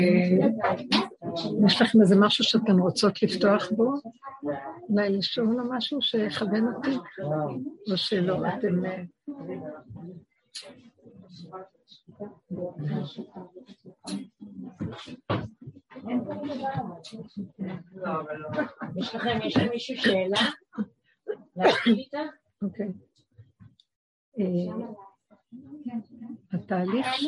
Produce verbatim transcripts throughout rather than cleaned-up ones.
יש לכם איזה משהו שאתן רוצות לפתוח בו? אולי לשאול לו משהו שיכוון אותי? או שלא, אתם... יש לכם, יש למישהו שאלה? להשאיר איתה? אוקיי. התהליך ש...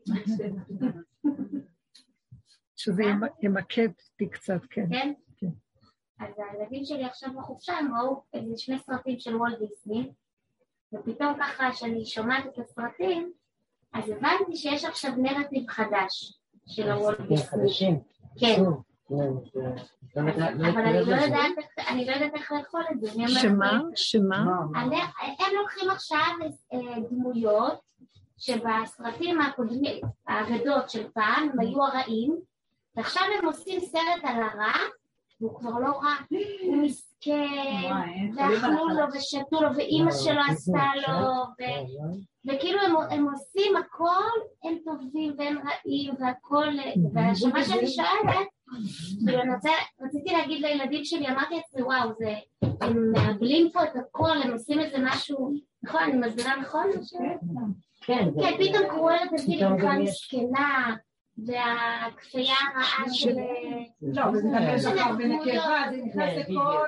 שזה ימקד אותי קצת, כן. כן? אז הילדים שלי עכשיו בחופשה הם ראו איזה שני סרטים של וולט דיסני, ופתאום ככה שאני שומעת את הסרטים, אז הבנתי שיש עכשיו נרטיב חדש של הוולט דיסני. כן. אבל אני לא יודעת איך לאכול את זה. שמה? שמה? הם לוקחים עכשיו דמויות שבסרטים האגדות של פעם הם היו הרעים, ועכשיו הם עושים סרט על הרע, והוא כבר לא רע, הוא מסכן, ואכלו לו ושתו לו, ואימא שלו עשתה לו, וכאילו הם עושים הכל, הם טובים והם רעים, והכל, והשמה שאני שואלת, רציתי להגיד לילדים שלי, אמרתי לעצמי, וואו, הם מעגלים פה את הכל, הם עושים איזה משהו, נכון, אני מסבירה נכון? כן, פתאום קראו לזה פתאום כאן מסכנה, והכפייה הרעה של... לא, זה מדבר שכר בין הקרבה, זה נכנס לכל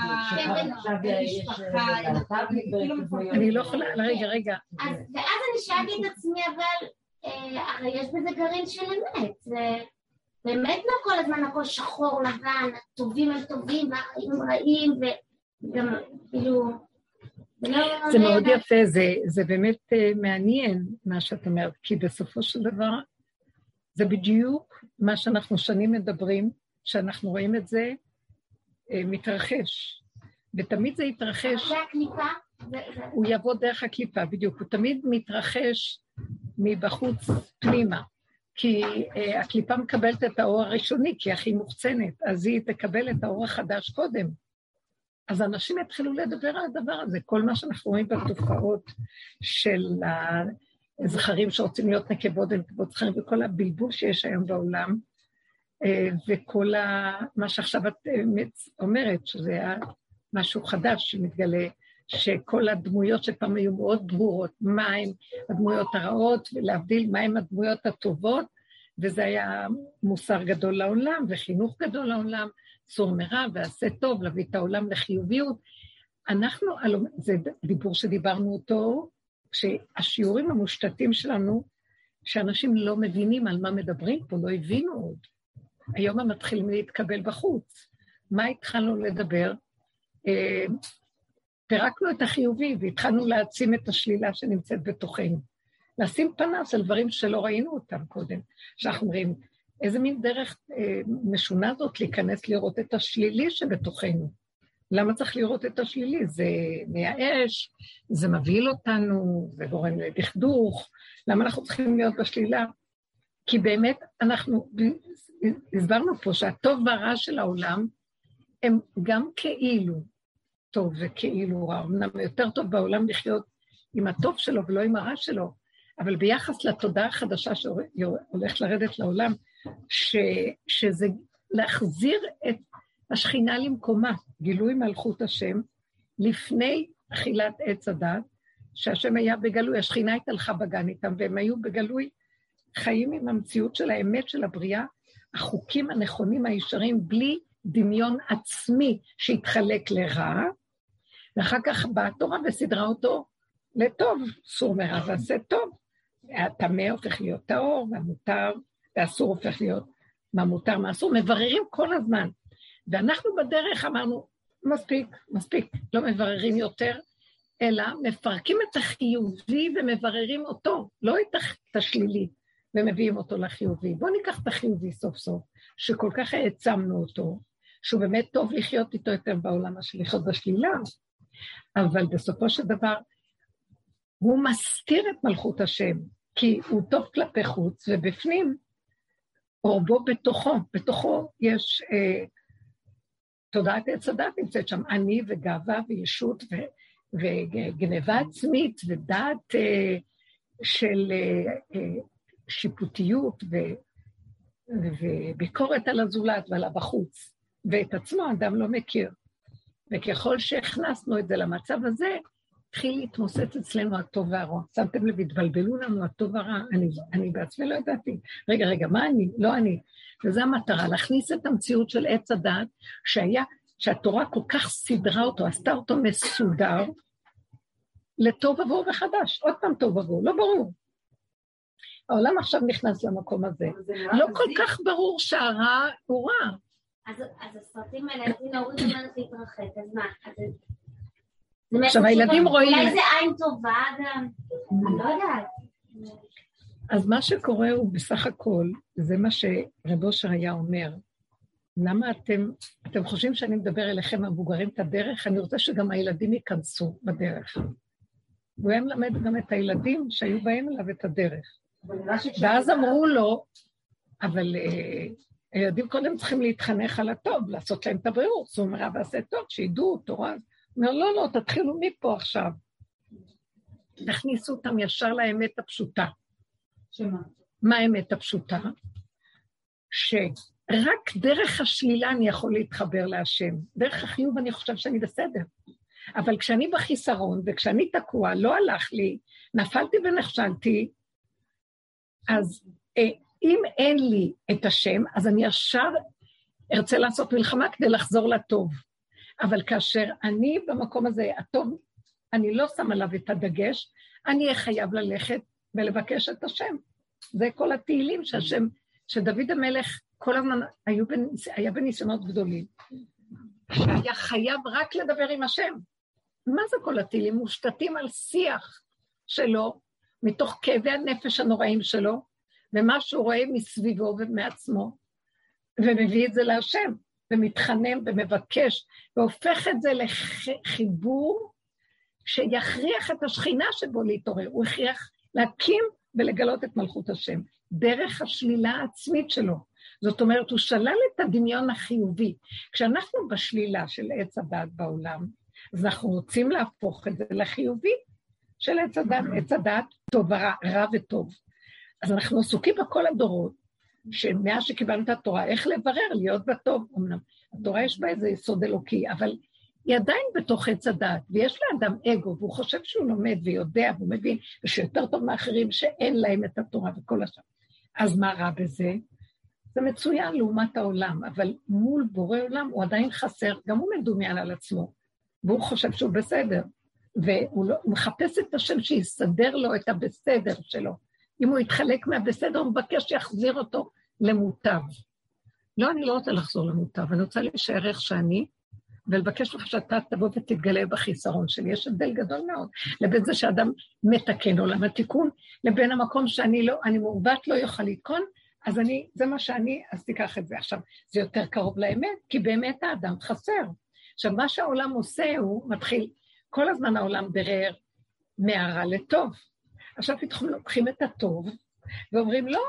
המשפחה. אני לא יכולה, רגע, רגע. ואז אני שאלתי את עצמי, אבל הרי יש בזה גרעין של אמת, באמת לא כל הזמן הכל שחור לבן, הטובים הם טובים והרעים הם רעים, וגם כאילו... זה מאוד יפה, זה באמת מעניין מה שאת אומרת, כי בסופו של דבר זה בדיוק מה שאנחנו שנים מדברים, שאנחנו רואים את זה מתרחש, ותמיד זה יתרחש, הוא יבוא דרך הקליפה, בדיוק, הוא תמיד מתרחש מבחוץ פנימה, כי הקליפה מקבלת את האור הראשוני, כי היא הכי מוחצנת, אז היא תקבל את האור החדש קודם. אז אנשים יתחילו לדבר על הדבר הזה, כל מה שאנחנו רואים בתופעות של הזכרים שרוצים להיות נקבות ונקבות זכרים, וכל הבלבול שיש היום בעולם, וכל מה שעכשיו את אומרת, שזה היה משהו חדש שמתגלה, שכל הדמויות שפעם היו מאוד ברורות, מה הם הדמויות הרעות, ולהבדיל מה הם הדמויות הטובות, וזה היה מוסר גדול לעולם, וחינוך גדול לעולם, צור מרע ועשה טוב, להביא את העולם לחיוביות. אנחנו, זה דיבור שדיברנו אותו, כשהשיעורים המושתתים שלנו, שאנשים לא מבינים על מה מדברים פה, לא הבינו עוד. היום הם מתחילים להתקבל בחוץ. מה התחלנו לדבר? פירקנו את החיובי, והתחלנו להעצים את השלילה שנמצאת בתוכנו. לשים פנס על דברים שלא ראינו אותם קודם. שאנחנו אומרים, איזה מין דרך אה, משונה זאת להיכנס לראות את השלילי שבתוכנו. למה צריך לראות את השלילי? זה מייאש, זה מבהיל אותנו, זה גורם לדכדוך. למה אנחנו צריכים להיות בשלילה? כי באמת אנחנו הסברנו פה שהטוב והרע של העולם, הם גם כאילו טוב וכאילו רע. אמנם יותר טוב בעולם לחיות עם הטוב שלו ולא עם הרע שלו, אבל ביחס לתודעה החדשה שהולכת לרדת לעולם, ש, שזה להחזיר את השכינה למקומה, גילוי מלכות השם, לפני אכילת עץ הדת, שהשם היה בגלוי, השכינה התהלכה בגן איתם, והם היו בגלוי חיים עם המציאות של האמת של הבריאה, החוקים הנכונים הישרים, בלי דמיון עצמי שהתחלק לרע, ואחר כך באה התורה וסדרה אותו לטוב, סור מרע ועשה טוב, הטמא הופך להיות טהור, והמותר, והאסור הופך להיות מה מותר, מה אסור, מבררים כל הזמן. ואנחנו בדרך אמרנו, מספיק, מספיק, לא מבררים יותר, אלא מפרקים את החיובי ומבררים אותו, לא את השלילי, ומביאים אותו לחיובי. בואו ניקח את החיובי סוף סוף, שכל כך העצמנו אותו, שהוא באמת טוב לחיות איתו יותר בעולם, של לחיות בשלילה, אבל בסופו של דבר, הוא מסתיר את מלכות השם, כי הוא טוב כלפי חוץ, ובפנים, אורבו בתוכו, בתוכו יש אה, תודעת עץ הדת נמצאת שם, אני וגאווה וישות ו, וגנבה עצמית ודעת אה, של אה, אה, שיפוטיות, וביקורת על הזולת ועל הבחוץ, ואת עצמו אדם לא מכיר. וככל שהכנסנו את זה למצב הזה, התחיל להתמוסס אצלנו הטוב והרע. שמתם לב, התבלבלו לנו הטוב והרע, אני, אני בעצמי לא ידעתי. רגע, רגע, מה אני? לא אני. וזו המטרה, להכניס את המציאות של עץ הדעת, שהיה, שהתורה כל כך סדרה אותו, עשתה אותו מסודר, לטוב עבור וחדש. עוד פעם טוב עבור, לא ברור. העולם עכשיו נכנס למקום הזה. לא כל כך ברור שהרע הוא רע. אז הסרטים האלה, אז הנה, הוריד אומרת להתרחק, אז מה? עכשיו, הילדים רואים... אולי זה עין טובה גם, אני לא יודעת. אז מה שקורה הוא בסך הכל, זה מה שרב אושר היה אומר, למה אתם, אתם חושבים שאני מדבר אליכם המבוגרים את הדרך? אני רוצה שגם הילדים ייכנסו בדרך. והוא היה מלמד גם את הילדים שהיו בהם אליו את הדרך. ואז אמרו לו, אבל uh, הילדים קודם צריכים להתחנך על הטוב, לעשות להם את הבריאות, זאת אומרת, ועשה טוב, שידעו תורה. הוא אומר, לא, לא, תתחילו מפה עכשיו. תכניסו אותם ישר לאמת הפשוטה. שמה? מה האמת הפשוטה? שרק דרך השלילה אני יכול להתחבר להשם. דרך החיוב אני חושב שאני בסדר. אבל כשאני בחיסרון, וכשאני תקוע, לא הלך לי, נפלתי ונכשלתי, אז אם אין לי את השם, אז אני ישר ארצה לעשות מלחמה כדי לחזור לטוב. אבל כאשר אני במקום הזה, הטוב, אני לא שם עליו את הדגש, אני אהיה חייב ללכת ולבקש את השם. זה כל התהילים שהשם, שדוד המלך כל הזמן היו בניס, היה בניסיונות גדולים, שהיה חייב רק לדבר עם השם. מה זה כל התהילים? מושתתים על שיח שלו, מתוך כאבי הנפש הנוראים שלו, ומה שהוא רואה מסביבו ומעצמו, ומביא את זה להשם, ומתחנן ומבקש, והופך את זה לחיבור, שיכריח את השכינה שבו להתעורר, הוא הכריח להקים ולגלות את מלכות השם, דרך השלילה העצמית שלו. זאת אומרת, הוא שלל את הדמיון החיובי. כשאנחנו בשלילה של עץ הדת בעולם, אז אנחנו רוצים להפוך את זה לחיובי של עץ הדת, עץ הדת טוב ורע, רע וטוב. אז אנחנו עסוקים בכל הדורות, שמאז שקיבלנו את התורה, איך לברר, להיות בטוב. אמנם, התורה יש בה איזה יסוד אלוקי, אבל היא עדיין בתוך עץ הדת, ויש לאדם אגו, והוא חושב שהוא לומד ויודע, והוא מבין, ושיותר טוב מאחרים שאין להם את התורה וכל השם. אז מה רע בזה? זה מצוין לעומת העולם, אבל מול בורא עולם הוא עדיין חסר, גם הוא מדומיין על עצמו, והוא חושב שהוא בסדר, והוא לא, הוא מחפש את השם שיסדר לו את הבסדר שלו. אם הוא יתחלק מהבסדר, הוא מבקש שיחזיר אותו למוטב. לא, אני לא רוצה לחזור למוטב, אני רוצה להישאר איך שאני, ולבקש לך שאתה תבוא ותתגלה בחיסרון שלי. יש הבדל גדול מאוד, לבין זה שאדם מתקן עולם התיקון, לבין המקום שאני לא, אני מעוות לא יוכל לתקון, אז אני, זה מה שאני, אז תיקח את זה. עכשיו, זה יותר קרוב לאמת, כי באמת האדם חסר. עכשיו, מה שהעולם עושה, הוא מתחיל, כל הזמן העולם ברר מהרע לטוב. עכשיו פתאום לוקחים את הטוב, ואומרים, לא,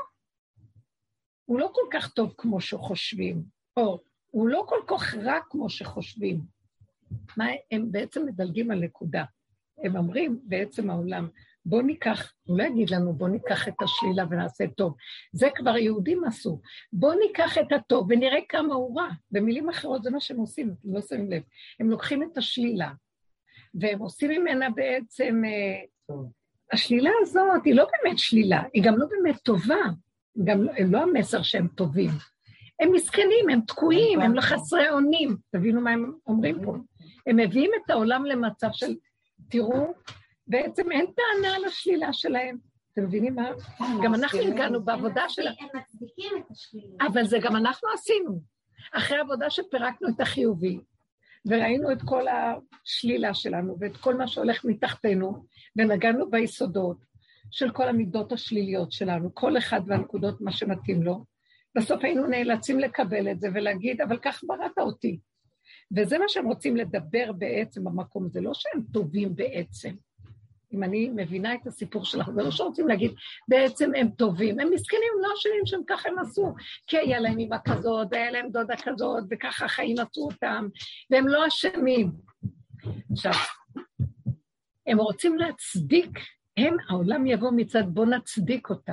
הוא לא כל כך טוב כמו שחושבים, או הוא לא כל כך רע כמו שחושבים. מה הם בעצם מדלגים על נקודה? הם אומרים בעצם העולם, בוא ניקח, הוא לא יגיד לנו, בוא ניקח את השלילה ונעשה טוב. זה כבר יהודים עשו. בוא ניקח את הטוב ונראה כמה הוא רע. במילים אחרות זה מה שהם עושים, אתם לא שמים לב. הם לוקחים את השלילה, והם עושים ממנה בעצם... השלילה הזאת היא לא באמת שלילה, היא גם לא באמת טובה. גם לא, הם לא המסר שהם טובים. הם מסכנים, הם תקועים, הם לא חסרי אונים. תבינו מה הם אומרים פה. הם מביאים את העולם למצב של, תראו, בעצם אין טענה על השלילה שלהם. אתם מבינים מה? גם אנחנו הגענו בעבודה שלהם. הם מצדיקים את השלילה. אבל זה גם אנחנו עשינו. אחרי העבודה שפרקנו את החיובי, וראינו את כל השלילה שלנו, ואת כל מה שהולך מתחתנו, ונגענו ביסודות של כל המידות השליליות שלנו, כל אחד והנקודות מה שמתאים לו, בסוף היינו נאלצים לקבל את זה ולהגיד, אבל כך בראת אותי. וזה מה שהם רוצים לדבר בעצם במקום, זה לא שהם טובים בעצם. אם אני מבינה את הסיפור שלך, זה לא שרוצים להגיד, בעצם הם טובים, הם מסכנים, לא אשמים שהם ככה הם עשו, כי היה להם אמא כזאת, והיה להם דודה כזאת, וככה החיים עשו אותם, והם לא אשמים. עכשיו, הם רוצים להצדיק, הם, העולם יבוא מצד, בוא נצדיק אותם.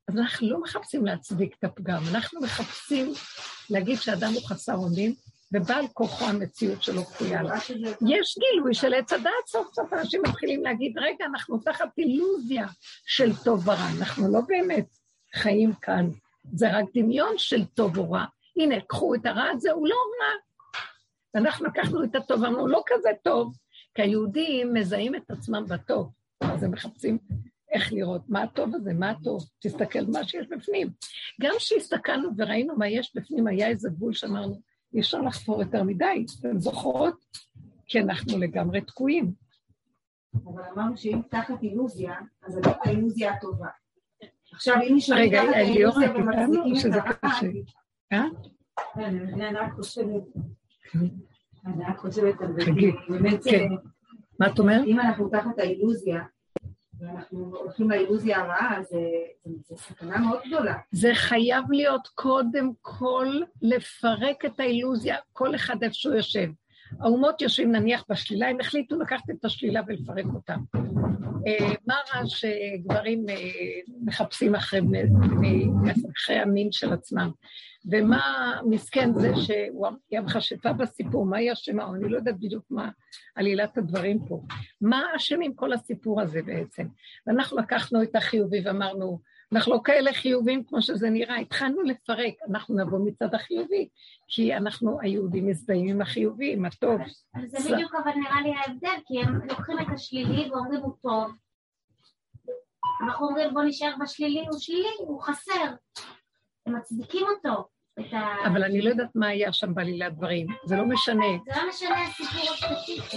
אז אנחנו לא מחפשים להצדיק את הפגם, אנחנו מחפשים להגיד שאדם הוא חסר אונים, ובעל כוחו המציאות שלו קפויה לה. יש גילוי של עץ הדעת, סוף סוף אנשים מתחילים להגיד, רגע, אנחנו תחת אילוזיה של טוב ורע, אנחנו לא באמת חיים כאן, זה רק דמיון של טוב ורע. הנה, קחו את הרע הזה, הוא לא רע. אנחנו לקחנו את הטוב, אמרנו, לא כזה טוב, כי היהודים מזהים את עצמם בטוב, אז הם מחפשים איך לראות מה הטוב הזה, מה הטוב, תסתכל מה שיש בפנים. גם שהסתכלנו וראינו מה יש בפנים, היה איזה גבול שאמרנו, אי אפשר לחפור יותר מדי, אתם זוכרות? כי אנחנו לגמרי תקועים. אבל אמרנו שאם תחת אילוזיה, אז זאת האילוזיה הטובה. עכשיו, אם מישהו רגע, תחת האילוזיה ומצדיקים את הרע, אה? אני רק חושבת, אני רק חושבת על זה, באמת, מה את אומרת? אם אנחנו תחת האילוזיה, ואנחנו הולכים לאילוזיה הרעה, אז זו סכנה מאוד גדולה. זה חייב להיות קודם כל לפרק את האילוזיה, כל אחד איפה שהוא יושב. האומות יושבים נניח בשלילה, הם החליטו לקחת את השלילה ולפרק אותה. מה רע שגברים מחפשים אחרי המין של עצמם, ומה מסכן זה שהיא המחשפה בסיפור, מה היא אשמה, או אני לא יודעת בדיוק מה עלילת הדברים פה, מה אשם עם כל הסיפור הזה בעצם, ואנחנו לקחנו את החיובי ואמרנו, אנחנו לא כאלה חיובים כמו שזה נראה, התחלנו לפרק, אנחנו נבוא מצד החיובי, כי אנחנו היהודים מזדהים עם החיובי, עם הטוב. זה בדיוק אבל נראה לי ההבדל, כי הם לוקחים את השלילי ואומרים הוא טוב, אנחנו אומרים בוא נשאר בשלילי, הוא שלילי, הוא חסר, הם מצדיקים אותו. אבל אני לא יודעת מה היה שם בעלילת דברים, זה לא משנה. זה לא משנה הסיפור הספציפי.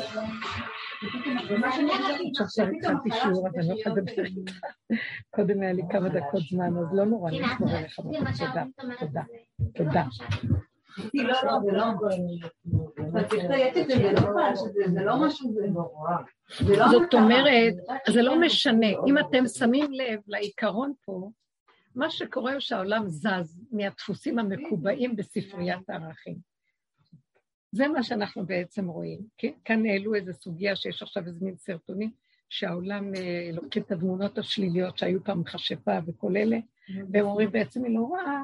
עכשיו התחלתי שיעור, אז אני לא יכולה לדבר איתך. קודם היה לי כמה דקות זמן, אז לא נורא, אני אסבור אליך. תודה, תודה, תודה. לא, לא, זה לא אבל צריך לדייק את זה, זה לא משהו, זה נורא. זאת אומרת, זה לא משנה, אם אתם שמים לב לעיקרון פה, מה שקורה הוא שהעולם זז מהדפוסים המקובעים בספריית הערכים. זה מה שאנחנו בעצם רואים. כאן העלו איזו סוגיה שיש עכשיו איזה מין סרטונים, שהעולם לוקח את הדמונות השליליות שהיו פעם חשפה וכל אלה, והם אומרים בעצם היא לא רעה,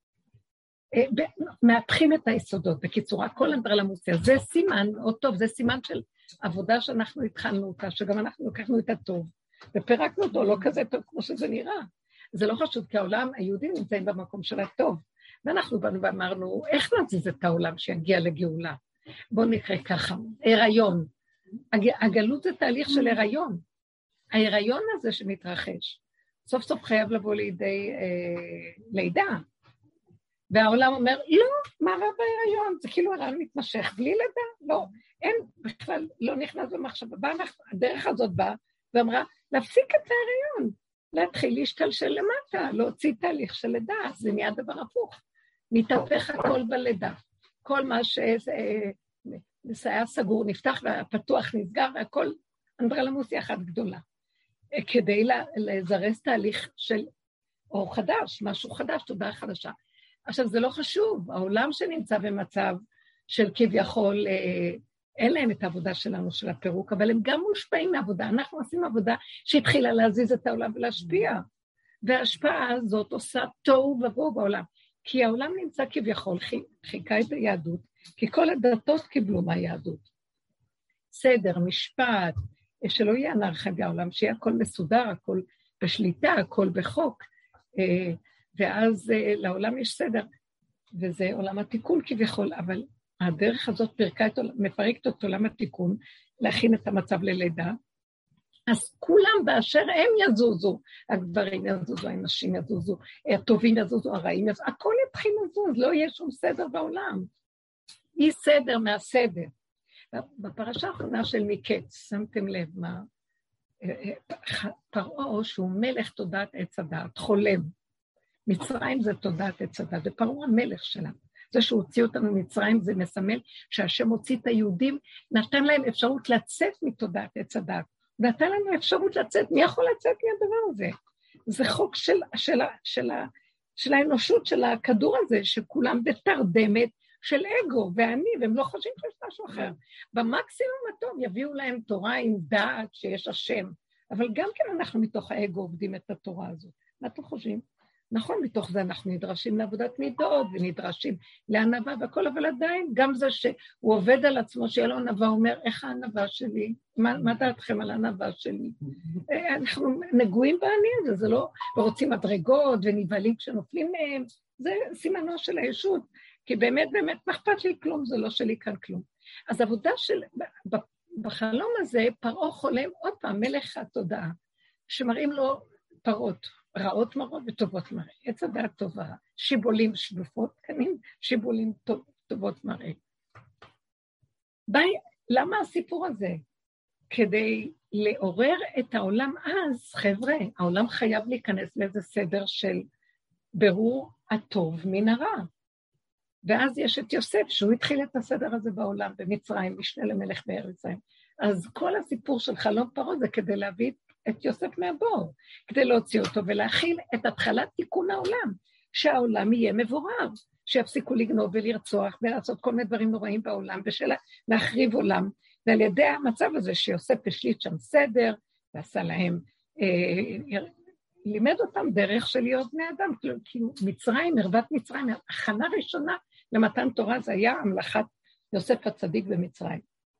מהפכים את היסודות. בקיצור, הכל אנדרלמוסיה, זה סימן, או טוב, זה סימן של עבודה שאנחנו התחלנו אותה, שגם אנחנו לקחנו את הטוב, ופרקנו אותו, לא כזה טוב כמו שזה נראה. זה לא חשוב, כי העולם, היהודים נמצאים במקום של הטוב, ואנחנו באנו ואמרנו, איך נזיז את העולם שיגיע לגאולה? בואו נקרא ככה, הריון. הגלות זה תהליך של הריון. ההיריון הזה שמתרחש, סוף סוף חייב לבוא לידי אה, לידה. והעולם אומר, לא, מה רע בהיריון? זה כאילו הריון מתמשך בלי לידה? לא, אין בכלל, לא נכנס במחשבה. הדרך הזאת באה ואמרה, להפסיק את ההיריון. להתחיל להשתלשל למטה, להוציא תהליך של לידה, זה נהיה דבר הפוך. מתהפך הכל בלידה. כל מה שהיה סגור נפתח והפתוח נסגר, והכל אנדרלמוסיה אחת גדולה. כדי לזרז תהליך של אור חדש, משהו חדש, תודעה חדשה. עכשיו זה לא חשוב, העולם שנמצא במצב של כביכול, אין להם את העבודה שלנו של הפירוק, אבל הם גם מושפעים מעבודה. אנחנו עושים עבודה שהתחילה להזיז את העולם ולהשפיע. וההשפעה הזאת עושה תוהו ובוהו בעולם. כי העולם נמצא כביכול, חיכה את היהדות, כי כל הדתות קיבלו מהיהדות. סדר, משפט, שלא יהיה אנרכיה בעולם, שיהיה הכל מסודר, הכל בשליטה, הכל בחוק. ואז לעולם יש סדר, וזה עולם התיקון כביכול, אבל הדרך הזאת פרקה את, מפרקת את עולם התיקון, להכין את המצב ללידה, אז כולם באשר הם יזוזו, הגברים יזוזו, הנשים יזוזו, הטובים יזוזו, הרעים יזוזו, הכל יתחיל לזוז, לא יהיה שום סדר בעולם. אי סדר מהסדר. בפרשה האחרונה של מקץ, שמתם לב מה, פרעה שהוא מלך תודעת עץ הדעת, חולם. מצרים זה תודעת עץ הדעת, ופרעה המלך שלה. זה שהוא הוציא אותנו ממצרים, זה מסמל שהשם הוציא את היהודים, נתן להם אפשרות לצאת מתודעת עץ הדעת. נתן לנו אפשרות לצאת, מי יכול לצאת מהדבר הזה? זה חוק של, של, של, של האנושות, של הכדור הזה, שכולם בתרדמת של אגו ואני, והם לא חושבים שיש משהו אחר. במקסימום הטוב יביאו להם תורה עם דעת שיש השם, אבל גם כן אנחנו מתוך האגו עובדים את התורה הזאת. מה אתם חושבים? נכון, מתוך זה אנחנו נדרשים לעבודת מידות, ונדרשים לענווה והכל, אבל עדיין, גם זה שהוא עובד על עצמו, שיהיה לו ענווה, הוא אומר, איך הענווה שלי? מה, מה דעתכם על הענווה שלי? אנחנו נגועים בעני הזה, זה לא, ורוצים מדרגות ונבהלים כשנופלים מהם, זה סימנו של הישות, כי באמת, באמת, מה אכפת לי כלום, זה לא שלי כאן כלום. אז עבודה של, בחלום הזה, פרעה חולם עוד פעם, מלך התודעה, שמראים לו פרות, רעות מראות וטובות מראה, עץ הדעת טובה, שיבולים שלופות קנים, שיבולים טוב, טובות מראה. ביי, למה הסיפור הזה? כדי לעורר את העולם אז, חבר'ה, העולם חייב להיכנס לאיזה סדר של ברור הטוב מן הרע. ואז יש את יוסף, שהוא התחיל את הסדר הזה בעולם, במצרים, משנה למלך בארץ ישראל. אז כל הסיפור של חלום פרעה זה כדי להביא את יוסף מהבור, כדי להוציא אותו ולהכיל את התחלת תיקון העולם, שהעולם יהיה מבורר, שיפסיקו לגנוב ולרצוח ולעשות כל מיני דברים נוראים בעולם, ולהחריב עולם, ועל ידי המצב הזה שיוסף השליט שם סדר, ועשה להם, אה, לימד אותם דרך של להיות בני אדם, כאילו מצרים, ערבת מצרים, הכנה ראשונה למתן תורה, זה היה המלאכת יוסף הצדיק במצרים.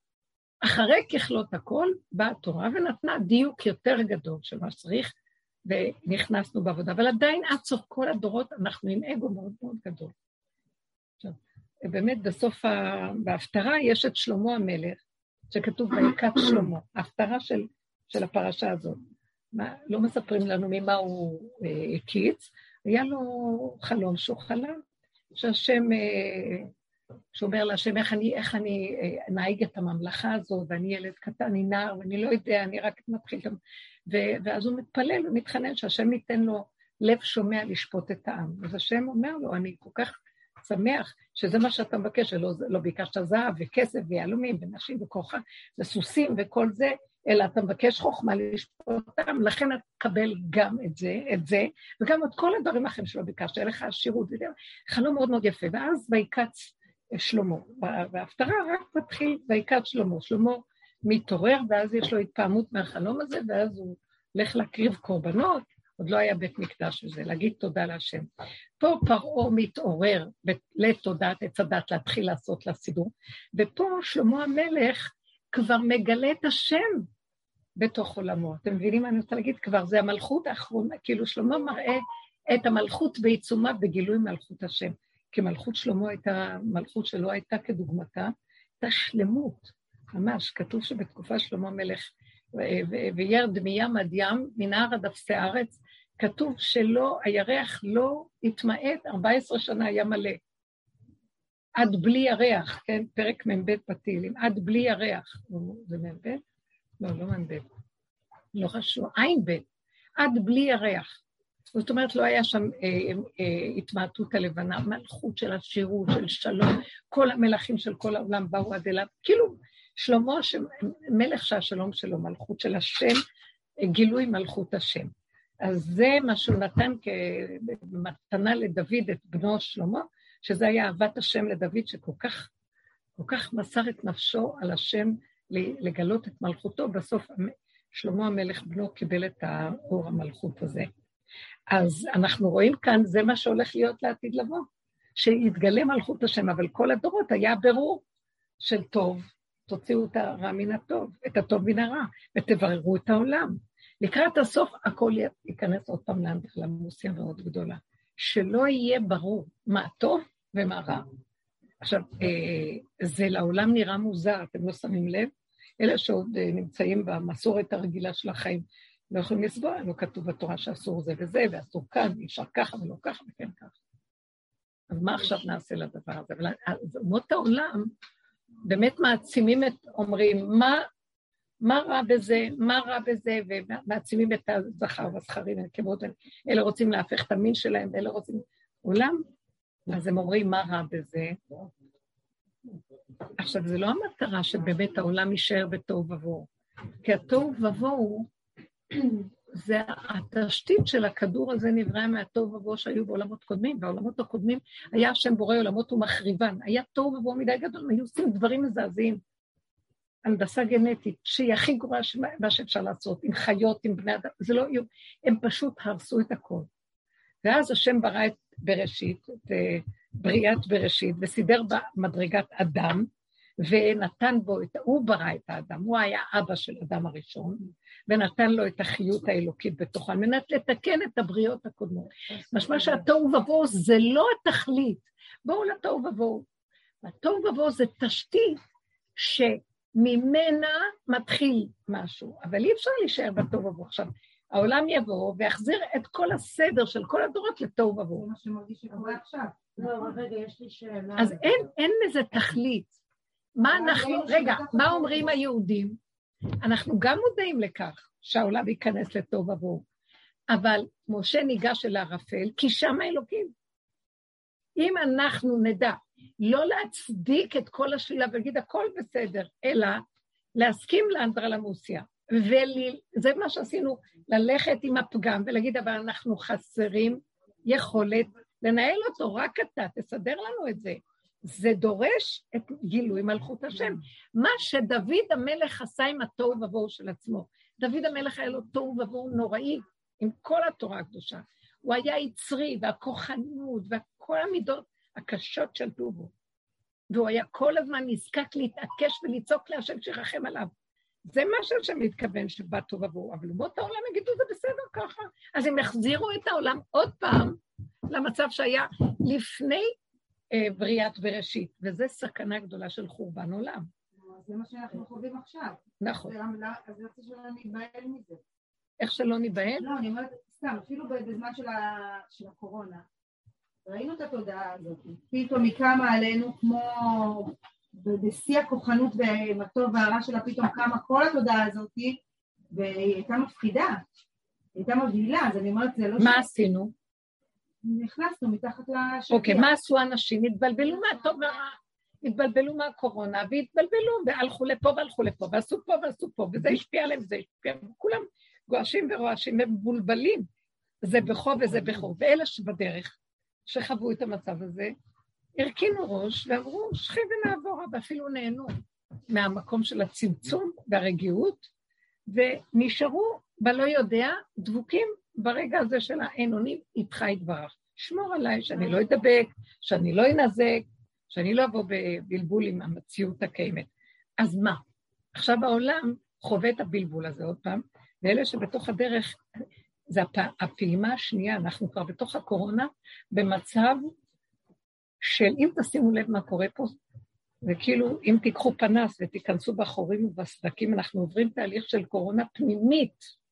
אחרי ככלות הכל, באה התורה ונתנה דיוק יותר גדול של מה שצריך, ונכנסנו בעבודה, אבל עדיין עד סוף כל הדורות אנחנו עם אגו מאוד מאוד גדול. עכשיו, באמת בסוף, ה... בהפטרה יש את שלמה המלך, שכתוב ויקץ שלמה, ההפטרה של, של הפרשה הזאת. מה, לא מספרים לנו ממה הוא אה, הקיץ, היה לו חלום שהוא חלם, שהשם... אה, שאומר להשם, איך אני, איך אני נהיג את הממלכה הזאת, ואני ילד קטן, אני נער, ואני לא יודע, אני רק מתחיל גם, ו- ואז הוא מתפלל ומתחנן שהשם ייתן לו לב שומע לשפוט את העם. אז השם אומר לו, אני כל כך שמח שזה מה שאתה מבקש, שלא לא ביקשת זהב וכסף ויהלומים ונשים וכוחה וסוסים וכל זה, אלא אתה מבקש חוכמה לשפוט אותם, לכן אתה תקבל גם את זה, את זה, וגם את כל הדברים אחרים שלא ביקשת, אליך השירות, חלום מאוד מאוד יפה, ואז ויקץ שלמה, וההפטרה רק מתחיל ויקץ שלמה, שלמה מתעורר, ואז יש לו התפעמות מהחלום הזה, ואז הוא הולך להקריב קורבנות, עוד לא היה בית מקדש וזה, להגיד תודה להשם. פה פרעה מתעורר לתודעת עץ הדת, להתחיל לעשות לה סידור, ופה שלמה המלך כבר מגלה את השם בתוך עולמו. אתם מבינים מה אני רוצה להגיד? כבר זה המלכות האחרונה, כאילו שלמה מראה את המלכות בעיצומה בגילוי מלכות השם. כי מלכות שלמה הייתה, מלכות שלא הייתה כדוגמתה, הייתה שלמות, ממש, כתוב שבתקופה שלמה מלך, וירד מים עד ים, מנהר עד אפסי הארץ, כתוב שלא, הירח לא התמעט, ארבע עשרה שנה היה מלא, עד בלי ירח, כן, פרק מבית בתהילים, עד בלי ירח, זה מבית? לא, לא מבית, לא חשוב, עין בית, עד בלי ירח, זאת אומרת, לא היה שם אה, אה, התמעטות הלבנה, מלכות של השירות, של שלום, כל המלכים של כל העולם באו עד אליו, כאילו שלמה, מלך שהשלום שלו, מלכות של השם, גילוי מלכות השם. אז זה מה שהוא נתן כמתנה לדוד את בנו שלמה, שזה היה אהבת השם לדוד, שכל כך, כל כך מסר את נפשו על השם לגלות את מלכותו, בסוף שלמה המלך בנו קיבל את האור המלכות הזה. אז אנחנו רואים כאן, זה מה שהולך להיות לעתיד לבוא, שיתגלה מלכות השם, אבל כל הדורות היה ברור של טוב, תוציאו את הרע מן הטוב, את הטוב מן הרע, ותבררו את העולם. לקראת הסוף, הכל ייכנס עוד פעם לאנדרלמוסיה מאוד גדולה, שלא יהיה ברור מה טוב ומה רע. עכשיו, זה לעולם נראה מוזר, אתם לא שמים לב, אלה שעוד נמצאים במסורת הרגילה של החיים, לא יכולים לסבוע, לא כתוב בתורה שאסור זה וזה, ואסור כאן, אפשר ככה ולא ככה וכן ככה. אז מה עכשיו נעשה לדבר הזה? אבל אומות העולם באמת מעצימים את, אומרים, מה, מה רע בזה, מה רע בזה, ומעצימים את הזכר והזכרים, אלה רוצים להפך את המין שלהם, ואלה רוצים עולם, אז הם אומרים, מה רע בזה? עכשיו, זה לא המטרה שבאמת העולם יישאר בתוהו ובוהו, כי התוהו ובוהו, זה התשתית של הכדור הזה נברא מהטוב ובוהו שהיו בעולמות קודמים, והעולמות הקודמים היה השם בורא עולמות ומחריבן, היה טוב ובוהו מדי גדול, היו עושים דברים מזעזעים, הנדסה גנטית, שהיא הכי גרועה מה שאפשר לעשות, עם חיות, עם בני אדם, זה לא, הם פשוט הרסו את הכל. ואז השם ברא את בראשית, את בריאת בראשית, וסידר במדרגת אדם, ונתן בו, את, הוא ברא את האדם, הוא היה אבא של אדם הראשון, ונתן לו את החיות האלוקית בתוכה, על מנת לתקן את הבריאות הקודמות. משמע שהתוהו ובוהו זה לא התכלית, בואו לתוהו ובוהו. התוהו ובוהו זה תשתית שממנה מתחיל משהו, אבל אי אפשר להישאר בתוהו ובוהו. עכשיו, העולם יבוא ויחזיר את כל הסדר של כל הדורות לתוהו ובוהו. זה מה שמרגיש שקורה עכשיו. לא, רגע, יש לי שאלה. אז אין, אין לזה תכלית. מה אנחנו, רגע, מה אומרים היהודים? אנחנו גם מודעים לכך שהעולם ייכנס לתוהו ובוהו, אבל משה ניגש אל הערפל, כי שם האלוקים. אם אנחנו נדע לא להצדיק את כל השלילה ולהגיד הכל בסדר, אלא להסכים לאנדרלמוסיה, וזה מה שעשינו, ללכת עם הפגם ולהגיד, אבל אנחנו חסרים יכולת לנהל אותו, רק אתה, תסדר לנו את זה. זה דורש את גילוי מלכות השם. מה שדוד המלך עשה עם התוהו ובוהו של עצמו. דוד המלך היה לו תוהו ובוהו נוראי, עם כל התורה הקדושה. הוא היה יצרי, והכוחנות, וכל המידות הקשות של תוהו ובוהו. והוא היה כל הזמן נזקק להתעקש ולצעוק להשם שירחם עליו. זה מה שהשם מתכוון שבא תוהו ובוהו, אבל אומות העולם יגידו זה בסדר ככה. אז הם יחזירו את העולם עוד פעם למצב שהיה לפני בריאת בראשית, וזה סכנה גדולה של חורבן עולם. זה מה שאנחנו חווים עכשיו. נכון. אז זה שלא ניבהל מזה. איך שלא ניבהל? לא, אני אומרת, סתם, אפילו בזמן של הקורונה, ראינו את התודעה הזאת, פתאום היא קמה עלינו כמו בשיא הכוחנות והטוב והרע שלה, פתאום קמה כל התודעה הזאת, והיא הייתה מפחידה, היא הייתה מבהילה, אז אני אומרת, זה לא... מה עשינו? נכנסנו מתחת לשקיע. אוקיי, מה עשו אנשים? התבלבלו מהטוב והרע, התבלבלו מהקורונה, והתבלבלו, והלכו לפה והלכו לפה, ועשו פה ועשו פה, וזה השפיע עליהם, וזה השפיע, וכולם גועשים ורועשים, מבולבלים, זה בחוב וזה בחוב, ואלה שבדרך, שחוו את המצב הזה, הרכינו ראש, ואמרו, שכי ונעבור, ואפילו נהנו מהמקום של הצמצום והרגיעות, ונשארו בלא יודע, דבוקים, ברגע הזה של האינונים, איתך יתברך. שמור עליי שאני לא אדבק, שאני לא אנזק, שאני לא אבוא בבלבול עם המציאות הקיימת. אז מה? עכשיו העולם חווה את הבלבול הזה עוד פעם, ואלה שבתוך הדרך, זה הפעימה השנייה, אנחנו כבר בתוך הקורונה, במצב של, אם תשימו לב מה קורה פה, וכאילו אם תיקחו פנס ותיכנסו בחורים ובסדקים, אנחנו עוברים תהליך של קורונה פנימית,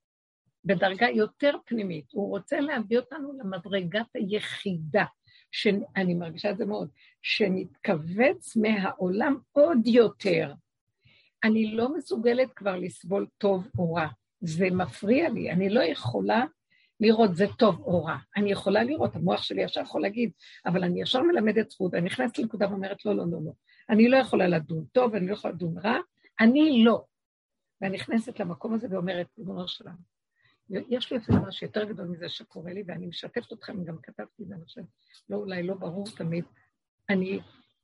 בדרגה יותר פנימית. הוא רוצה להביא אותנו למדרגת היחידה, שאני מרגישה את זה מאוד, שנתכווץ מהעולם עוד יותר. אני לא מסוגלת כבר לסבול טוב או רע, זה מפריע לי, אני לא יכולה לראות זה טוב או רע, אני יכולה לראות, המוח שלי ישר יכול להגיד, אבל אני ישר מלמדת זכות, אני נכנסת לנקודה ואומרת לא, לא, לא, לא, אני לא יכולה לדון טוב, אני לא יכולה לדון רע, אני לא. ואני נכנסת למקום הזה ואומרת, ריבונו שלנו, יש לי אפילו משהו יותר גדול מזה שקורה לי, ואני משתפת אתכם, גם כתבתי את זה, אני חושב, לא אולי לא ברור תמיד, אני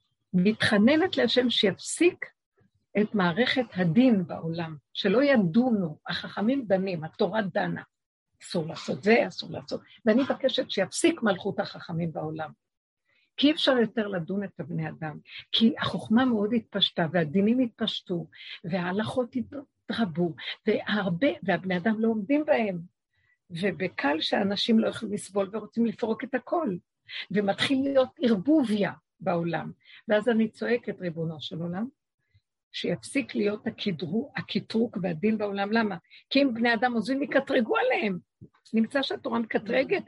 מתחננת להשם שיפסיק את מערכת הדין בעולם, שלא ידונו, החכמים דנים, התורה דנה, אסור לעשות זה, אסור לעשות, ואני מבקשת שיפסיק מלכות החכמים בעולם, כי אי אפשר יותר לדון את הבני אדם, כי החוכמה מאוד התפשטה, והדינים התפשטו, וההלכות התרבו, והרבה, והבני אדם לא עומדים בהם, ובקל שאנשים לא יכולים לסבול ורוצים לפרוק את הכל, ומתחיל להיות ערבוביה בעולם, ואז אני צועקת ריבונו של עולם, שיפסיק להיות הקדרו, הקטרוק והדין בעולם. למה? כי אם בני אדם עוזבים, יקטרגו עליהם. נמצא שהתורה מקטרגת,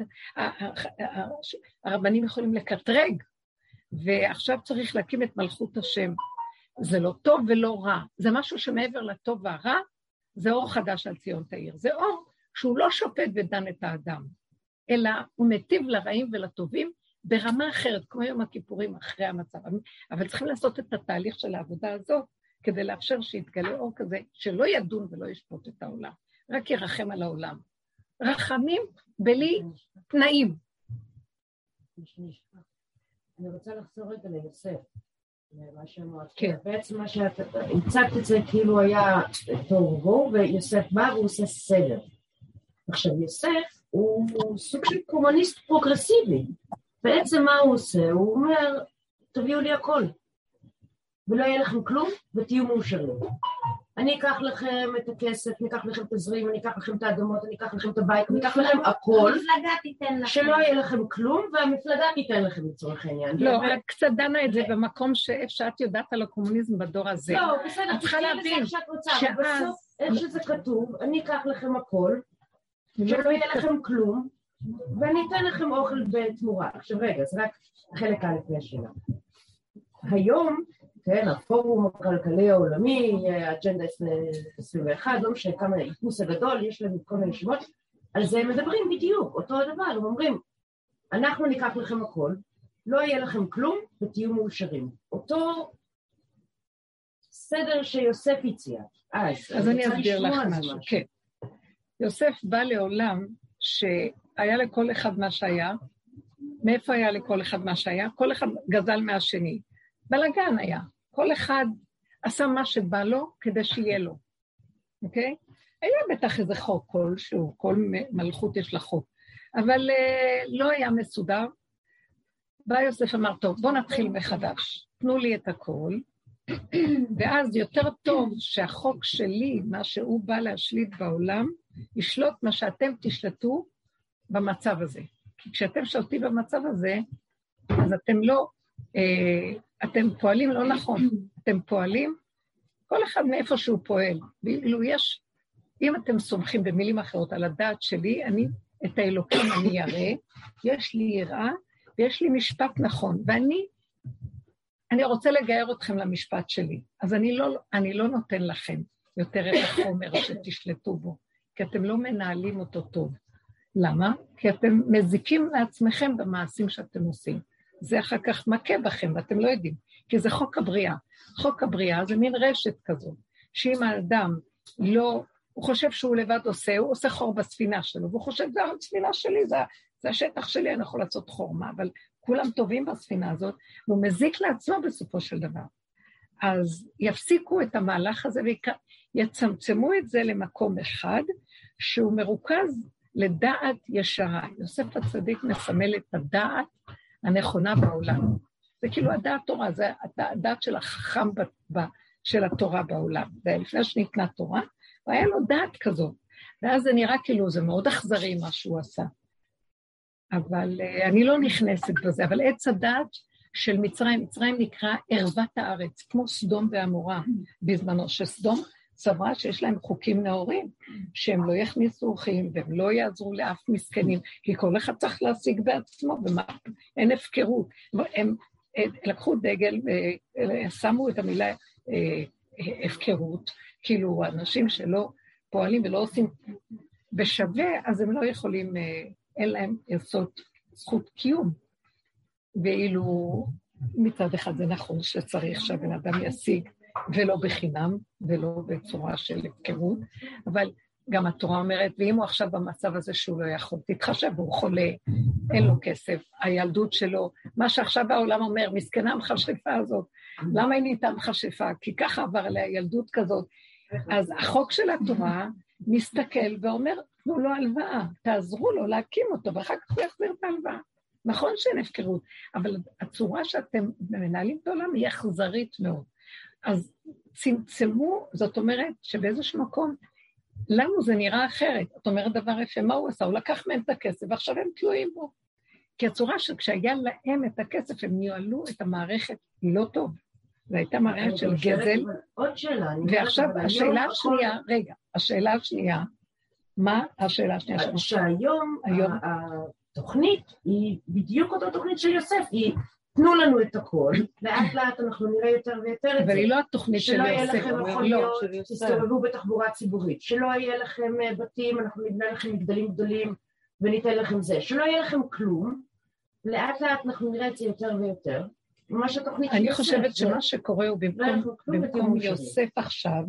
הרבנים יכולים לקטרג, ועכשיו צריך להקים את מלכות השם. זה לא טוב ולא רע, זה משהו שמעבר לטוב והרע, זה אור חדש על ציון תאיר. זה אור שהוא לא שופט ודן את האדם, אלא הוא מטיב לרעים ולטובים, ברמה אחרת, כמו יום הכיפורים אחרי המצב. אבל צריכים לעשות את התהליך של העבודה הזאת, כדי לאפשר שיתגלה אור כזה, שלא ידון ולא ישפוט את העולם, רק ירחם על העולם. רחמים בלי תנאים. אני רוצה לחזור רגע ליוסף, מה שאמרת. כן. בעצם מה שאת הצגת את זה, כאילו היה תוהו ובוהו, ויוסף בא והוא עושה סדר. עכשיו יוסף, הוא סוג של קומוניסט פרוגרסיבי. בעצם מה הוא עושה? הוא אומר, תביאו לי הכל, ולא יהיה לכם כלום, ותהיו מאושרים. אני אקח לכם את הכסף, אני אקח לכם את הזרים, אני אקח לכם את האדמות, אני אקח לכם את הבית, אני אקח לכם הכל, שלא יהיה לכם כלום, והמפלגה תיתן לכם לצורך העניין. לא, את קצת דנה את זה במקום שאיפה שאת יודעת על הקומוניזם בדור הזה. לא, בסדר, את צריכה להבין שבסוף, איך שזה כתוב, אני אקח לכם הכל, שלא יהיה לכם כלום, ואני אתן לכם אוכל בתמורה. עכשיו רגע, זה רק חלק א' מהשאלה. היום, כן, הפורום הכלכלי העולמי, אג'נדה עשרים ואחת, לא משנה כמה האיפוס הגדול, יש להם כל מיני שמות, על זה הם מדברים בדיוק, אותו הדבר, הם אומרים, אנחנו ניקח לכם הכל, לא יהיה לכם כלום, ותהיו מאושרים. אותו סדר שיוסף הציע. אז, אז אני אסביר לך משהו, כן. יוסף בא לעולם שהיה לכל אחד מה שהיה, מאיפה היה לכל אחד מה שהיה? כל אחד גזל מהשני. בלגן היה. כל אחד עשה מה שבא לו כדי שיהיה לו. אוקיי? היה בטח איזה חוק כלשהו, כל מלכות יש לה חוק. אבל uh, לא היה מסודר. בא יוסף אמר, טוב, בוא נתחיל מחדש. תנו לי את הכל. ואז יותר טוב שהחוק שלי, מה שהוא בא להשליט בעולם, ישלוט מה שאתם תשלטו במצב הזה. כי כשאתם שולטים במצב הזה, אז אתם לא, אה, אתם פועלים לא נכון. אתם פועלים, כל אחד מאיפה שהוא פועל. ואילו יש, אם אתם סומכים במילים אחרות על הדעת שלי, אני, את האלוקים אני ירא, יש לי יראה, ויש לי משפט נכון. ואני, אני רוצה לגייר אתכם למשפט שלי. אז אני לא, אני לא נותן לכם יותר את החומר שתשלטו בו, כי אתם לא מנהלים אותו טוב. למה? כי אתם מזיקים לעצמכם במעשים שאתם עושים. זה אחר כך מכה בכם, ואתם לא יודעים, כי זה חוק הבריאה. חוק הבריאה זה מין רשת כזאת, שאם האדם לא, הוא חושב שהוא לבד עושה, הוא עושה חור בספינה שלו, והוא חושב, זה הספינה שלי, זה, זה השטח שלי, אני יכול לעשות חור, מה? אבל כולם טובים בספינה הזאת, והוא מזיק לעצמו בסופו של דבר. אז יפסיקו את המהלך הזה, ויצמצמו את זה למקום אחד, שהוא מרוכז לדעת ישרה. יוסף הצדיק מסמל את הדעת הנכונה בעולם. זה כאילו הדעת תורה, זה הדעת של החכם ב, של התורה בעולם. זה לפני שניתנה תורה, והיה לו דעת כזאת. ואז זה נראה כאילו זה מאוד אכזרי מה שהוא עשה. אבל uh, אני לא נכנסת בזה, אבל עץ הדעת של מצרים, מצרים נקרא ערוות הארץ, כמו סדום ועמורה בזמנו, שסדום סברה שיש להם חוקים נאורים, שהם לא יכניסו אורחים, והם לא יעזרו לאף מסכנים, כי כל אחד צריך להשיג בעצמו, ואין הפקרות. הם לקחו דגל, ושמו את המילה הפקרות, כאילו אנשים שלא פועלים ולא עושים בשווה, אז הם לא יכולים, אין להם יסוד זכות קיום. ואילו מצד אחד זה נכון שצריך שהבן אדם ישיג, ולא בחינם, ולא בצורה של הפקרות, אבל גם התורה אומרת, ואם הוא עכשיו במצב הזה שהוא לא יכול, תתחשב, הוא חולה, אין לו כסף, הילדות שלו, מה שעכשיו העולם אומר, מסכנה המחשפה הזאת, למה היא נהייתה מחשפה? כי ככה עבר עליה ילדות כזאת. אז החוק של התורה מסתכל ואומר, תנו לו הלוואה, תעזרו לו להקים אותו, ואחר כך הוא יחזיר את ההלוואה. נכון שאין הפקרות, אבל הצורה שאתם מנהלים את העולם היא אכזרית מאוד. אז צמצמו, זאת אומרת שבאיזשהו מקום, לנו זה נראה אחרת. זאת אומרת דבר יפה, מה הוא עשה? הוא לקח מהם את הכסף, ועכשיו הם תלויים בו. כי הצורה שכשהיה להם את הכסף, הם ניהלו את המערכת לא טוב. זו הייתה מערכת של גזל. עוד שאלה. ועכשיו השאלה השנייה, רגע, השאלה השנייה, מה השאלה השנייה? שהיום התוכנית היא בדיוק אותה תוכנית של יוסף, היא תנו לנו את הכל, לאט לאט אנחנו נראה יותר ויותר את זה. אבל היא לא התוכנית של יוסף. שלא יהיה לכם מכוניות, תסתובבו בתחבורה ציבורית, שלא יהיה לכם בתים, אנחנו נבנה לכם מגדלים גדולים וניתן לכם זה, שלא יהיה לכם כלום, לאט לאט אנחנו נראה את זה יותר ויותר. ממש התוכנית של יוסף. אני חושבת שמה שקורה הוא במקום יוסף עכשיו,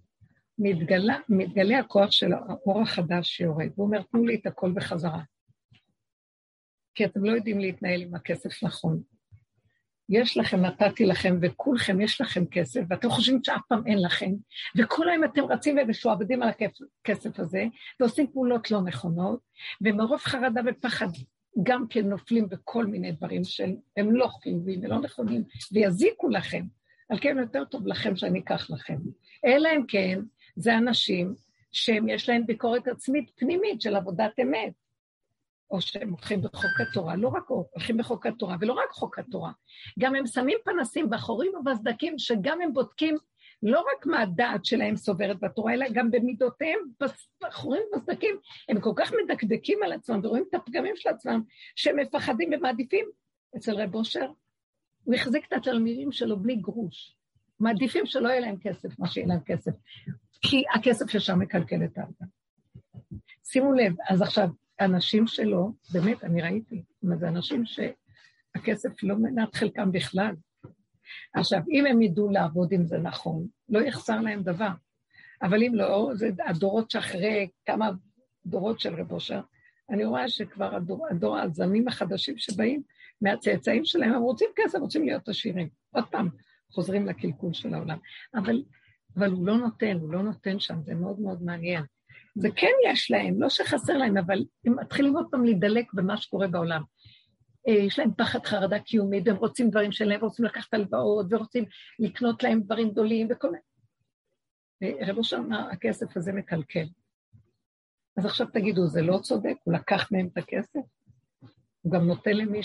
מתגלה הכוח של האור החדש שיורד, והוא אומר, תנו לי את הכל בחזרה. כי אתם לא יודעים להתנהל עם הכסף נכון. יש לכם, נתתי לכם, וכולכם יש לכם כסף, ואתם חושבים שאף פעם אין לכם, וכל היום אתם רצים ומשועבדים על הכסף הזה, ועושים פעולות לא נכונות, ומרוב חרדה ופחד, גם כן נופלים בכל מיני דברים שהם לא חיובים ולא נכונים, ויזיקו לכם. על כן יותר טוב לכם שאני אקח לכם. אלא אם כן, זה אנשים שהם יש להם ביקורת עצמית פנימית של עבודת אמת, או שהם הולכים בחוק התורה, לא רק הולכים בחוק התורה, ולא רק חוק התורה, גם הם שמים פנסים בחורים ובסדקים, שגם הם בודקים לא רק מה הדעת שלהם סוברת בתורה, אלא גם במידותיהם בחורים ובסדקים, הם כל כך מדקדקים על עצמם, ורואים את הפגמים של עצמם, שהם מפחדים ומעדיפים. אצל רב אושר, הוא החזיק את התלמידים שלו בלי גרוש, מעדיפים שלא יהיה להם כסף, מה שיהיה להם כסף, כי הכסף ששם מקלקל את האדם. שימו לב, אז עכשיו, אנשים שלו, באמת, אני ראיתי, זה אנשים שהכסף לא מנת חלקם בכלל. עכשיו, אם הם ידעו לעבוד אם זה נכון, לא יחסר להם דבר. אבל אם לא, זה הדורות שאחרי כמה דורות של רב אושר, אני רואה שכבר הדור, הדור הזנים החדשים שבאים מהצאצאים שלהם, הם רוצים כסף, רוצים להיות עשירים. עוד פעם, חוזרים לקלקול של העולם. אבל, אבל הוא לא נותן, הוא לא נותן שם, זה מאוד מאוד מעניין. זה כן יש להם, לא שחסר להם, אבל הם מתחילים עוד פעם להידלק במה שקורה בעולם. יש להם פחד חרדה קיומית, והם רוצים דברים שלהם, ורוצים לקחת הלוואות, ורוצים לקנות להם דברים גדולים, וכל מיני. רב אושר אמר, הכסף הזה מקלקל. אז עכשיו תגידו, זה לא צודק, הוא לקח מהם את הכסף? הוא גם נותן למי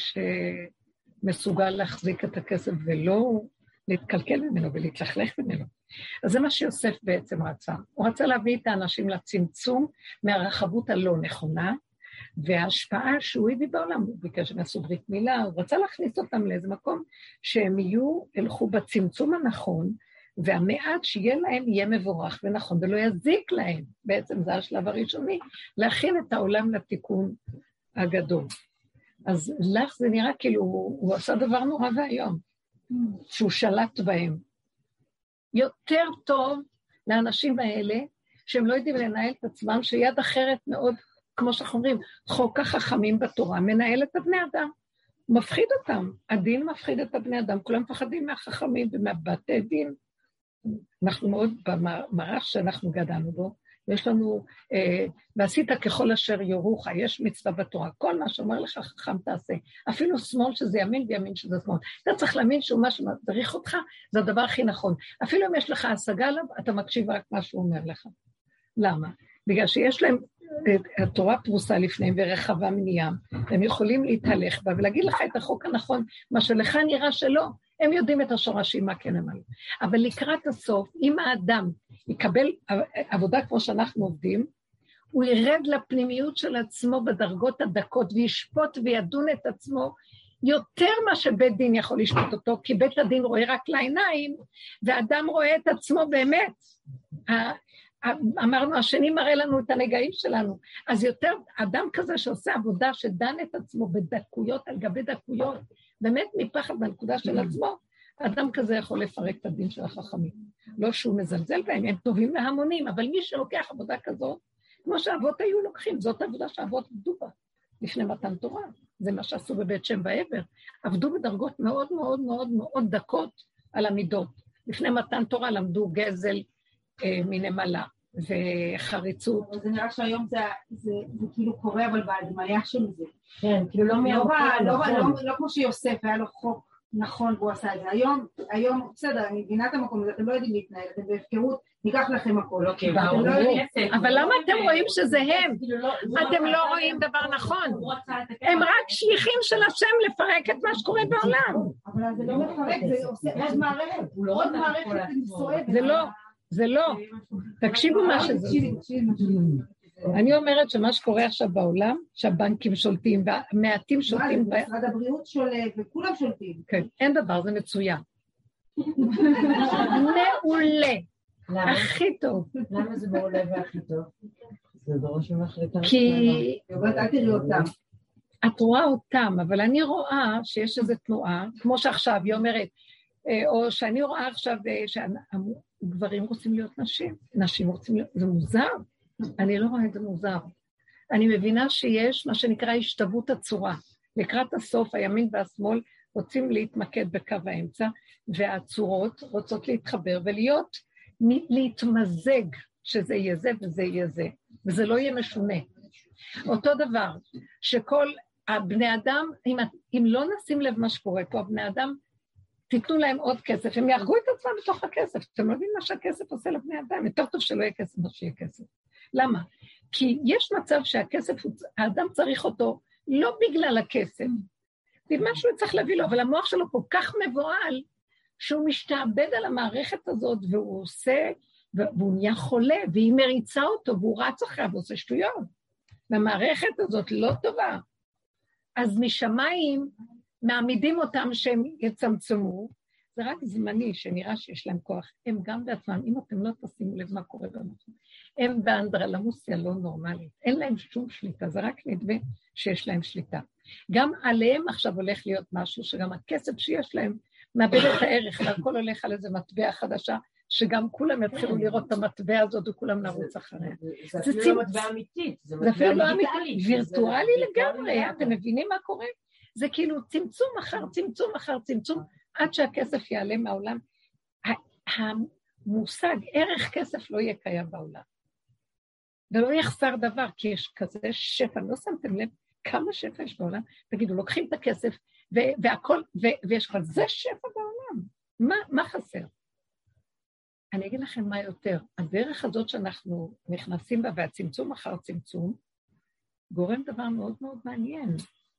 שמסוגל להחזיק את הכסף, ולא להתקלקל ממנו ולהתלכלך ממנו. אז זה מה שיוסף בעצם רצה. הוא רצה להביא את האנשים לצמצום מהרחבות הלא נכונה, וההשפעה שהוא הביא בעולם, הוא ביקש שהם יעשו ברית מילה, הוא רצה להכניס אותם לאיזה מקום שהם יהיו, הלכו בצמצום הנכון, והמעט שיהיה להם יהיה מבורך ונכון, ולא יזיק להם, בעצם זה השלב הראשוני, להכין את העולם לתיקון הגדול. אז לך זה נראה כאילו, הוא, הוא עשה דבר נורא והיום, שהוא שלט בהם. יותר טוב לאנשים האלה, שהם לא יודעים לנהל את עצמם, שיד אחרת מאוד, כמו שאנחנו אומרים, חוק החכמים בתורה, מנהל את הבני אדם, מפחיד אותם, הדין מפחיד את הבני אדם, כולם מפחדים מהחכמים ומהבתי דין. אנחנו מאוד במערך שאנחנו גדלנו בו, ויש לנו, אה, ועשית ככל אשר יורוך, יש מצווה בתורה, כל מה שאומר לך חכם תעשה, אפילו שמאל שזה ימין וימין שזה שמאל, אתה צריך להאמין שהוא מה שמדריך אותך, זה הדבר הכי נכון, אפילו אם יש לך השגה עליו, אתה מקשיב רק מה שהוא אומר לך. למה? בגלל שיש להם, התורה פרוסה לפניהם ורחבה מניים, הם יכולים להתהלך בה ולהגיד לך את החוק הנכון, מה שלך נראה שלא, הם יודעים את השורשים מה כן אמרו. אבל לקראת הסוף, אם האדם יקבל עבודה כמו שאנחנו עובדים, הוא ירד לפנימיות של עצמו בדרגות הדקות, וישפוט וידון את עצמו, יותר מה שבית דין יכול לשפוט אותו, כי בית הדין רואה רק לעיניים, ואדם רואה את עצמו באמת. אמרנו, השני מראה לנו את הנגעים שלנו, אז יותר אדם כזה שעושה עבודה שדן את עצמו בדקויות על גבי דקויות, באמת מפחד בנקודה של עצמו, אדם כזה יכול לפרק את הדין של החכמים. לא שהוא מזלזל בהם, הם טובים להמונים, אבל מי שלוקח עבודה כזאת, כמו שהאבות היו לוקחים, זאת עבודה שהאבות עבדו בה, לפני מתן תורה. זה מה שעשו בבית שם ועבר. עבדו בדרגות מאוד מאוד מאוד מאוד דקות על המידות. לפני מתן תורה למדו גזל אה, מנמלה וחריצות. זה נראה שהיום זה, זה, זה כאילו קורה, אבל בהדמיה של זה. כן, כאילו לא מהמקום הנכון. לא כמו שיוסף, היה לו חוק נכון, והוא עשה את זה. היום, היום, בסדר, אני מבינה את המקום הזה, אתם לא יודעים להתנהל, אתם בהפקרות, ניקח לכם הכל. אבל למה אתם רואים שזה הם? אתם לא רואים דבר נכון. הם רק שליחים של השם לפרק את מה שקורה בעולם. אבל זה לא מפרק, זה עושה עוד מערכת, עוד מערכת סועדת. זה לא, זה לא. תקשיבו מה שזה. אני אומרת שמה שקורה עכשיו בעולם, שהבנקים שולטים, והמעטים שולטים. משרד הבריאות שולט, וכולם שולטים. כן, אין דבר, זה מצוין. מעולה. הכי טוב. למה זה מעולה והכי טוב? זה דורש שמחליטה. כי... אל תראי אותם. את רואה אותם, אבל אני רואה שיש איזו תנועה, כמו שעכשיו, היא אומרת, או שאני רואה עכשיו שגברים רוצים להיות נשים, נשים רוצים להיות, זה מוזר. אני לא רואה את זה מוזר. אני מבינה שיש מה שנקרא השתוות הצורה. לקראת הסוף, הימין והשמאל רוצים להתמקד בקו האמצע, והצורות רוצות להתחבר ולהיות, להתמזג, שזה יהיה זה וזה יהיה זה, וזה לא יהיה משונה. אותו דבר, שכל הבני אדם, אם, אם לא נשים לב מה שקורה פה, הבני אדם, תיתנו להם עוד כסף, הם יארגו את עצמם בתוך הכסף, אתם לא יודעים מה שהכסף עושה לבני אדם, יותר טוב שלא יהיה כסף, מה שיהיה כסף. למה? כי יש מצב שהכסף, האדם צריך אותו, לא בגלל הכסף, בגלל שהוא צריך להביא לו, אבל המוח שלו כל כך מבועל, שהוא משתעבד על המערכת הזאת, והוא עושה, והוא נהיה חולה, והיא מריצה אותו, והוא רץ אחריו, ועושה שטויות. והמערכת הזאת לא טובה. אז משמיים מעמידים אותם שהם יצמצמו, זה רק זמני שנראה שיש להם כוח, הם גם בעצמם, אם אתם לא תשימו לב מה קורה במקום, הם באנדרלמוסיה לא נורמלית, אין להם שום שליטה, זה רק נדמה שיש להם שליטה. גם עליהם עכשיו הולך להיות משהו, שגם הכסף שיש להם מאבד את הערך, והכל הולך על איזה מטבע חדשה, שגם כולם יתחילו לראות את המטבע הזאת, וכולם נרוץ אחריה. זה אפילו לא מטבע אמיתית, זה מטבע דיגיטלי. וירטואלי לגמרי, אתם מבינים מה קורה? זה כאילו צמצום אחר צמצום אחר צמצום, עד שהכסף יעלה מהעולם. המושג, ערך כסף לא יהיה קיים בעולם. ולא יחסר דבר, כי יש כזה שפע, לא שמתם לב כמה שפע יש בעולם, תגידו, לוקחים את הכסף, והכל, ויש כזה שפע בעולם. מה, מה חסר? אני אגיד לכם מה יותר, הדרך הזאת שאנחנו נכנסים בה, והצמצום אחר צמצום, גורם דבר מאוד מאוד מעניין.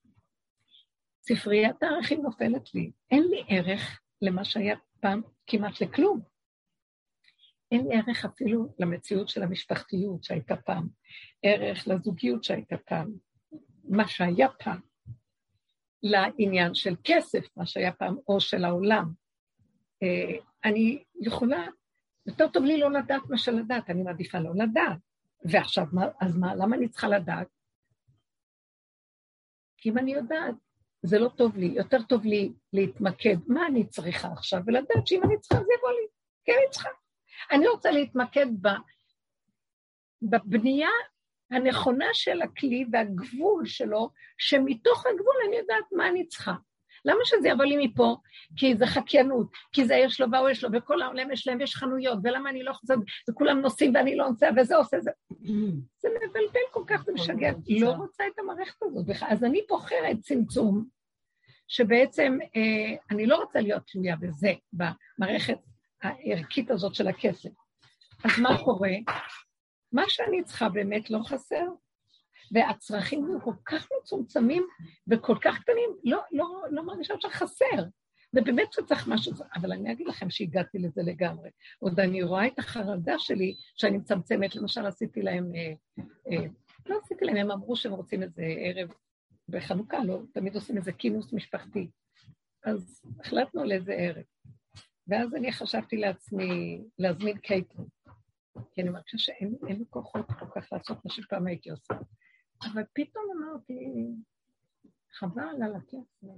ספריית הערכים נופלת לי, אין לי ערך למה שהיה פעם כמעט לכלום. אין לי ערך אפילו למציאות של המשפחתיות שהייתה פעם, ערך לזוגיות שהייתה פעם, מה שהיה פעם, לעניין של כסף, מה שהיה פעם, או של העולם. אני יכולה, יותר טוב לי לא לדעת מה שלדעת, אני מעדיפה לא לדעת. ועכשיו, אז מה, למה אני צריכה לדעת? כי אם אני יודעת, זה לא טוב לי, יותר טוב לי להתמקד, מה אני צריכה עכשיו, ולדעת שאם אני צריכה, זה יבוא לי, כן אני צריכה. אני רוצה להתמקד בבנייה הנכונה של הכלי והגבול שלו, שמתוך הגבול אני יודעת מה אני צריכה. למה שזה יבוא לי מפה? כי זה חקיינות, כי זה יש לו והוא יש לו, וכל העולם יש להם, יש חנויות, ולמה אני לא חוזרת, וכולם נוסעים ואני לא נוסע, וזה עושה זה. זה מבלבל כל כך, זה משגע. לא רוצה את המערכת הזאת. אז אני בוחרת צמצום, שבעצם אה, אני לא רוצה להיות תלויה בזה, במערכת הערכית הזאת של הכסף. אז מה קורה? מה שאני צריכה באמת לא חסר, והצרכים הם כל כך מצומצמים וכל כך קטנים, לא, לא, לא מרגישה שחסר. ובאמת שצריך משהו, אבל אני אגיד לכם שהגעתי לזה לגמרי. עוד אני רואה את החרדה שלי שאני מצמצמת, למשל עשיתי להם, אה, אה, לא עשיתי להם, הם אמרו שהם רוצים איזה ערב בחנוכה, לא, תמיד עושים איזה כינוס משפחתי. אז החלטנו לאיזה ערב. ואז אני חשבתי לעצמי להזמין קייטרינג. כי אני מרגישה שאין לי כוחות כל כך לעשות מה שפעם הייתי עושה. אבל פתאום אמרתי, חבל על הכסף.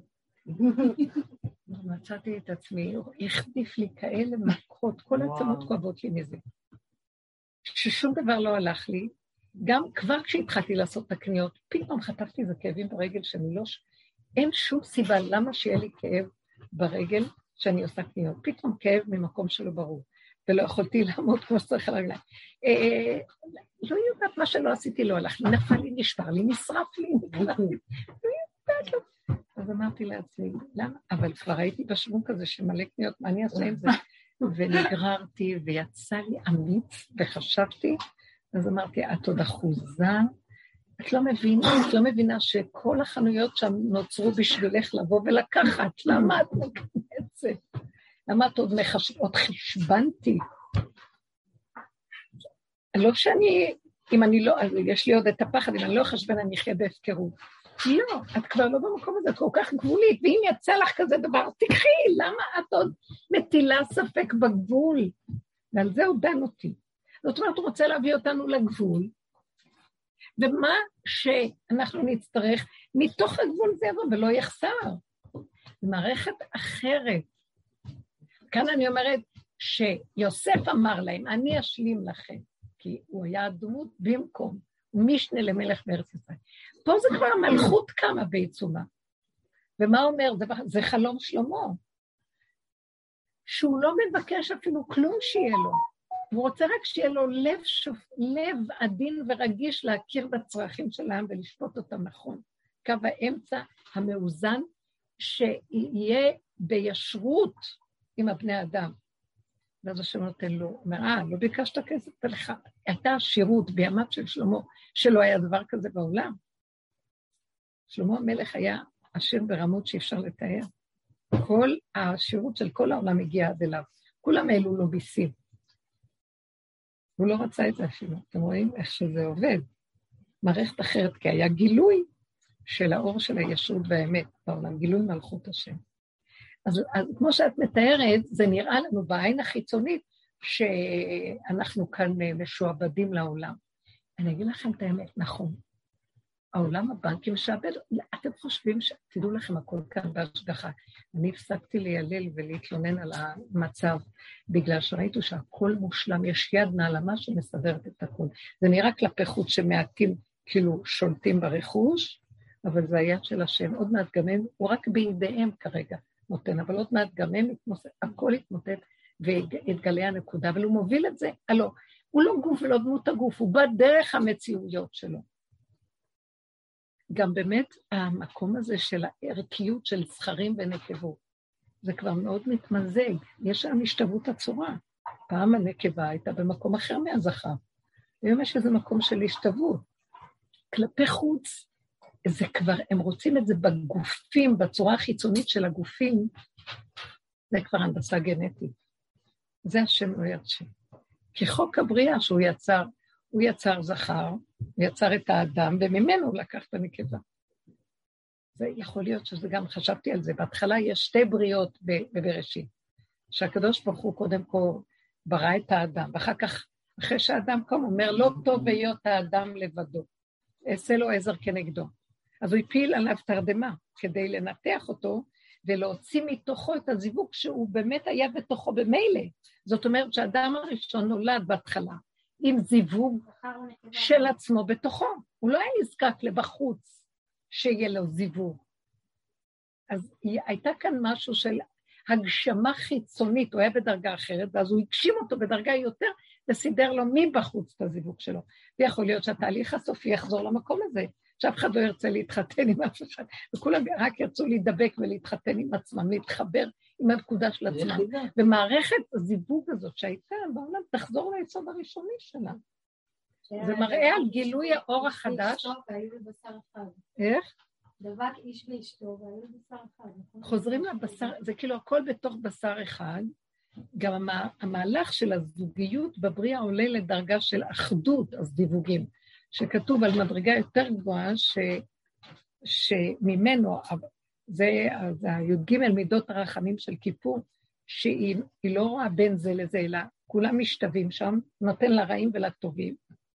מצאתי את עצמי, החטיף לי כאלה מכות, כל העצמות כואבות לי מזה. ששום דבר לא הלך לי, גם כבר כשהתחלתי לעשות את הקניות, פתאום חטפתי איזה כאבים ברגל שאני לא... אין שום סיבה למה שיהיה לי כאב ברגל שאני עושה קניות. פתאום כאב ממקום שלא ברור. ולא יכולתי לעמוד כמו שצריך על הרגליים. לא יודעת מה שלא עשיתי, לא הלך לי, נפל לי, נשבר לי, נשרף לי, נקרא לי. אז אמרתי לעצמי, למה? אבל כבר הייתי בשבוע כזה שמלא קניות, מה אני אעשה עם זה? ונגררתי ויצא לי אמיץ וחשבתי, אז אמרתי, את עוד אחוזה, את לא מבינה, את לא מבינה שכל החנויות שם נוצרו בשבילך לבוא ולקחת, למה את מקנצת? למה את עוד, מחש... עוד חשבנתי? לא שאני, אם אני לא, אז יש לי עוד את הפחד, אם אני לא חשבן, אני אחיה בהפקרות. לא, את כבר לא במקום הזה, את כל כך גבולית, ואם יצא לך כזה דבר, תקחי, למה את עוד מטילה ספק בגבול? ועל זה הוא דן אותי. זאת אומרת, הוא רוצה להביא אותנו לגבול, ומה שאנחנו נצטרך, מתוך הגבול זה יבוא ולא יחסר. מערכת אחרת. כאן אני אומרת שיוסף אמר להם, אני אשלים לכם, כי הוא היה דמות במקום, הוא משנה למלך בארץ ישראל. פה זה כבר המלכות קמה בעיצומה. ומה אומר? זה, זה חלום שלמה. שהוא לא מבקש אפילו כלום שיהיה לו. הוא רוצה רק שיהיה לו לב, שופ... לב עדין ורגיש להכיר בצרכים שלהם ולשפוט אותם נכון. קו האמצע המאוזן שיהיה בישרות עם הבני אדם. ואז השם נותן לו, אומר, אה, לא ביקשת כסף לך. הייתה שירות בימיו של שלמה, שלא היה דבר כזה בעולם. שלמה המלך היה עשיר ברמות שאי אפשר לתאר. כל השירות של כל העולם הגיע עד אליו. כולם העלו לו ביסים. הוא לא רצה את זה אפילו. אתם רואים איך שזה עובד. מערכת אחרת, כי היה גילוי של האור של הישרות והאמת בעולם, גילוי מלכות השם. אז, אז כמו שאת מתארת, זה נראה לנו בעין החיצונית שאנחנו כאן משועבדים לעולם. אני אגיד לכם את האמת, נכון. העולם הבנקים משעבד, אתם חושבים ש... תדעו לכם הכל כאן בהשגחה. אני הפסקתי לילל ולהתלונן על המצב, בגלל שראיתו שהכל מושלם, יש יד נעלמה שמסדרת את הכל. זה נראה כלפי חוץ שמעטים כאילו שולטים ברכוש, אבל זה היד של השם. עוד מעט גם הם, הוא רק בידיהם כרגע נותן, אבל עוד מעט גם הם, הכל יתמוטט והתגלה הנקודה, אבל הוא מוביל את זה. הלא, הוא לא גוף ולא דמות הגוף, הוא בא דרך המציאויות שלו. גם באמת המקום הזה של הערכיות של זכרים ונקבות, זה כבר מאוד מתמזג, יש שם השתוות הצורה. פעם הנקבה הייתה במקום אחר מהזכר, היום יש איזה מקום של השתוות. כלפי חוץ, זה כבר, הם רוצים את זה בגופים, בצורה החיצונית של הגופים, זה כבר הנדסה גנטית. זה השם לא ירשה. כי חוק הבריאה שהוא יצר, הוא יצר זכר, הוא יצר את האדם, וממנו הוא לקח את הנקבה. זה יכול להיות שזה גם, חשבתי על זה, בהתחלה יש שתי בריאות בבראשית, שהקדוש ברוך הוא קודם כל ברא את האדם, ואחר כך, אחרי שהאדם קום, אומר, לא טוב היות האדם לבדו, אעשה לו עזר כנגדו. אז הוא הפיל עליו תרדמה, כדי לנתח אותו, ולהוציא מתוכו את הזיווג שהוא באמת היה בתוכו במילא. זאת אומרת שהאדם הראשון נולד בהתחלה, עם זיווג של עצמו בתוכו. הוא לא היה נזקק לבחוץ שיהיה לו זיווג. אז הייתה כאן משהו של הגשמה חיצונית, הוא היה בדרגה אחרת, ואז הוא הגשים אותו בדרגה יותר, וסידר לו מבחוץ את הזיווג שלו. ויכול להיות שהתהליך הסופי יחזור למקום הזה, שאף אחד לא ירצה להתחתן עם אף אחד, וכולם רק ירצו להידבק ולהתחתן עם עצמם, להתחבר עם הנקודה של עצמם. ומערכת הזיווג הזאת שהייתה בעולם תחזור ליסוד הראשוני שלה. זה מראה על גילוי האור החדש. איך? דבק איש ואשתו, והיו בשר אחד. חוזרים לבשר, זה כאילו הכל בתוך בשר אחד, גם המהלך של הזוגיות בבריאה עולה לדרגה של אחדות הזיווגים, שכתוב על מדרגה יותר גבוהה, ש, שממנו, זה, זה הי"ג מידות הרחמים של כיפור, שהיא לא רואה בין זה לזה, אלא כולם משתווים שם, נותן לרעים ולטובים,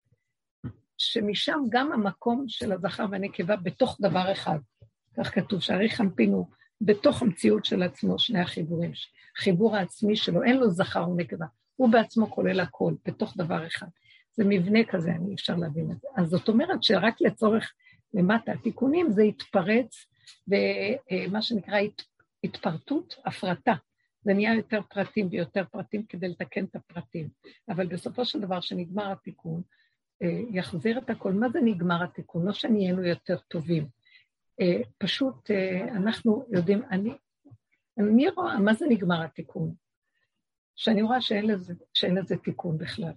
שמשם גם המקום של הזכר והנקבה בתוך דבר אחד, כך כתוב, שהרי חמפינו בתוך המציאות של עצמו, שני החיבורים, חיבור העצמי שלו, אין לו זכר ונקבה, הוא בעצמו כולל הכל, בתוך דבר אחד. זה מבנה כזה, אני אפשר להבין את זה. אז זאת אומרת שרק לצורך למטה התיקונים, זה התפרץ, ומה שנקרא התפרטות, הפרטה. זה נהיה יותר פרטים ויותר פרטים כדי לתקן את הפרטים. אבל בסופו של דבר שנגמר התיקון, יחזיר את הכל. מה זה נגמר התיקון? לא שנהיינו יותר טובים. פשוט אנחנו יודעים, אני, אני רואה, מה זה נגמר התיקון? שאני רואה שאין לזה, שאין לזה תיקון בכלל.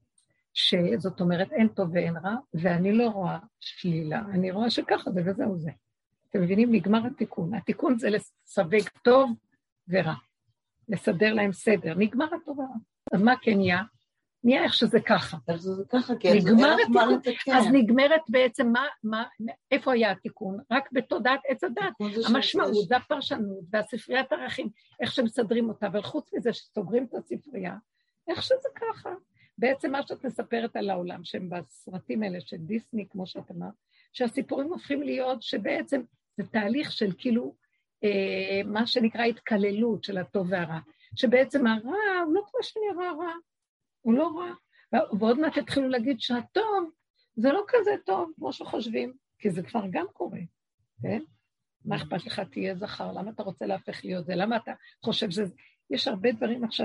שזאת אומרת אין טוב ואין רע, ואני לא רואה שלילה, אני רואה שככה זה וזהו זה. אתם מבינים? נגמר התיקון. התיקון זה לסווג טוב ורע. לסדר להם סדר. נגמר הטוב ורע. אז מה כן נהיה? נהיה איך שזה ככה. אז זה ככה, כן. נגמר התיקון. אז נגמרת בעצם מה, מה, איפה היה התיקון? רק בתודעת עץ הדת. המשמעות, זה הפרשנות, והספריית ערכים, איך שמסדרים אותה, אבל חוץ מזה שסוגרים את הספרייה, איך שזה ככה. בעצם מה שאת מספרת על העולם, שהם בסרטים האלה של דיסני, כמו שאת אמרת, שהסיפורים הופכים להיות שבעצם זה תהליך של כאילו, אה, מה שנקרא התקללות של הטוב והרע, שבעצם הרע הוא לא כמו שנראה רע, הוא לא רע, ועוד מעט התחילו להגיד שהטוב זה לא כזה טוב כמו שחושבים, כי זה כבר גם קורה, כן? מה אכפת לך תהיה זכר? למה אתה רוצה להפך להיות זה? למה אתה חושב שזה... יש הרבה דברים עכשיו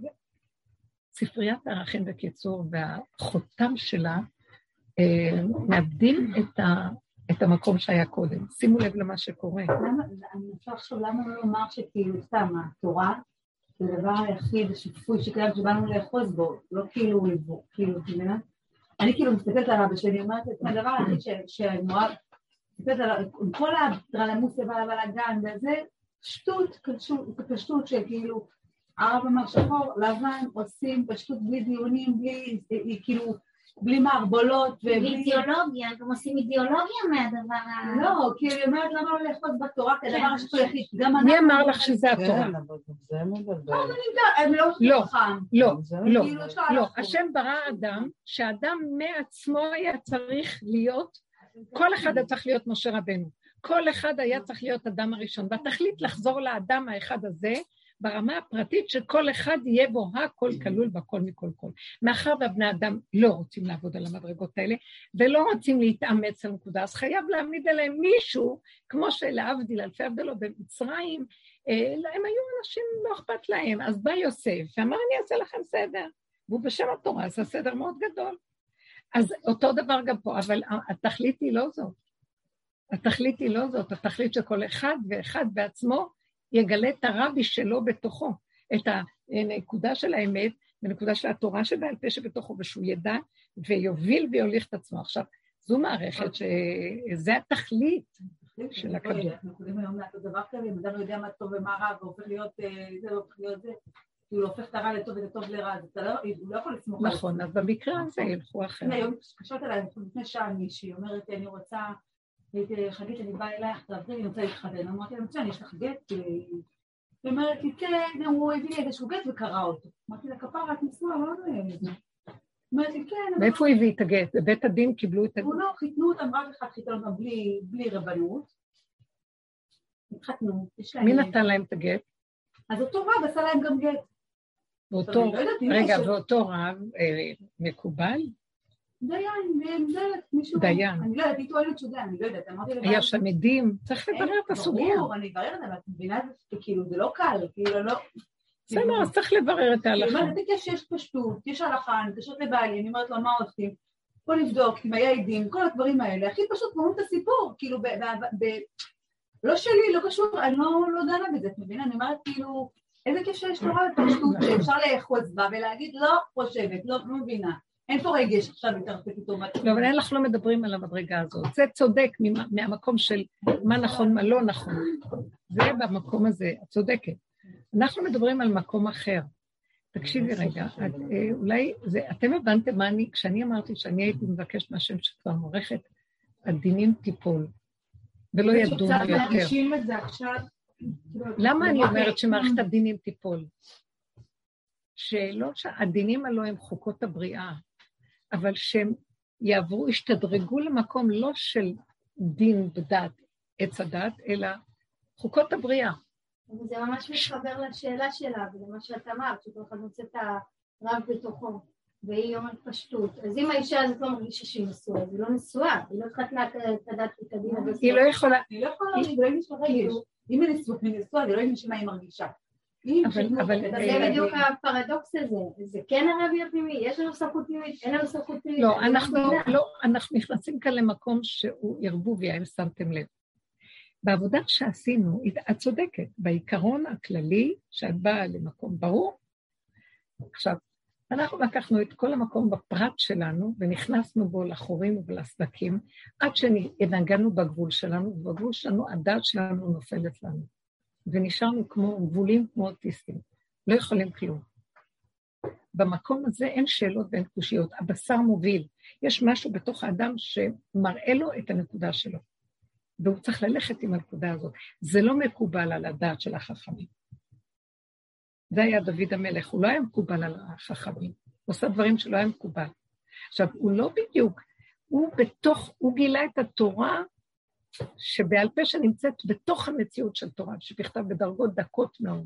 שספריית הערכים בקיצור והחותם שלה אה, מאבדים את, ה... את המקום שהיה קודם. שימו לב למה שקורה. למה, אני אפשר עכשיו למה לא לומר שכאילו סתם, התורה זה הדבר היחיד השפוי שקיים שבאנו לאחוז בו, לא כאילו, כאילו, כאילו, אני כאילו מסתכלת על אבא שלי, אומרת את הדבר היחיד שאני מואב, עם כל הטרלמוס והבלגן וזה, שטות, פשטות שכאילו, הרב אמר שחור, לבן, עושים פשטות בלי דיונים, בלי, כאילו, בלי מערבולות. בלי אידיאולוגיה, גם עושים אידיאולוגיה מהדבר ה... לא, כי היא אומרת למה לא לאחוז בתורה, כי הדבר השפוי יחיד. מי אמר לך שזה התורה? כן, אבל זה מבלבל. הם לא לא, חכם. לא, לא, לא. השם ברא אדם, שהאדם מעצמו היה צריך להיות, כל אחד היה צריך להיות משה רבנו. כל אחד היה צריך להיות אדם הראשון, והתכלית לחזור לאדם האחד הזה, ברמה הפרטית שכל אחד יהיה בו הכל כלול בכל מכל כל. מאחר והבני אדם לא רוצים לעבוד על המדרגות האלה, ולא רוצים להתאמץ על נקודה, אז חייב להעמיד עליהם מישהו, כמו שלהבדיל אלפי הבדלות במצרים, הם היו אנשים לא אכפת להם, אז בא יוסף, ואמר אני אעשה לכם סדר, והוא בשם התורה עשה סדר מאוד גדול. אז אותו דבר גם פה, אבל התכלית היא לא זאת. התכלית היא לא זאת, התכלית שכל אחד ואחד בעצמו, יגלה את הרבי שלו בתוכו, את הנקודה של האמת, ונקודה של התורה שבעל פה שבתוכו, ושהוא ידע ויוביל ויוליך את עצמו. עכשיו, זו מערכת שזה התכלית של הכדור. אנחנו קוראים היום לעשות דבר כזה, אם אדם לא יודע מה טוב ומה רע, והופך להיות זה, והופך להיות זה, הוא הופך את הרע לטוב ואת הטוב לרע, אז הוא לא יכול לסמוך. נכון, אז במקרה הזה ילכו אחרת. היום קשרת עליי, לפני שעה מישהי, אומרת, אני רוצה... חגית, אני באה אלייך, תעברי, אני רוצה להתחתן. אמרתי לה, מצוין, יש לך גט? היא אומרת לי, כן, הוא הביא לי איזשהו גט וקרא אותו. אמרתי לה, כפרה, את נשואה, לא יודע את זה. אמרתי לי, כן. מאיפה הוא הביא את הגט? בבית הדין קיבלו את הגט? הוא לא, חיתנו אותם, רק אחד חיתנו אותם בלי רבנות. התחתנו. מי נתן להם את הגט? אז אותו רב עשה להם גם גט. רגע, ואותו רב מקובל? דיין, מישהו... דיין. אני לא יודעת, היא טוענת שזה, אני לא יודעת, אמרתי לבעל... היה שם עדים, צריך לברר את הסוגיה. ברור, אני אברר את זה, אבל את מבינה את זה, כאילו, זה לא קל, כאילו, לא... בסדר, אז צריך לברר את ההלכה. אני אומרת, יש פשטות, יש הלכה, אני מתקשרת לבעלי, אני אומרת לו, מה עושים? בוא נבדוק, אם היה עדים, כל הדברים האלה, הכי פשוט קוראים את הסיפור, כאילו, לא שלי, לא קשור, אני לא דנה בזה, את מבינה? אני אומרת, כאילו, איזה קשר יש תורה לפשטות, שאפשר לאחוז בה ולהגיד, לא חושבת, לא מבינה. אין פה רגש עכשיו להתערפק איתו. לא, אבל אנחנו לא מדברים על המדרגה הזאת. זה צודק מהמקום של מה נכון, מה לא נכון. זה במקום הזה, את צודקת. אנחנו מדברים על מקום אחר. תקשיבי רגע, את, אולי זה, אתם הבנתם מה אני, כשאני אמרתי שאני הייתי מבקשת מהשם שכבר מורכת, הדינים טיפול, ולא ידעו יותר. מרגישים את זה עכשיו. למה אני אומרת שמערכת הדינים טיפול? שלא שהדינים הלא הם חוקות הבריאה, אבל שהם יעברו, ישתדרגו למקום לא של דין בדת, עץ הדת, אלא חוקות הבריאה. זה ממש מתחבר לשאלה שלה, ולמה שאת אמרת, שכל אחד מוצא את הרב בתוכו, והיא אומרת פשטות. אז אם האישה הזאת לא מרגישה שהיא נשואה, אז היא לא נשואה, היא לא התחתנה את הדת ואת הדין הזה. היא לא יכולה... היא לא יכולה, היא לא יכולה, אם היא נשואה, היא נשואה, היא לא יודעת מה היא מרגישה. אבל זה בדיוק הפרדוקס הזה, זה כן הרבי הפנימי, יש לנו סמכות פנימית, אין לנו סמכות פנימית. לא, אנחנו נכנסים כאן למקום שהוא ערבוביה, אם שמתם לב. בעבודה שעשינו, את צודקת, בעיקרון הכללי, שאת באה למקום ברור, עכשיו, אנחנו לקחנו את כל המקום בפרט שלנו, ונכנסנו בו לחורים ולסדקים, עד שנגענו בגבול שלנו, ובגבול שלנו, הדעת שלנו נופלת לנו. ונשארנו כמו גבולים, כמו אוטיסטים. לא יכולים כלום. במקום הזה אין שאלות ואין קושיות. הבשר מוביל. יש משהו בתוך האדם שמראה לו את הנקודה שלו. והוא צריך ללכת עם הנקודה הזאת. זה לא מקובל על הדעת של החכמים. זה היה דוד המלך. הוא לא היה מקובל על החכמים. הוא עושה דברים שלא היה מקובל. עכשיו, הוא לא בדיוק. הוא בתוך, הוא גילה את התורה, שבעל פה שנמצאת בתוך המציאות של תורה, שפכתב בדרגות דקות מאוד,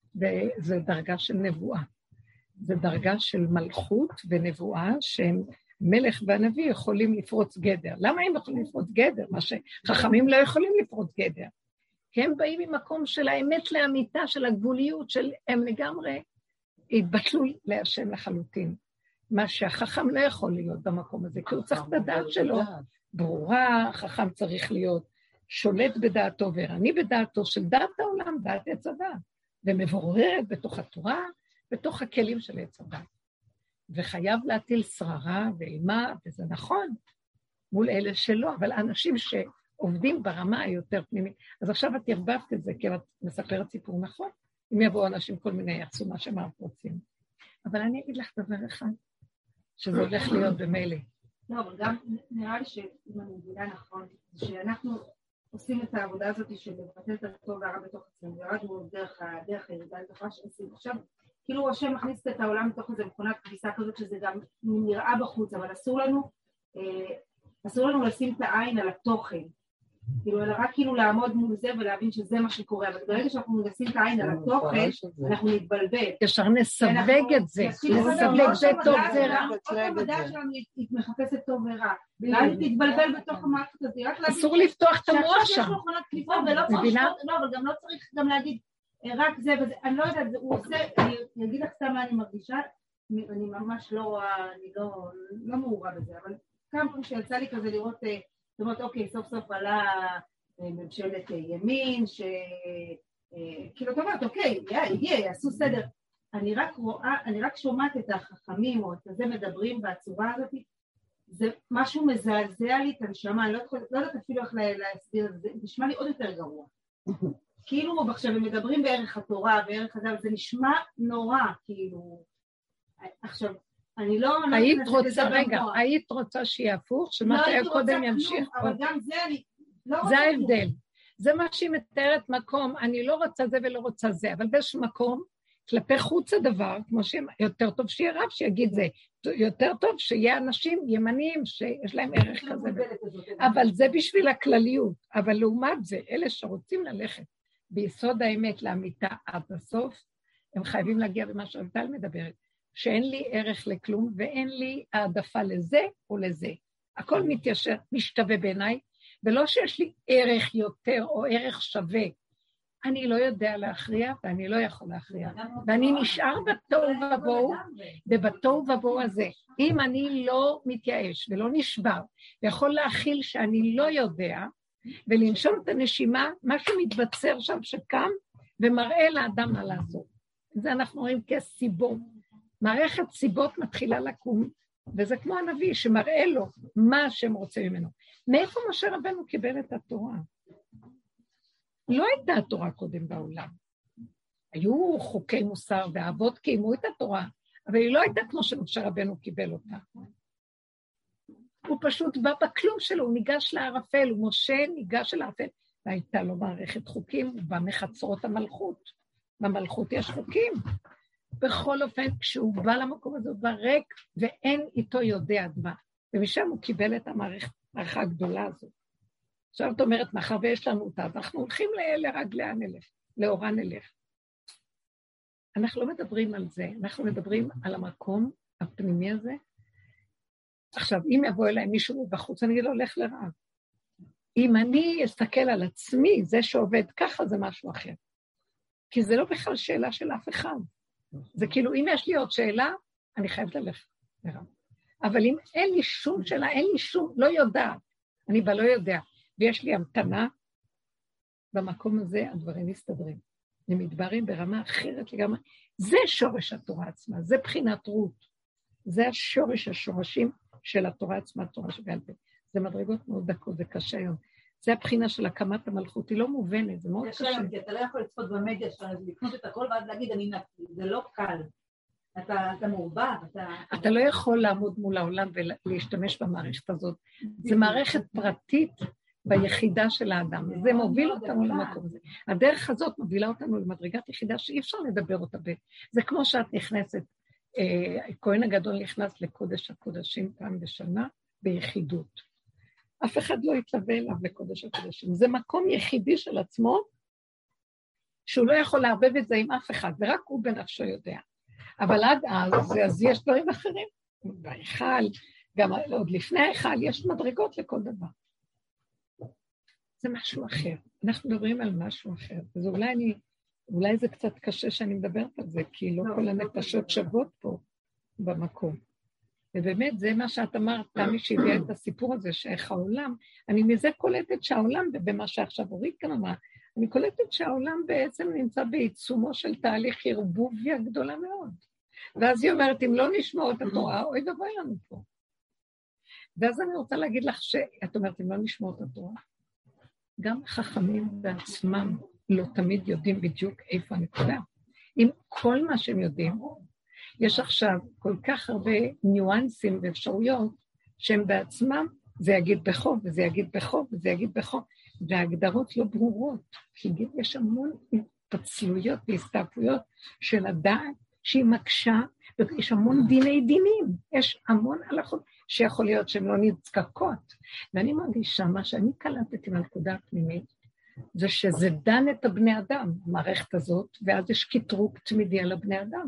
וזה דרגה של נבואה. זה דרגה של מלכות ונבואה, שהם מלך והנביא יכולים לפרוץ גדר. למה הם יכולים לפרוץ גדר? מה שחכמים לא יכולים לפרוץ גדר. כי הם באים ממקום של האמת לאמיתה, של הגבוליות, של הם לגמרי התבטלו להשם לחלוטין. מה שהחכם לא יכול להיות במקום הזה, כי הוא צריך בדעת שלו. ברורה, החכם צריך להיות שולט בדעתו וערני בדעתו של דעת העולם, דעת עץ הדעת, ומבוררת בתוך התורה, בתוך הכלים של עץ הדעת. וחייב להטיל שררה ואימה, וזה נכון, מול אלה שלא, אבל אנשים שעובדים ברמה היותר פנימית. אז עכשיו את הרבבת את זה, כי את מספרת סיפור נכון, אם יבואו אנשים כל מיני יחסו מה שהם רוצים. אבל אני אגיד לך דבר אחד, שזה הולך להיות במילא. לא, אבל גם נראה לי שאם אני מבינה נכון, שאנחנו עושים את העבודה הזאת של לבטל את הטוב והרע בתוך עצמנו, ירדנו דרך הירידה לתוכה שעושים עכשיו, כאילו השם מכניס את העולם מתוך איזה מכונת כביסה כזאת שזה גם נראה בחוץ, אבל אסור לנו, אסור לנו לשים את העין על התוכן, כאילו, אלא רק כאילו לעמוד מול זה ולהבין שזה מה שקורה, אבל ברגע שאנחנו נשים את העין על התוכן, אנחנו נתבלבל. ישר נסווג את זה, נסווג זה טוב זה רע. עוד המדע שלנו היא מחפשת טוב ורע, ואז היא תתבלבל בתוך המערכת הזאת. אסור לפתוח את המוח שם. שעכשיו יש לו מכונת קליפה, ולא צריך, לא, אבל גם לא צריך גם להגיד, רק זה וזה, אני לא יודעת, הוא עושה, אני אגיד לך סתם מה אני מרגישה, אני ממש לא רואה, אני לא מעורה בזה, אבל כמה פעמים שיצא לי כזה לראות, זאת אומרת, אוקיי, סוף סוף עלה ממשלת ימין, שכאילו, זאת אומרת, אוקיי, הגיע, יעשו סדר. אני רק רואה, אני רק שומעת את החכמים, או את זה מדברים בצורה הזאת, זה משהו מזעזע לי את הנשמה, אני לא יודעת אפילו איך להסביר את זה, זה נשמע לי עוד יותר גרוע. כאילו, עכשיו הם מדברים בערך התורה, בערך הזה, אבל זה נשמע נורא, כאילו, עכשיו, אני לא... היית רוצה, רגע, היית רוצה שיהיה הפוך, שמה שהיה קודם ימשיך. אבל גם זה אני לא רוצה... זה ההבדל. זה מה שהיא מתארת מקום, אני לא רוצה זה ולא רוצה זה, אבל באיזשהו מקום, כלפי חוץ הדבר, כמו שיותר טוב שיהיה רב שיגיד זה, יותר טוב שיהיה אנשים ימניים שיש להם ערך כזה. אבל זה בשביל הכלליות, אבל לעומת זה, אלה שרוצים ללכת ביסוד האמת לאמיתה עד הסוף, הם חייבים להגיע במה שאלתל מדברת. שאין לי ערך לכלום, ואין לי העדפה לזה או לזה. הכל מתיישר, משתווה בעיניי, ולא שיש לי ערך יותר או ערך שווה. אני לא יודע להכריע, ואני לא יכול להכריע. ואני נשאר בתוהו ובוהו, ובתוהו ובוהו הזה. אם אני לא מתייאש ולא נשבר, ויכול להכיל שאני לא יודע, ולנשום את הנשימה, משהו מתבצר שם שקם, ומראה לאדם מה לעשות. זה אנחנו רואים כסיבות. מערכת סיבות מתחילה לקום, וזה כמו הנביא שמראה לו מה שהם רוצים ממנו. מאיפה משה רבנו קיבל את התורה? לא הייתה התורה קודם בעולם. היו חוקי מוסר והאבות קיימו את התורה, אבל היא לא הייתה כמו שמשה רבנו קיבל אותה. הוא פשוט בא בכלום שלו, הוא ניגש לערפל, הוא משה ניגש לערפל, והייתה לו מערכת חוקים, הוא בא מחצרות המלכות. במלכות יש חוקים. בכל אופן, כשהוא בא למקום הזה, הוא בא ריק, ואין איתו יודע מה. ומשם הוא קיבל את המערכה הגדולה הזאת. עכשיו את אומרת, מאחר ויש לנו אותה, אנחנו הולכים לרגליה נלך, לאורה נלך. אנחנו לא מדברים על זה, אנחנו מדברים על המקום הפנימי הזה. עכשיו, אם יבוא אליי מישהו בחוץ, אני אגיד לו, הולך לרעב. אם אני אסתכל על עצמי, זה שעובד ככה, זה משהו אחר. כי זה לא בכלל שאלה של אף אחד. זה כאילו, אם יש לי עוד שאלה, אני חייבת ללכת לרעב. אבל אם אין לי שום שאלה, אין לי שום, לא יודעת, אני בה לא יודע, ויש לי המתנה, במקום הזה הדברים מסתדרים. הם מתברים ברמה אחרת לגמרי. זה שורש התורה עצמה, זה בחינת רות. זה השורש השורשים של התורה עצמה, התורה שבעל פה. זה מדרגות מאוד דקות, זה קשה היום. זה הבחינה של הקמת המלכות, היא לא מובנת, זה מאוד קשה. כי אתה לא יכול לצפות במדיה שלנו, לקנות את הכל ואז להגיד, אני נפתי, זה לא קל. אתה, אתה מעורבב, אתה... אתה לא יכול לעמוד מול העולם ולהשתמש במערכת הזאת. זה מערכת פרטית ביחידה של האדם. זה מוביל אותנו למקום הזה. הדרך הזאת מובילה אותנו למדרגת יחידה שאי אפשר לדבר אותה ב... זה כמו שאת נכנסת, כהן הגדול נכנס לקודש הקודשים פעם בשנה ביחידות. אף אחד לא יתלווה אליו לקודש הקודשים. זה מקום יחידי של עצמו, שהוא לא יכול לערבב את זה עם אף אחד, ורק הוא בנפשו יודע. אבל עד אז, אז יש דברים אחרים, בהיכל, גם עוד לפני ההיכל, יש מדרגות לכל דבר. זה משהו אחר. אנחנו מדברים על משהו אחר. אז אולי אני, אולי זה קצת קשה שאני מדברת על זה, כי לא כל הנפשות שוות פה במקום. ובאמת, זה מה שאת אמרת, תמי שהביאה את הסיפור הזה, שאיך העולם, אני מזה קולטת שהעולם, ובמה שעכשיו אורית כאן אמרה, אני קולטת שהעולם בעצם נמצא בעיצומו של תהליך ערבוביה גדולה מאוד. ואז היא אומרת, אם לא נשמע את התורה, אוי דברי לנו פה. ואז אני רוצה להגיד לך שאת אומרת, אם לא נשמע את התורה, גם חכמים בעצמם לא תמיד יודעים בדיוק איפה הנקודה. עם כל מה שהם יודעים, יש עכשיו כל כך הרבה ניואנסים ואפשרויות, שהם בעצמם, זה יגיד בחוב, וזה יגיד בחוב, וזה יגיד בחוב, וההגדרות לא ברורות, כי יש המון התפצלויות והסתעפויות של הדעת, שהיא מקשה, ויש המון דיני דינים, יש המון הלכות, שיכול להיות שהן לא נזקקות, ואני מרגישה מה שאני קלטתי מהנקודה הפנימית, זה שזה דן את הבני אדם, המערכת הזאת, ואז יש קטרוג תמידי על הבני אדם,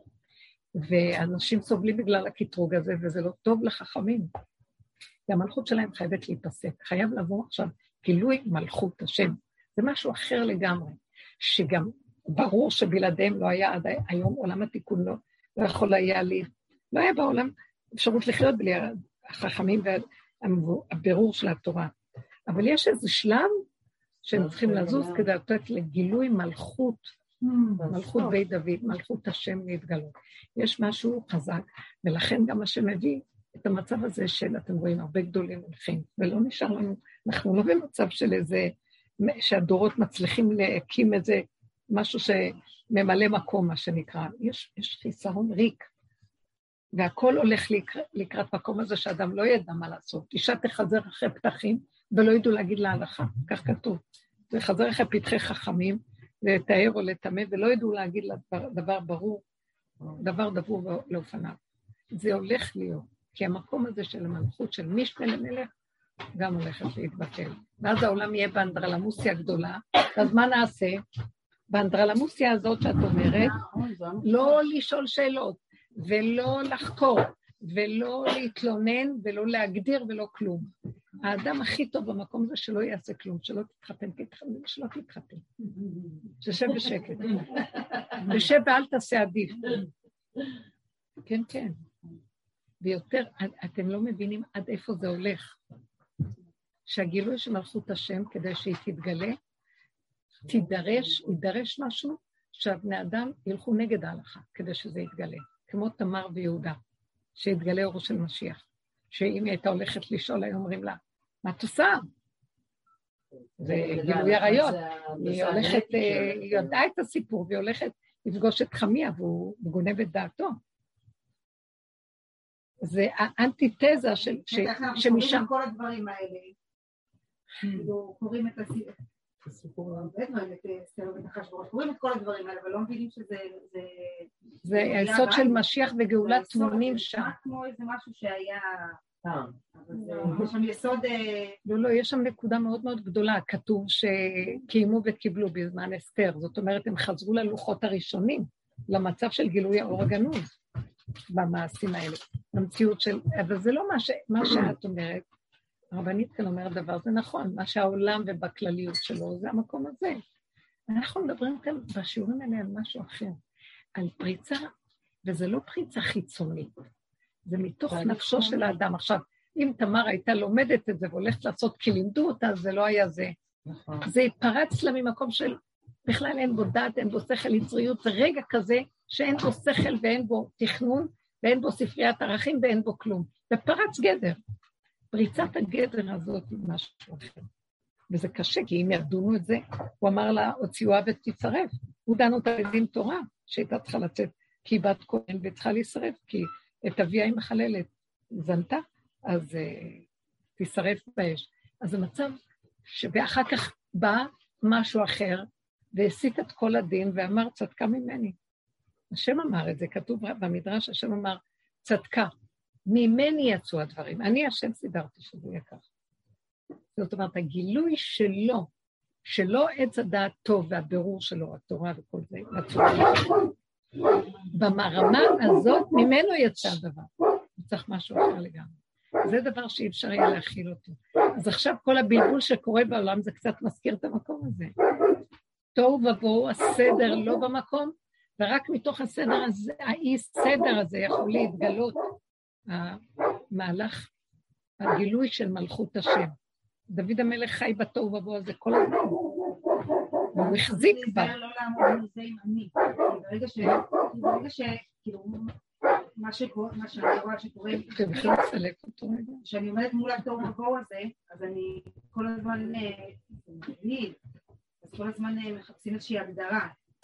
ואנשים סובלים בגלל הקטרוג הזה, וזה לא טוב לחכמים, והמלכות שלהם חייבת להיפסק, חייב לבוא עכשיו גילוי מלכות השם, זה משהו אחר לגמרי, שגם ברור שבלעדיהם לא היה עד היום עולם התיקון, לא, לא יכול היה לי, לא היה בעולם אפשרות לחיות בלי החכמים והבירור של התורה, אבל יש איזה שלב שהם צריכים לזוז כדי לתת לגילוי מלכות, מלכות בית דוד, מלכות השם להתגלות. יש משהו חזק, ולכן גם השם מביא את המצב הזה של, אתם רואים, הרבה גדולים הולכים, ולא נשאר לנו, אנחנו לא במצב של איזה, שהדורות מצליחים להקים איזה משהו שממלא מקום, מה שנקרא. יש, יש חיסרון ריק, והכל הולך לקראת, לקראת מקום הזה שאדם לא ידע מה לעשות. אישה תחזר אחרי פתחים, ולא ידעו להגיד להלכה, כך כתוב. תחזר אחרי פתחי חכמים, לתאר או לתמה, ולא ידעו להגיד לדבר, דבר ברור, דבר דבור לאופניו. זה הולך להיות, כי המקום הזה של המלכות של משנה למלך, גם הולכת להתבטל. ואז העולם יהיה באנדרלמוסיה גדולה, אז מה נעשה? באנדרלמוסיה הזאת שאת אומרת, לא לשאול שאלות, ולא לחקור, ולא להתלונן, ולא להגדיר, ולא כלום. האדם הכי טוב במקום הזה שלא יעשה כלום, שלא תתחתן, שלא תתחתן. ששב בשקט. ושב ואל תעשה עדיף. כן, כן. ויותר, אתם לא מבינים עד איפה זה הולך. שהגילוי של מלכות השם, כדי שהיא תתגלה, תידרש, יידרש משהו, שהבני אדם ילכו נגד ההלכה, כדי שזה יתגלה. כמו תמר ויהודה, שיתגלה אורו של משיח. שאם היא הייתה הולכת לשאול, היו אומרים לה, מה את עושה? זה גילוי עריות. היא הולכת, היא יודעה את הסיפור, והיא הולכת לפגוש את חמיה, והוא גונב את דעתו. זה האנטיתזה של... אנחנו קוראים את כל הדברים האלה. קוראים את הסיפור הרבה דברים, את סלו ואת החשבורות, קוראים את כל הדברים האלה, אבל לא מבינים שזה... זה היסוד של משיח וגאולת תמונים שם. זה כמו איזה משהו שהיה... יש שם יסוד... לא, לא, יש שם נקודה מאוד מאוד גדולה, כתוב שקיימו וקיבלו בזמן אסתר, זאת אומרת, הם חזרו ללוחות הראשונים, למצב של גילוי האור הגנוז, במעשים האלה, במציאות של... אבל זה לא מה, ש... מה שאת אומרת, הרבנית כאן אומרת דבר, זה נכון, מה שהעולם ובכלליות שלו, זה המקום הזה. אנחנו מדברים כאן בשיעורים האלה על משהו אחר, על פריצה, וזה לא פריצה חיצונית, זה מתוך נפשו של האדם. עכשיו, אם תמר הייתה לומדת את זה והולכת לעשות כי לימדו אותה, זה לא היה זה. זה פרץ לה ממקום של, בכלל אין בו דעת, אין בו שכל יצריות, זה רגע כזה שאין בו שכל ואין בו תכנון, ואין בו ספריית ערכים ואין בו כלום. ופרץ גדר. פריצת הגדר הזאת היא משהו אחר. וזה קשה, כי אם ירדונו את זה, הוא אמר לה, הוציאוה ותצרף. הוא דן אותה לדין תורה, שהייתה צריכה לצאת, כי היא בת כהן וצריכה להישרף, כי את אביה היא מחללת, זנתה, אז uh, תשרף באש. אז זה מצב שאחר כך בא משהו אחר, והסיק את כל הדין, ואמר, צדקה ממני. השם אמר את זה, כתוב במדרש, השם אמר, צדקה. ממני יצאו הדברים. אני השם סידרתי שזה יהיה כך. זאת אומרת, הגילוי שלו, שלו עץ הדעת טוב, והבירור שלו, התורה וכל זה, במרמה הזאת, ממנו יצא הדבר. הוא צריך משהו אחר לגמרי. זה דבר שאי אפשר יהיה להכיל אותו. אז עכשיו כל הבלבול שקורה בעולם זה קצת מזכיר את המקום הזה. תוהו ובוהו, הסדר לא במקום, ורק מתוך הסדר הזה, האי סדר הזה יכול להתגלות המהלך, הגילוי של מלכות השם. דוד המלך חי בתוהו ובוהו הזה כל הזמן. והוא החזיק בה. זה לא לעמוד מזה עם אני. ברגע ש... ברגע ש... כאילו, מה שקורה, מה שאני רואה שקורה... אתם יכולים לסלק אותו רגע. כשאני עומדת מול התוהו ובוהו הזה, אז אני כל הזמן... אז כל הזמן מחפשים איזושהי הגדרה.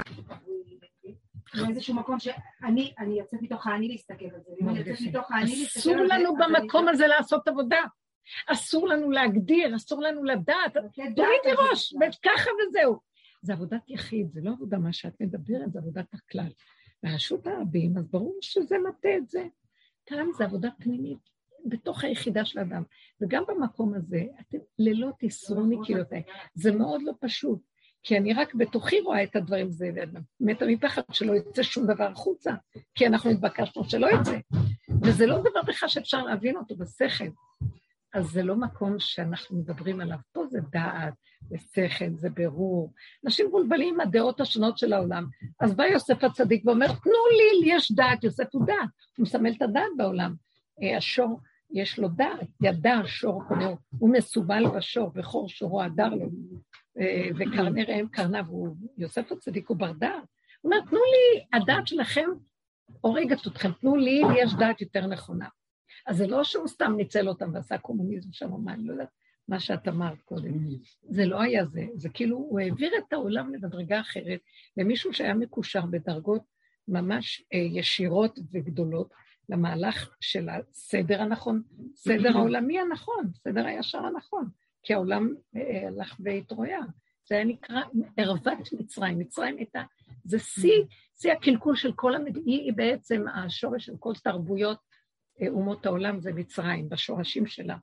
באיזשהו מקום שאני, אני יוצאת מתוך העני להסתכל על זה. אם אני יוצאת מתוך העני להסתכל על זה... אסור לנו במקום הזה לעשות עבודה. אסור לנו להגדיר, אסור לנו לדעת. תורידי ראש, וככה וזהו. זה עבודת יחיד, זה לא עבודה מה שאת מדברת, זה עבודת הכלל. ברשות הרבים, אז ברור שזה מטה את זה. כאן זה עבודה פנימית, בתוך היחידה של האדם. וגם במקום הזה, אתם ללא תסרוני קילותיי. זה מאוד לא פשוט, כי אני רק בתוכי רואה את הדברים זה, ומתה מפחד שלא יצא שום דבר חוצה, כי אנחנו התבקשנו שלא יצא. וזה לא דבר בכלל שאפשר להבין אותו בשכל. אז זה לא מקום שאנחנו מדברים עליו. פה זה דעת, זה שכל, זה ברור. אנשים מולבלים עם הדעות השונות של העולם. אז בא יוסף הצדיק ואומר, תנו לי, יש דעת, יוסף הוא דעת. הוא מסמל את הדעת בעולם. השור, יש לו דעת, ידע שור קונו, הוא מסובל בשור, וחור שורו הדר לו, וקרני רעם קרניו, יוסף הצדיק הוא בר דעת. הוא אומר, תנו לי, הדעת שלכם הורגת אתכם, תנו לי, יש דעת יותר נכונה. אז זה לא שהוא סתם ניצל אותם ועשה קומוניזם שם, או מה, אני לא יודעת מה שאת אמרת קודם. זה לא היה זה, זה כאילו, הוא העביר את העולם למדרגה אחרת, למישהו שהיה מקושר בדרגות ממש ישירות וגדולות, למהלך של הסדר הנכון, סדר העולמי הנכון, סדר הישר הנכון, כי העולם הלך והתרויה. זה היה נקרא ערוות מצרים, מצרים הייתה, זה שיא, שיא הקלקול של כל המדינה, היא בעצם השורש של כל תרבויות, אומות העולם זה מצרים, בשורשים שלה.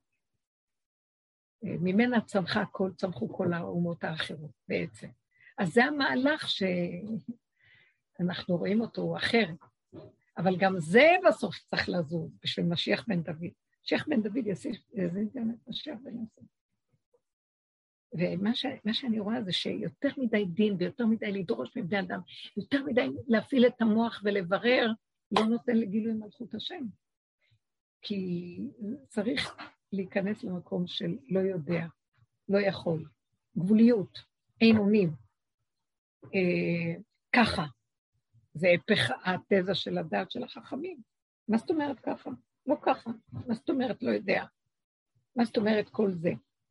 ממנה צמחה הכל, צמחו כל האומות האחרות בעצם. אז זה המהלך שאנחנו רואים אותו אחר, אבל גם זה בסוף צריך לזוז בשביל משיח בן דוד. משיח בן דוד יזיז גם את משיח בן יוסף. ומה ש, מה שאני רואה זה שיותר מדי דין ויותר מדי לדרוש מבני אדם, יותר מדי להפעיל את המוח ולברר, לא נותן לגילוי מלכות השם. כי צריך להיכנס למקום של לא יודע, לא יכול, גבוליות, אין אונים, אה, ככה, זה הפך התזה של הדעת של החכמים. מה זאת אומרת ככה? לא ככה. מה זאת אומרת לא יודע? מה זאת אומרת כל זה?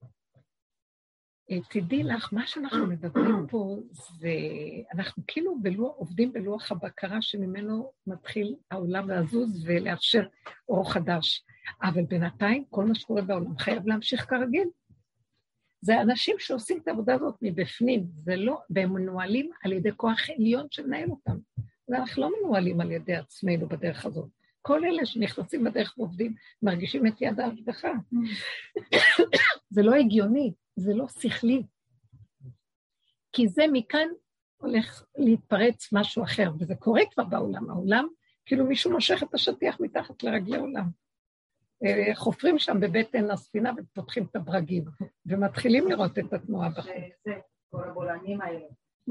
תדעי לך, מה שאנחנו מדברים פה זה, אנחנו כאילו בלוח, עובדים בלוח הבקרה שממנו מתחיל העולם לזוז ולאפשר אור חדש. אבל בינתיים כל מה שקורה בעולם חייב להמשיך כרגיל. זה אנשים שעושים את העבודה הזאת מבפנים, זה לא, והם מנוהלים על ידי כוח עליון שמנהל אותם. ואנחנו לא מנוהלים על ידי עצמנו בדרך הזאת. כל אלה שנכנסים בדרך ועובדים, מרגישים את יד ההשגחה. זה לא הגיוני, זה לא שכלי. כי זה מכאן הולך להתפרץ משהו אחר, וזה קורה כבר בעולם. העולם, כאילו מישהו מושך את השטיח מתחת לרגלי העולם. חופרים שם בבטן הספינה ופותחים את הברגים, ומתחילים לראות את התנועה בחוץ. זה, כל הבולענים האלה.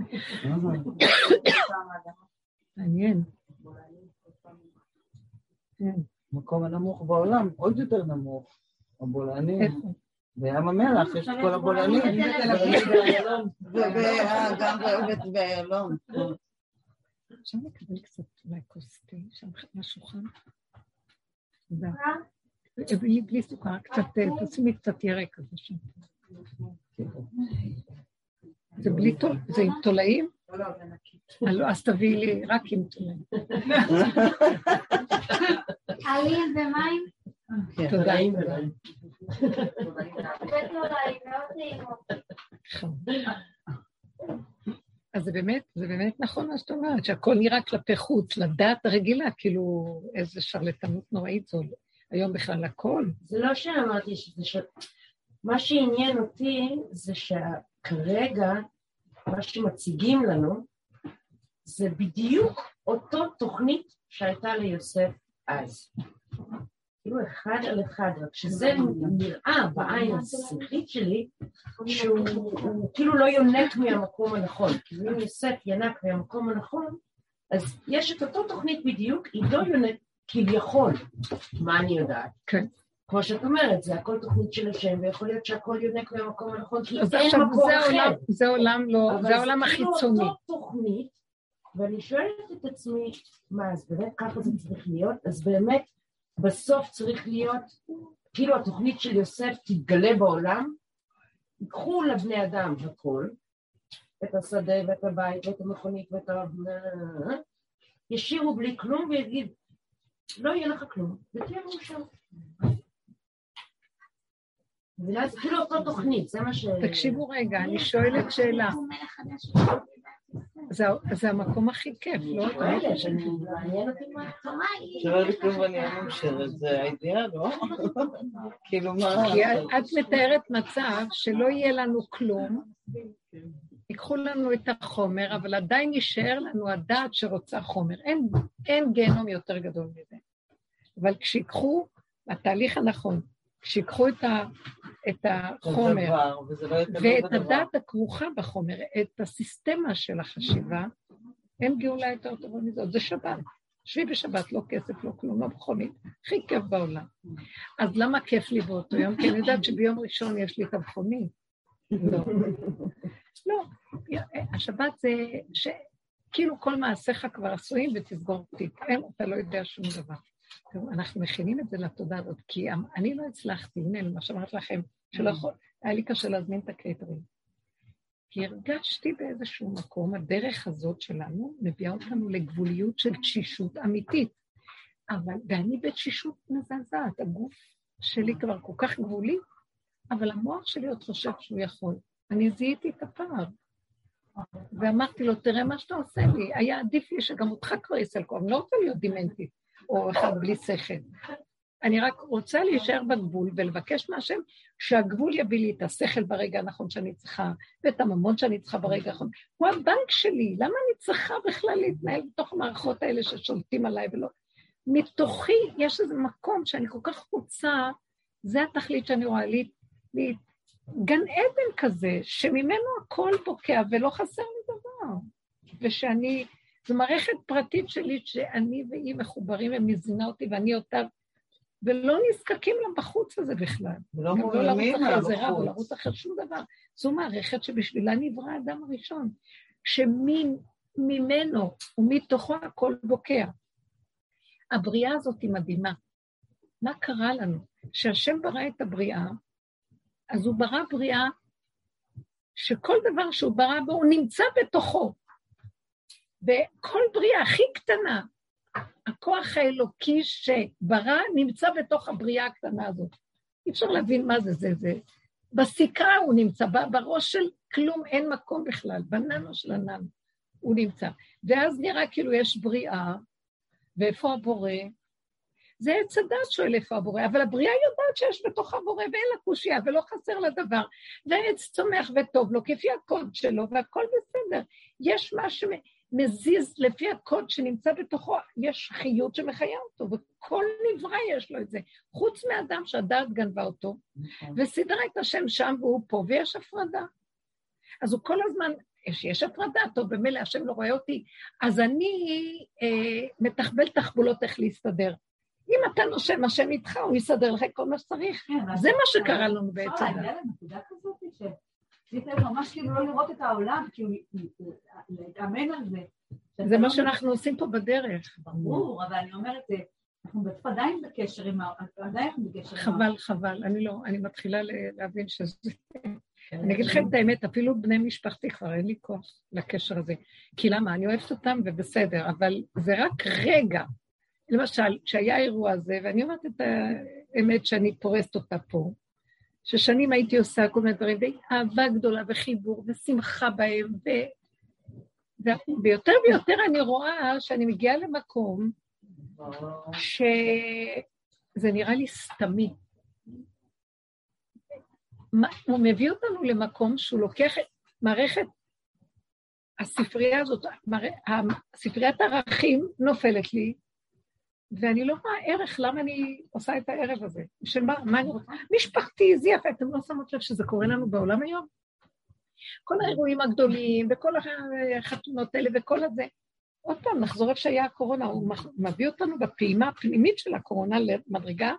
מעניין. מקום הנמוך בעולם, עוד יותר נמוך. הבולענים. בים המלח, יש את כל הבולענים. גם באיילון. אפשר לקבל קצת אולי כוסטי, שם מהשולחן? תודה. בלי סוכר, קצת, תשימי קצת ירק כזה שם. זה בלי תול, זה עם תולעים? לא, לא, זה נקי. לא, אז תביאי לי רק עם תולעים. עלים ומים? תודה. ותולעים, מאוד טעימות. אז זה באמת, זה באמת נכון מה שאת אומרת, שהכל נראה כלפי חוץ, לדעת הרגילה, כאילו איזה שרלטנות נוראית זו, היום בכלל הכל. זה לא שאמרתי שזה ש... מה שעניין אותי זה שכרגע, מה שמציגים לנו, זה בדיוק אותו תוכנית שהייתה ליוסף אז. כאילו אחד על אחד, רק שזה נראה בעין השכלית שלי, שהוא כאילו לא יונק מהמקום הנכון, כי אם יוסף ינק מהמקום הנכון, אז יש את אותו תוכנית בדיוק, היא לא יונק כביכול, מה אני יודעת? כן. כמו שאת אומרת, זה הכל תוכנית של השם, ויכול להיות שהכל יונק מהמקום הנכון, כי אז אין עכשיו מקום זה אחר. עולם, זה עולם לא, זה העולם אבל זה כאילו החיצוני. אותו תוכנית, ואני שואלת את עצמי, מה, אז באמת ככה זה צריך להיות? אז באמת, בסוף צריך להיות, כאילו התוכנית של יוסף תתגלה בעולם, ייקחו לבני אדם הכל, את השדה ואת הבית ואת המכונית ואת ה... ישירו בלי כלום ויגיד, לא יהיה לך כלום, ותהיה מאושר. זה כאילו אותו תוכנית, זה מה ש... תקשיבו רגע, אני שואלת שאלה. זה המקום הכי כיף, לא? שלא לכלום ואני אהיה מאושרת, זה האידיאל, לא? כאילו מה... כי את מתארת מצב שלא יהיה לנו כלום, ייקחו לנו את החומר, אבל עדיין יישאר לנו הדעת שרוצה חומר. אין גיהנום יותר גדול מזה. אבל כשיקחו, התהליך הנכון, כשיקחו את החומר, ואת הדעת הכרוכה בחומר, את הסיסטמה של החשיבה, אין גאולה יותר טובה מזאת, זה שבת. שבי בשבת, לא כסף, לא כלום, לא מכונית, הכי כיף בעולם. אז למה כיף לי באותו יום? כי אני יודעת שביום ראשון יש לי את המכונית. לא. לא, השבת זה שכאילו כל מעשיך כבר עשויים ותסגור תיק, אין, אתה לא יודע שום דבר. אנחנו מכינים את זה לתודעה הזאת, כי אני לא הצלחתי, הנה, מה שאמרת לכם, שלא יכול, היה לי קשה להזמין את הקריטרים. כי הרגשתי באיזשהו מקום, הדרך הזאת שלנו מביאה אותנו לגבוליות של תשישות אמיתית. אבל, ואני בתשישות מזעזעת, הגוף שלי כבר כל כך גבולי, אבל המוח שלי עוד חושב שהוא יכול. אני זיהיתי את הפער. ואמרתי לו, תראה מה שאתה עושה לי, היה עדיף לי שגם אותך כבר יסלקו, אני לא רוצה להיות דימנטית, או אחד בלי שכל. אני רק רוצה להישאר בגבול ולבקש מהשם שהגבול יביא לי את השכל ברגע הנכון שאני צריכה, ואת הממון שאני צריכה ברגע הנכון. הוא הבנק שלי, למה אני צריכה בכלל להתנהל בתוך המערכות האלה ששולטים עליי ולא? מתוכי יש איזה מקום שאני כל כך רוצה, זה התכלית שאני רואה לי, לי גן עדן כזה, שממנו הכל בוקע ולא חסר לי דבר. ושאני, זו מערכת פרטית שלי שאני והיא מחוברים ומזינה אותי ואני אותה, ולא נזקקים לה בחוץ הזה בכלל. ולא מולמים לה בחוץ. ולא לרוץ אחר שום דבר. זו מערכת שבשבילה נברא האדם הראשון, שממנו ומתוכו הכל בוקע. הבריאה הזאת היא מדהימה. מה קרה לנו? שהשם ברא את הבריאה, אז הוא ברא בריאה, שכל דבר שהוא ברא בו, הוא נמצא בתוכו. וכל בריאה הכי קטנה, הכוח האלוקי שברא נמצא בתוך הבריאה הקטנה הזאת. אי אפשר להבין מה זה, זה, זה. בסיכה הוא נמצא, בראש של כלום אין מקום בכלל, בננו של הננו הוא נמצא. ואז נראה כאילו יש בריאה, ואיפה הבורא? זה עץ הדת שואל איפה הבורא, אבל הבריאה יודעת שיש בתוך הבורא ואין לה קושיה ולא חסר לה דבר, והעץ צומח וטוב לו כפי הקוד שלו והכל בסדר. יש מה שמזיז לפי הקוד שנמצא בתוכו, יש חיות שמחיה אותו, וכל נברא יש לו את זה, חוץ מאדם שהדעת גנבה אותו, וסדרה את השם שם והוא פה, ויש הפרדה. אז הוא כל הזמן, יש, יש הפרדה, טוב, במילא השם לא רואה אותי, אז אני אה, מתחבל תחבולות איך להסתדר. אם אתה נושם השם איתך, הוא יסדר לך כל מה שצריך. זה מה שקרה לנו בעצם. היה להם נקודה כזאת שצריך ממש כאילו לא לראות את העולם, כאילו להתאמן על זה. זה מה שאנחנו עושים פה בדרך. ברור, אבל אני אומרת, אנחנו עדיין בקשר עם העולם, עדיין בקשר עם חבל, העולם. חבל, אני לא, אני מתחילה להבין שזה... אני אגיד לכם את האמת, אפילו בני משפחתי כבר אין לי כוח לקשר הזה. כי למה? אני אוהבת אותם ובסדר, אבל זה רק רגע. למשל, כשהיה האירוע הזה, ואני אומרת את האמת שאני פורסת אותה פה, ששנים הייתי עושה כל מיני דברים, ואהבה גדולה וחיבור ושמחה בהם, ו... ויותר ויותר אני רואה שאני מגיעה למקום, שזה נראה לי סתמי. הוא מביא אותנו למקום שהוא לוקח את מערכת, הספרייה הזאת, ספריית ערכים נופלת לי, ואני לא רואה ערך, למה אני עושה את הערב הזה? של מה, מה אני רוצה? משפחתי, זה יפה, אתם לא שמות לב שזה קורה לנו בעולם היום? כל האירועים הגדולים, וכל החתונות האלה, וכל הזה. עוד פעם, נחזור איפה שהיה הקורונה, הוא מביא אותנו בפעימה הפנימית של הקורונה למדרגה,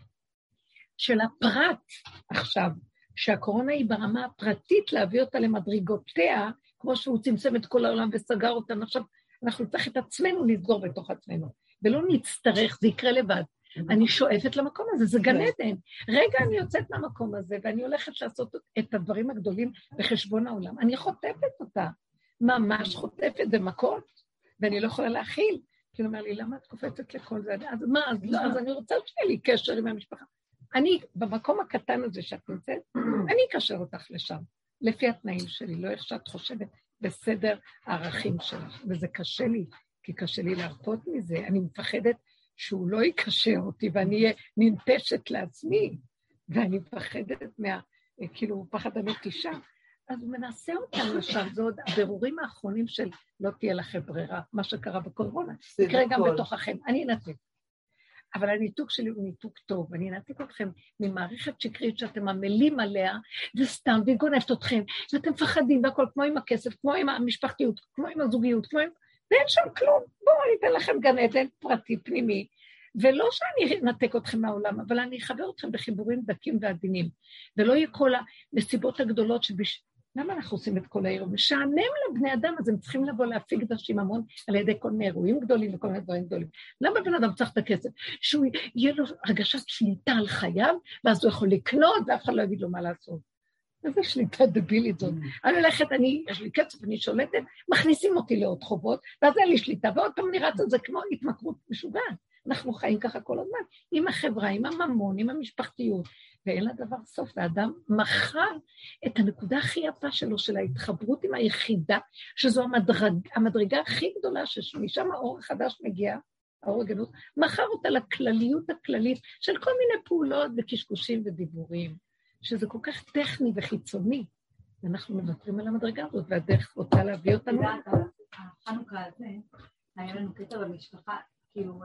של הפרט עכשיו, שהקורונה היא ברמה הפרטית להביא אותה למדרגותיה, כמו שהוא צמצם את כל העולם וסגר אותנו, עכשיו אנחנו צריך את עצמנו לסגור בתוך עצמנו, ולא נצטרך, זה יקרה לבד. אני שואפת למקום הזה, זה גן עדן. רגע אני יוצאת מהמקום הזה, ואני הולכת לעשות את הדברים הגדולים בחשבון העולם. אני חוטפת אותה, ממש חוטפת במכות, ואני לא יכולה להכיל. כי הוא אומר לי, למה את קופצת לכל זה? אז מה, אז, לא, אז אני רוצה שיהיה לי קשר עם המשפחה. אני, במקום הקטן הזה שאת נמצאת, אני אקשר אותך לשם, לפי התנאים שלי, לא איך שאת חושבת בסדר הערכים שלך, וזה קשה לי, כי קשה לי להרפות מזה, אני מפחדת שהוא לא יקשר אותי, ואני אהיה ננטשת לעצמי, ואני מפחדת מה, כאילו, פחד הנטישה, אז הוא מנסה אותנו שם, זה עוד הבירורים האחרונים של לא תהיה לכם ברירה, מה שקרה בקורונה, יקרה גם בתוככם, אני אנתק. אבל הניתוק שלי הוא ניתוק טוב, אני אנתק אתכם ממערכת שקרית שאתם עמלים עליה, וסתם, והיא גונבת אתכם, ואתם מפחדים והכל, כמו עם הכסף, כמו עם המשפחתיות, כמו עם הזוגיות, כמו עם... ואין שם כלום, בואו אני אתן לכם גן עדן פרטי פנימי, ולא שאני אנתק אתכם מהעולם, אבל אני אחבר אתכם בחיבורים דקים ועדינים, ולא יהיה כל הנסיבות הגדולות שבש... למה אנחנו עושים את כל העיר? משענם לבני אדם, אז הם צריכים לבוא להפיג דשים המון על ידי כל מיני אירועים גדולים וכל מיני דברים גדולים. למה בן אדם צריך את הכסף? שהוא יהיה לו הרגשת שליטה על חייו, ואז הוא יכול לקנות, ואף אחד לא יגיד לו מה לעשות. איזה שליטה דבילית זאת. אני הולכת, אני, יש לי כסף, אני שולטת, מכניסים אותי לעוד חובות, ואז אין לי שליטה, ועוד פעם נראה את זה כמו התמכרות משוגעת. אנחנו חיים ככה כל הזמן, עם החברה, עם הממון, עם המשפחתיות, ואין לה דבר סוף, והאדם מכר את הנקודה הכי יפה שלו, של ההתחברות עם היחידה, שזו המדרג, המדרגה הכי גדולה, שמשם האור החדש מגיע, האור הגנות, מכר אותה לכלליות הכללית, של כל מיני פעולות וקשקושים ודיבורים, שזה כל כך טכני וחיצוני, ואנחנו מוותרים על המדרגה הזאת, והדרך רוצה להביא אותנו. החנוכה הזה, היה לנו קטע במשפחה, כאילו,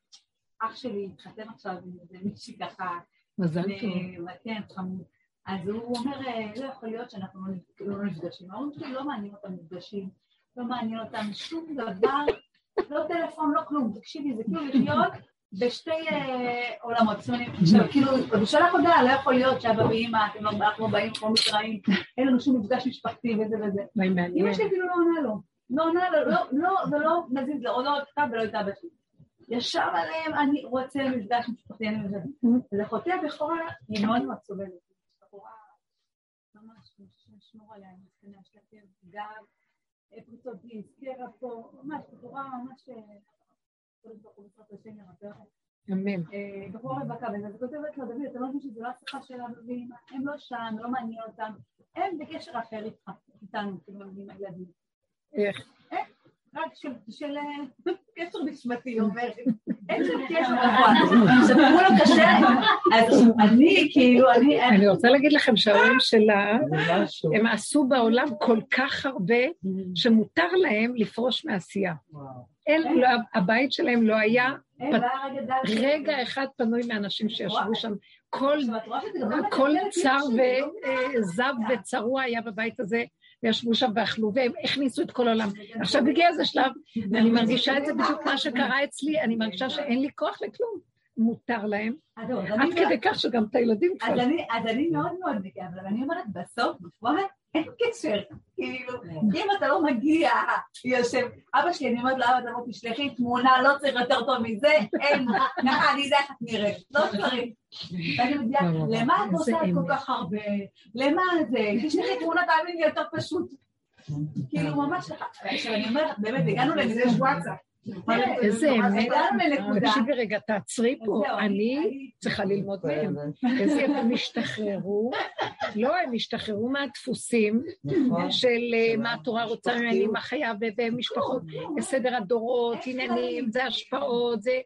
אח שלי התחתן עכשיו עם איזה מישהי ככה, מזל טוב. כן, חמוד. אז הוא אומר, לא יכול להיות שאנחנו לא נפגשים. ההורים שלי לא מעניין אותם מפגשים, לא מעניין אותם שום דבר, לא טלפון, לא כלום. תקשיבי, זה כאילו לחיות בשתי עולמות. כאילו, בשלח הודעה, לא יכול להיות שאבא ואמא, אתם לא אנחנו באים כמו מתראים, אין לנו שום מפגש משפחתי וזה וזה. אמא שלי כאילו לא עונה לו. לא עונה לו, לא, ולא נזיז לו, לא אותך ולא את אבא שלי. ישב עליהם, אני רוצה מפגש משפחתי, אני מזל. ולחותי הבכורה היא מאוד מאוד סובלת. בחורה ממש נשמור עליה, מסכנה, שתתר גב, פריצות גיל, סקרה פה, ממש, בחורה ממש, קודם כל בסרט השם ירפא. אמן. בחורה רווקה, וזה כותבת לו, דוד, אתה לא חושב שזה לא השיחה של אבאים, הם לא שם, לא מעניין אותם, הם בקשר אחר איתך, איתנו, כאילו, עם הילדים. איך? רק של קשר נשמתי, אומרת, אין של קשר נכון, זה תראו לו קשה, אז אני כאילו, אני... אני רוצה להגיד לכם שההורים שלה, הם עשו בעולם כל כך הרבה, שמותר להם לפרוש מעשייה. הבית שלהם לא היה רגע אחד פנוי מאנשים שישבו שם, כל צר וזב וצרוע היה בבית הזה, וישבו שם ואכלו, והם הכניסו את כל העולם. עכשיו בגיע איזה שלב, אני מרגישה את זה בדיוק מה שקרה אצלי, אני מרגישה שאין לי כוח לכלום, מותר להם, עד כדי כך שגם את הילדים כבר. אז אני מאוד מאוד נקיה, אבל אני אומרת, בסוף, בפועל, אין קשר, כאילו, אם אתה לא מגיע, יושב, אבא שלי, אני אומרת לאבא, אתה לא תשלחי תמונה, לא צריך יותר טוב מזה, אין, נחה, אני יודע איך את נראית, לא צריך. ואני מגיעה, למה את עושה כל כך הרבה? למה זה? תשלחי תמונה, תאמין לי יותר פשוט. כאילו, ממש לך. עכשיו אני אומרת, באמת, הגענו לזה וואטסאפ. איזה אמת, תקשיבי רגע, תעצרי פה, אני צריכה ללמוד מהם. איזה הם השתחררו, לא, הם השתחררו מהדפוסים של מה התורה רוצה ממני, מה חייב, ומשפחות, סדר הדורות, עניינים, זה השפעות, זה...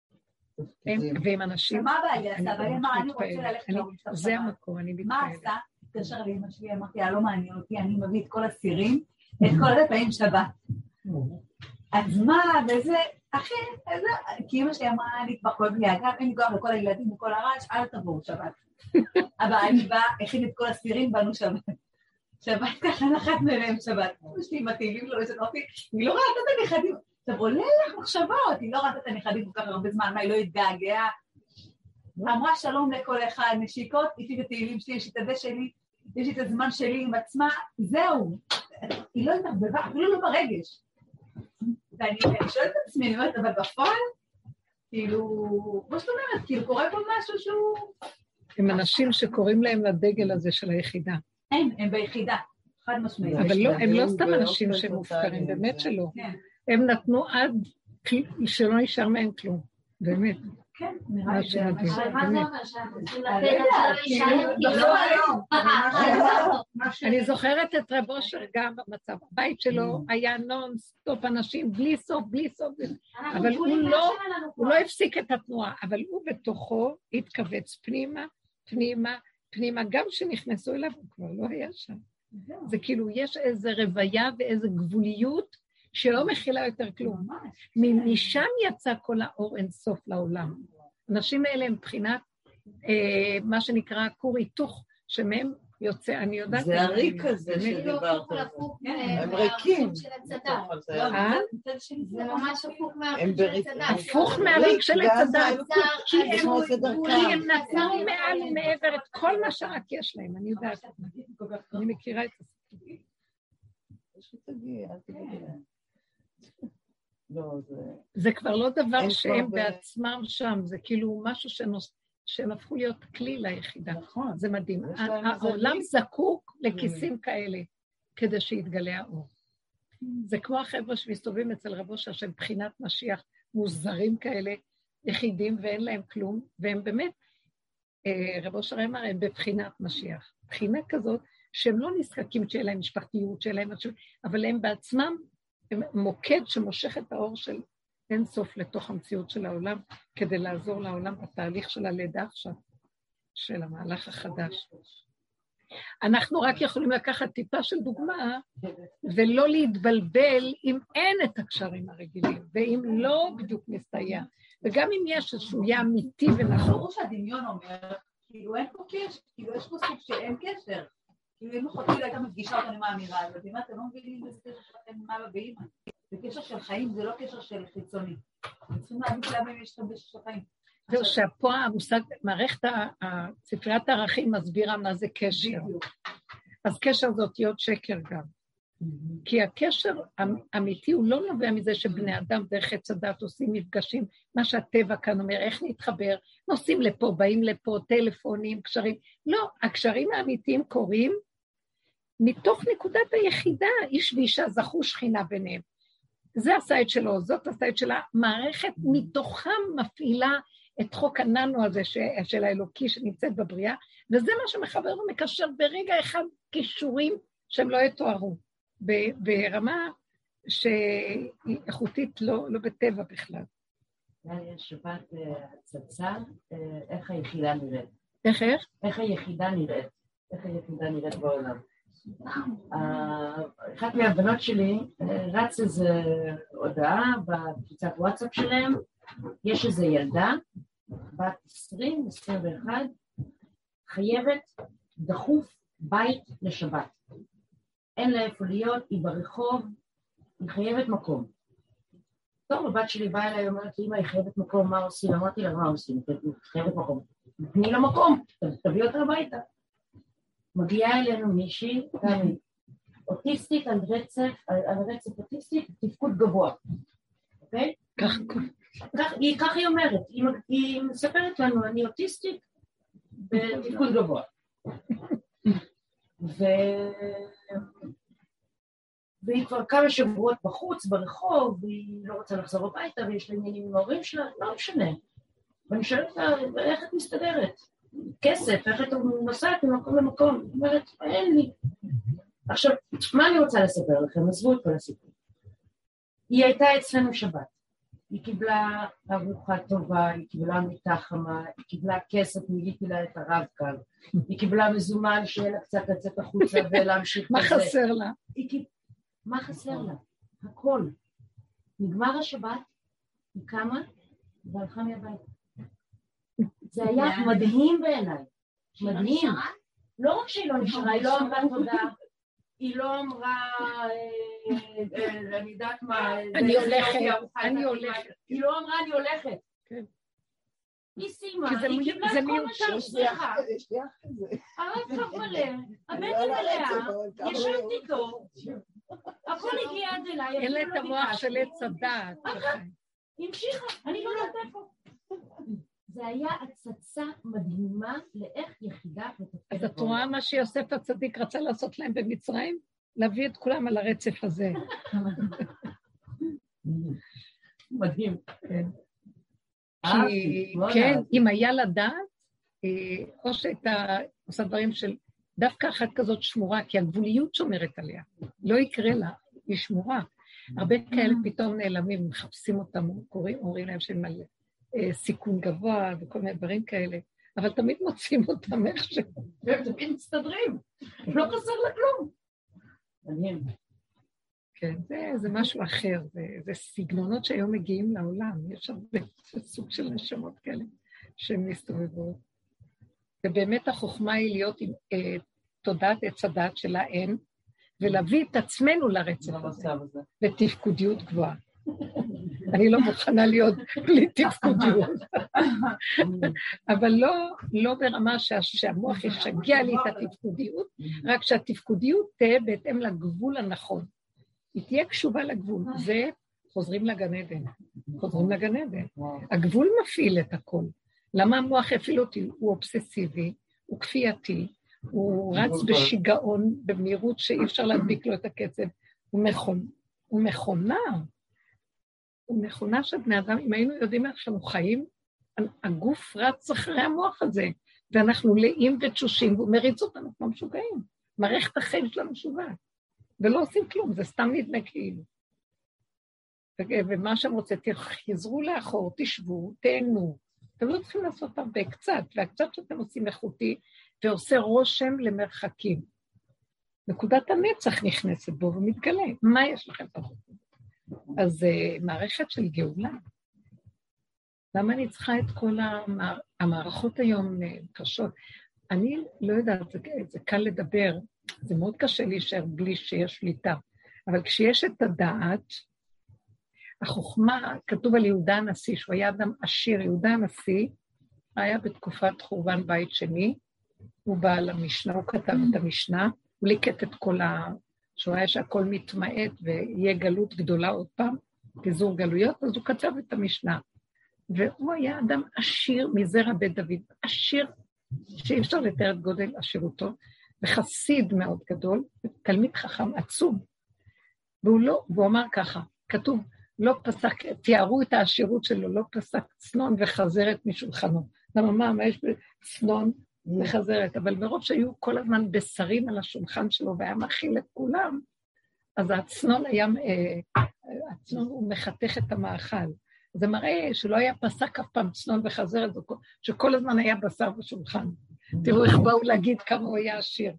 והם אנשים... מה הבעיה? אני רוצה ללכת להורים שלך. זה המקום, אני מתפעלת. מה עשה? תקשר לאמא שלי, אמרתי, לא מעניין אותי, אני מביא את כל הסירים, את כל הדפים שבת. אז מה, וזה, אחי, איזה, כי אמא שלי אמרה לי כבר כל בני אגב, אין לי כוח לכל הילדים וכל הרעש, אל תבואו שבת. אבל אני באה, הכין את כל הספירים, באנו שבת. שבת ככה נחת מלהם שבת. אמא שלי עם התהילים שלו, ושנורתי, היא לא ראתה את הנכדים. עכשיו עולה לך מחשבות, היא לא ראתה את הנכדים כל כך הרבה זמן, מה, היא לא התגעגעה. אמרה שלום לכל אחד, נשיקות, יש לי את התהילים שלי, יש לי את הזה שלי, יש לי את הזמן שלי עם עצמה, זהו. היא לא התערבבה, אפילו לא ברגש. ואני שואלת את עצמי, אני אומרת, אבל בפועל, כאילו, כמו שאת אומרת, כאילו קורה פה משהו שהוא... הם אנשים שקוראים להם לדגל הזה של היחידה. אין, הם ביחידה, חד משמעית. אבל לא, הם לא סתם אנשים שמופקרים, באמת שלא. הם נתנו עד שלא נשאר מהם כלום, באמת. כן, נראה לי זה. אבל מה זה אומר שאנחנו צריכים לתת? אני זוכרת את רב אושר גם במצב. הבית שלו היה נון סטופ אנשים, בלי סוף, בלי סוף. אבל הוא לא הפסיק את התנועה, אבל הוא בתוכו התכווץ פנימה, פנימה, פנימה. גם שנכנסו אליו, הוא כבר לא היה שם. זה כאילו, יש איזו רוויה ואיזו גבוליות שלא מכילה יותר כלום. משם יצא כל האור אין סוף לעולם. אנשים האלה הם מבחינת אה, מה שנקרא כור היתוך, שמהם יוצא, אני יודעת... זה הריק הזה שדיברת. הם ריקים. זה ממש הפוך מהריק של הצדה. הפוך מהריק של הצדה. כי הם נתנו מעל ומעבר את כל מה שרק יש להם, אני יודעת. אני מכירה את זה. תגידי, אל תגידי להם. לא, זה... זה כבר לא דבר שהם בעצמם שם, זה כאילו משהו שנוס... שהם הפכו להיות כלי ליחידה. נכון. זה מדהים. העולם זקוק לכיסים כאלה, כדי שיתגלה האור. זה כמו החבר'ה שמסתובבים אצל רב אושר, שהם בחינת משיח מוזרים כאלה, יחידים ואין להם כלום, והם באמת, רב אושר אמר, הם בבחינת משיח. בחינה כזאת, שהם לא נזקקים שיהיה להם משפחתיות, שיהיה להם משהו, אבל הם בעצמם, הם מוקד שמושך את האור של אין סוף לתוך המציאות של העולם, כדי לעזור לעולם בתהליך של הלידה עכשיו, של המהלך החדש. אנחנו רק יכולים לקחת טיפה של דוגמה, ולא להתבלבל אם אין את הקשרים הרגילים, ואם לא בדיוק מסתייע, וגם אם יש איזשהו יהיה אמיתי ונכון. ברור שהדמיון אומר, כאילו אין פה קשר, כאילו יש פה סוג שאין קשר, כאילו אם אחותי לא הייתה מפגישה אותנו מהאמירה הזאת, אם אתם לא מבינים איזה קשר שלכם עם אבא ואמא, זה קשר של חיים, זה לא קשר של חיצוני. אנחנו צריכים להבין למה אם יש לכם קשר של חיים. זהו, שפה המושג, מערכת ספריית הערכים מסבירה מה זה קשר. אז קשר זה אותיות שקר גם. כי הקשר האמיתי הוא לא נובע מזה שבני אדם דרך עץ הדת עושים מפגשים, מה שהטבע כאן אומר, איך נתחבר, נוסעים לפה, באים לפה, טלפונים, קשרים. לא, הקשרים האמיתיים קורים מתוך נקודת היחידה, איש ואישה זכו שכינה ביניהם. זה הסייד שלו, זאת הסייד שלה, מערכת מתוכם מפעילה את חוק הננו הזה של האלוקי שנמצאת בבריאה, וזה מה שמחבר ומקשר ברגע אחד קישורים שהם לא יתוארו, ברמה שהיא איכותית לא, לא בטבע בכלל. היה שבת הצצה, איך היחידה נראית? איך איך? איך היחידה נראית? איך היחידה נראית בעולם? אחת מהבנות שלי רץ איזו הודעה בקבוצת וואטסאפ שלהם, יש איזו ילדה, בת עשרים, עשרים ואחת, חייבת דחוף בית לשבת. אין לה איפה להיות, היא ברחוב, היא חייבת מקום. טוב, הבת שלי באה אליי, אומרת לי, אמא, היא חייבת מקום, מה עושים? אמרתי לה, מה עושים? היא חייבת מקום. תני לה מקום, תביא אותה הביתה. מגיעה אלינו מישהי, תמי, אוטיסטית על רצף, על רצף אוטיסטית, תפקוד גבוה. אוקיי? כך, היא, כך היא אומרת, היא, היא מספרת לנו, אני אוטיסטית בתפקוד גבוה. ו... והיא כבר כמה שבועות בחוץ, ברחוב, והיא לא רוצה לחזור הביתה, ויש לה עניינים עם ההורים שלה, לא משנה. ואני שואלת לה, איך את מסתדרת? כסף, איך את נוסעת ממקום למקום? היא אומרת, אין לי. עכשיו, מה אני רוצה לספר לכם? עזבו את כל הסיפור. היא הייתה אצלנו שבת. היא קיבלה ארוחה טובה, היא קיבלה מיטה חמה, היא קיבלה כסף, מיליתי לה את הרב כאן. היא קיבלה מזומן שיהיה לה קצת לצאת החוצה ולהמשיך מה חסר לה? מה חסר לה? הכל. נגמר השבת, היא קמה והלכה מהבית. זה היה מדהים בעיניי, מדהים. לא רק שהיא לא נשארה, היא לא אמרה תודה, היא לא אמרה, אני יודעת מה, אני הולכת, אני הולכת. היא לא אמרה אני הולכת. היא סיימה, היא קיבלה את כל מה שאני צריכה. הרצח מלא, הבטן מלאה, ישבת איתו, הכל הגיע עד אליי. אין לה את המוח של עץ הדעת. המשיכה, אני לא יודעת איפה. זה היה הצצה מדהימה לאיך יחידה ותפקד. אז את רואה מה שיוסף הצדיק רצה לעשות להם במצרים? להביא את כולם על הרצף הזה. מדהים. כן. כי, כן, אם היה לדעת, או שהייתה עושה דברים של דווקא אחת כזאת שמורה, כי הגבוליות שומרת עליה, לא יקרה לה, היא שמורה. הרבה כאלה פתאום נעלמים, מחפשים אותם, קוראים, אומרים להם שהם על סיכון גבוה וכל מיני דברים כאלה, אבל תמיד מוצאים אותם איכשהו, והם תמיד מסתדרים, לא חסר לה כלום. מדהים. כן, זה, זה משהו אחר, זה, זה סגנונות שהיום מגיעים לעולם, יש הרבה סוג של נשמות כאלה שהן מסתובבות. ובאמת החוכמה היא להיות עם אה, תודעת עץ הדת שלה אין, ולהביא את עצמנו לרצף הזה, בתפקודיות גבוהה. אני לא מוכנה להיות בלי תפקודיות. אבל לא, לא ברמה שה, שהמוח ישגע לי את התפקודיות, רק שהתפקודיות תהיה בהתאם לגבול הנכון. היא תהיה קשובה לגבול, זה חוזרים לגן עדן, חוזרים לגן עדן. הגבול מפעיל את הכל. למה המוח יפעיל אותי? הוא אובססיבי, הוא כפייתי, הוא רץ בשיגעון, במהירות שאי אפשר להדביק לו את הקצב, הוא מכונה, הוא מכונה, הוא מכונה של בני אדם, אם היינו יודעים איך שאנחנו חיים, הגוף רץ אחרי המוח הזה, ואנחנו לאים ותשושים, והוא מריץ אותנו כמו משוגעים, מערכת החיים שלנו משוגעת. ולא עושים כלום, זה סתם נדמה כאילו. ומה שהם רוצים, תחזרו לאחור, תשבו, תהנו. אתם לא צריכים לעשות הרבה, קצת, והקצת שאתם עושים איכותי, ועושה רושם למרחקים. נקודת הנצח נכנסת בו ומתגלה. מה יש לכם פחות? אז uh, מערכת של גאולה. למה אני צריכה את כל המער... המערכות היום uh, קשות? אני לא יודעת, זה, זה קל לדבר, זה מאוד קשה להישאר בלי שיש שליטה, אבל כשיש את הדעת, החוכמה, כתוב על יהודה הנשיא, שהוא היה אדם עשיר, יהודה הנשיא, היה בתקופת חורבן בית שני, הוא בא למשנה, הוא כתב את המשנה, הוא ליקט את כל ה... שהוא היה שהכל מתמעט ויהיה גלות גדולה עוד פעם, פיזור גלויות, אז הוא כתב את המשנה. והוא היה אדם עשיר מזרע בית דוד, עשיר שאי אפשר לתאר את גודל עשירותו, וחסיד מאוד גדול, תלמיד חכם עצום. והוא לא, והוא אמר ככה, כתוב, לא פסק, תיארו את העשירות שלו, לא פסק צנון וחזרת משולחנו. למה מה, מה יש בצנון וחזרת? אבל מרוב שהיו כל הזמן בשרים על השולחן שלו, והיה מכיל את כולם, אז הצנון היה, הצנון הוא מחתך את המאכל. זה מראה שלא היה פסק אף פעם צנון וחזרת, שכל הזמן היה בשר בשולחן. תראו איך באו להגיד כמה הוא היה עשיר.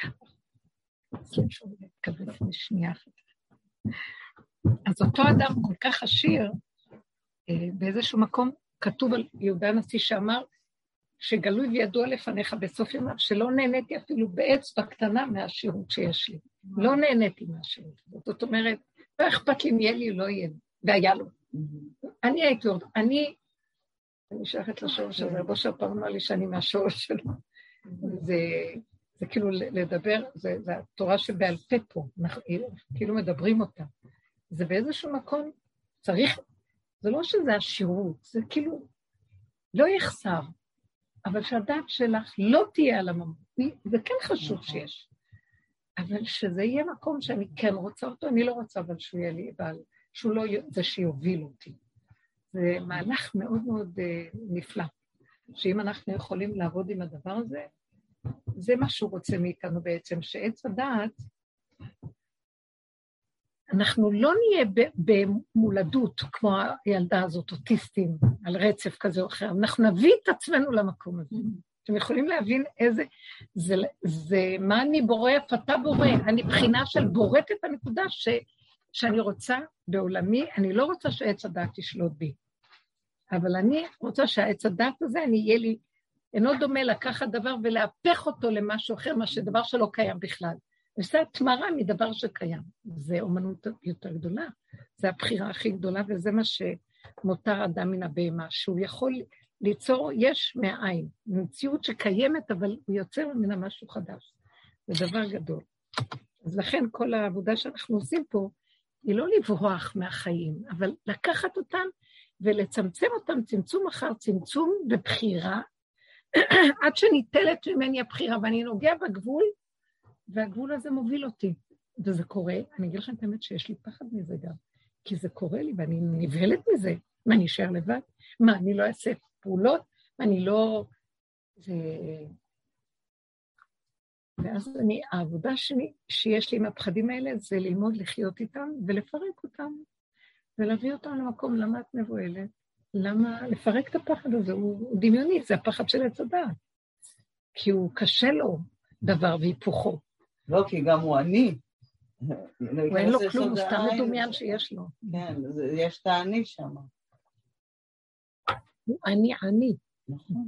אז אותו אדם כל כך עשיר, באיזשהו מקום כתוב על יהודה הנשיא שאמר, שגלוי וידוע לפניך בסוף ימיו, שלא נהניתי אפילו באצבע קטנה מהעשירות שיש לי. לא נהניתי מהעשירות. זאת אומרת, לא אכפת לי אם יהיה לי, לא יהיה לי. והיה לו. אני הייתי עוד, אני, אני שייכת לשורש הזה, רבו שהפעם אמר לי שאני מהשורש שלו. זה, זה כאילו לדבר, זה, זה התורה שבעל פה פה, אנחנו, כאילו מדברים אותה. זה באיזשהו מקום, צריך, זה לא שזה השירות, זה כאילו, לא יחסר, אבל שהדעת שלך לא תהיה על הממות, זה כן חשוב שיש, אבל שזה יהיה מקום שאני כן רוצה אותו, אני לא רוצה, אבל שהוא יהיה לי, אבל שהוא לא, זה שיוביל אותי. זה מהלך מאוד מאוד uh, נפלא, שאם אנחנו יכולים לעבוד עם הדבר הזה, זה מה שהוא רוצה מאיתנו בעצם, שעץ הדעת, אנחנו לא נהיה במולדות, כמו הילדה הזאת, אוטיסטים, על רצף כזה או אחר, אנחנו נביא את עצמנו למקום הזה. אתם יכולים להבין איזה, זה, זה מה אני בורא, אתה בורא, אני בחינה של בוראת את הנקודה ש, שאני רוצה בעולמי, אני לא רוצה שעץ הדעת ישלוט בי, אבל אני רוצה שהעץ הדעת הזה, אני יהיה לי, אינו דומה לקחת דבר ולהפך אותו למשהו אחר, מה שדבר שלא קיים בכלל. וזה תמרה מדבר שקיים. זה אומנות יותר גדולה, זה הבחירה הכי גדולה, וזה מה שמותר אדם מן הבהמה, שהוא יכול ליצור יש מהעין, מציאות שקיימת, אבל הוא יוצר ממנה משהו חדש. זה דבר גדול. אז לכן כל העבודה שאנחנו עושים פה, היא לא לברוח מהחיים, אבל לקחת אותם ולצמצם אותם, צמצום אחר צמצום בבחירה, עד שניטלת ממני הבחירה, ואני נוגע בגבול, והגבול הזה מוביל אותי. וזה קורה, אני אגיד לכם את האמת שיש לי פחד מזה גם, כי זה קורה לי ואני נבהלת מזה. מה, אני אשאר לבד? מה, אני לא אעשה פעולות? מה, אני לא... זה... ואז אני, העבודה שלי, שיש לי עם הפחדים האלה, זה ללמוד לחיות איתם ולפרק אותם, ולהביא אותם למקום, למה את מבועלת? למה לפרק את הפחד הזה? הוא, הוא דמיוני, זה הפחד של עץ הדעת. כי הוא קשה לו דבר והיפוכו. לא, כי גם הוא אני. הוא אין לו כלום, הוא סתם מדומיין שיש לו. כן, יש את העני שם. הוא אני, אני. נכון.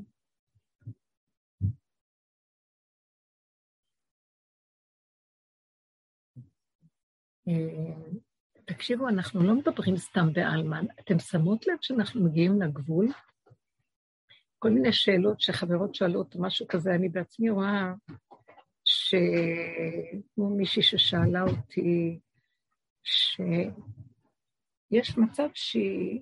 תקשיבו, אנחנו לא מדברים סתם באלמן. אתם שמות לב שאנחנו מגיעים לגבול? כל מיני שאלות שחברות שואלות, משהו כזה, אני בעצמי רואה שכמו מישהי ששאלה אותי, שיש מצב שהיא,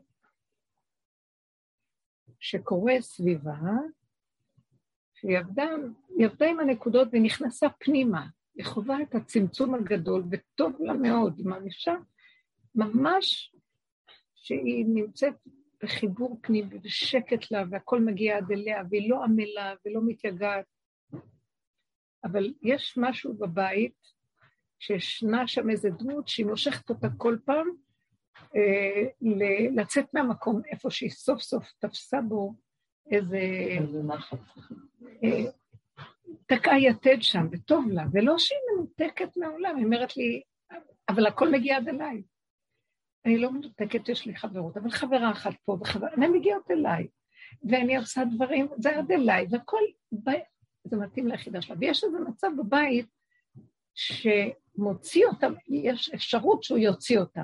שקורה סביבה, שהיא עבדה, היא עבדה עם הנקודות ונכנסה פנימה, היא חובה את הצמצום הגדול, וטוב לה מאוד, היא מרגישה ממש שהיא נמצאת בחיבור פנים, ובשקט לה, והכל מגיע עד אליה, והיא לא עמלה ולא מתייגעת. אבל יש משהו בבית, שישנה שם איזו דמות, שהיא מושכת אותה כל פעם, אה, לצאת מהמקום, איפה שהיא סוף סוף תפסה בו, איזה... איזה נחת. אה, תקעה יתד שם, וטוב לה, ולא שהיא מנותקת מהעולם, היא אומרת לי, אבל הכל מגיע עד אליי. אני לא מנותקת, יש לי חברות, אבל חברה אחת פה, וחברה, הן מגיעות אליי, ואני עושה דברים, זה עד אליי, והכל, זה מתאים ליחידה שלה. ויש איזה מצב בבית, שמוציא אותה, יש אפשרות שהוא יוציא אותה.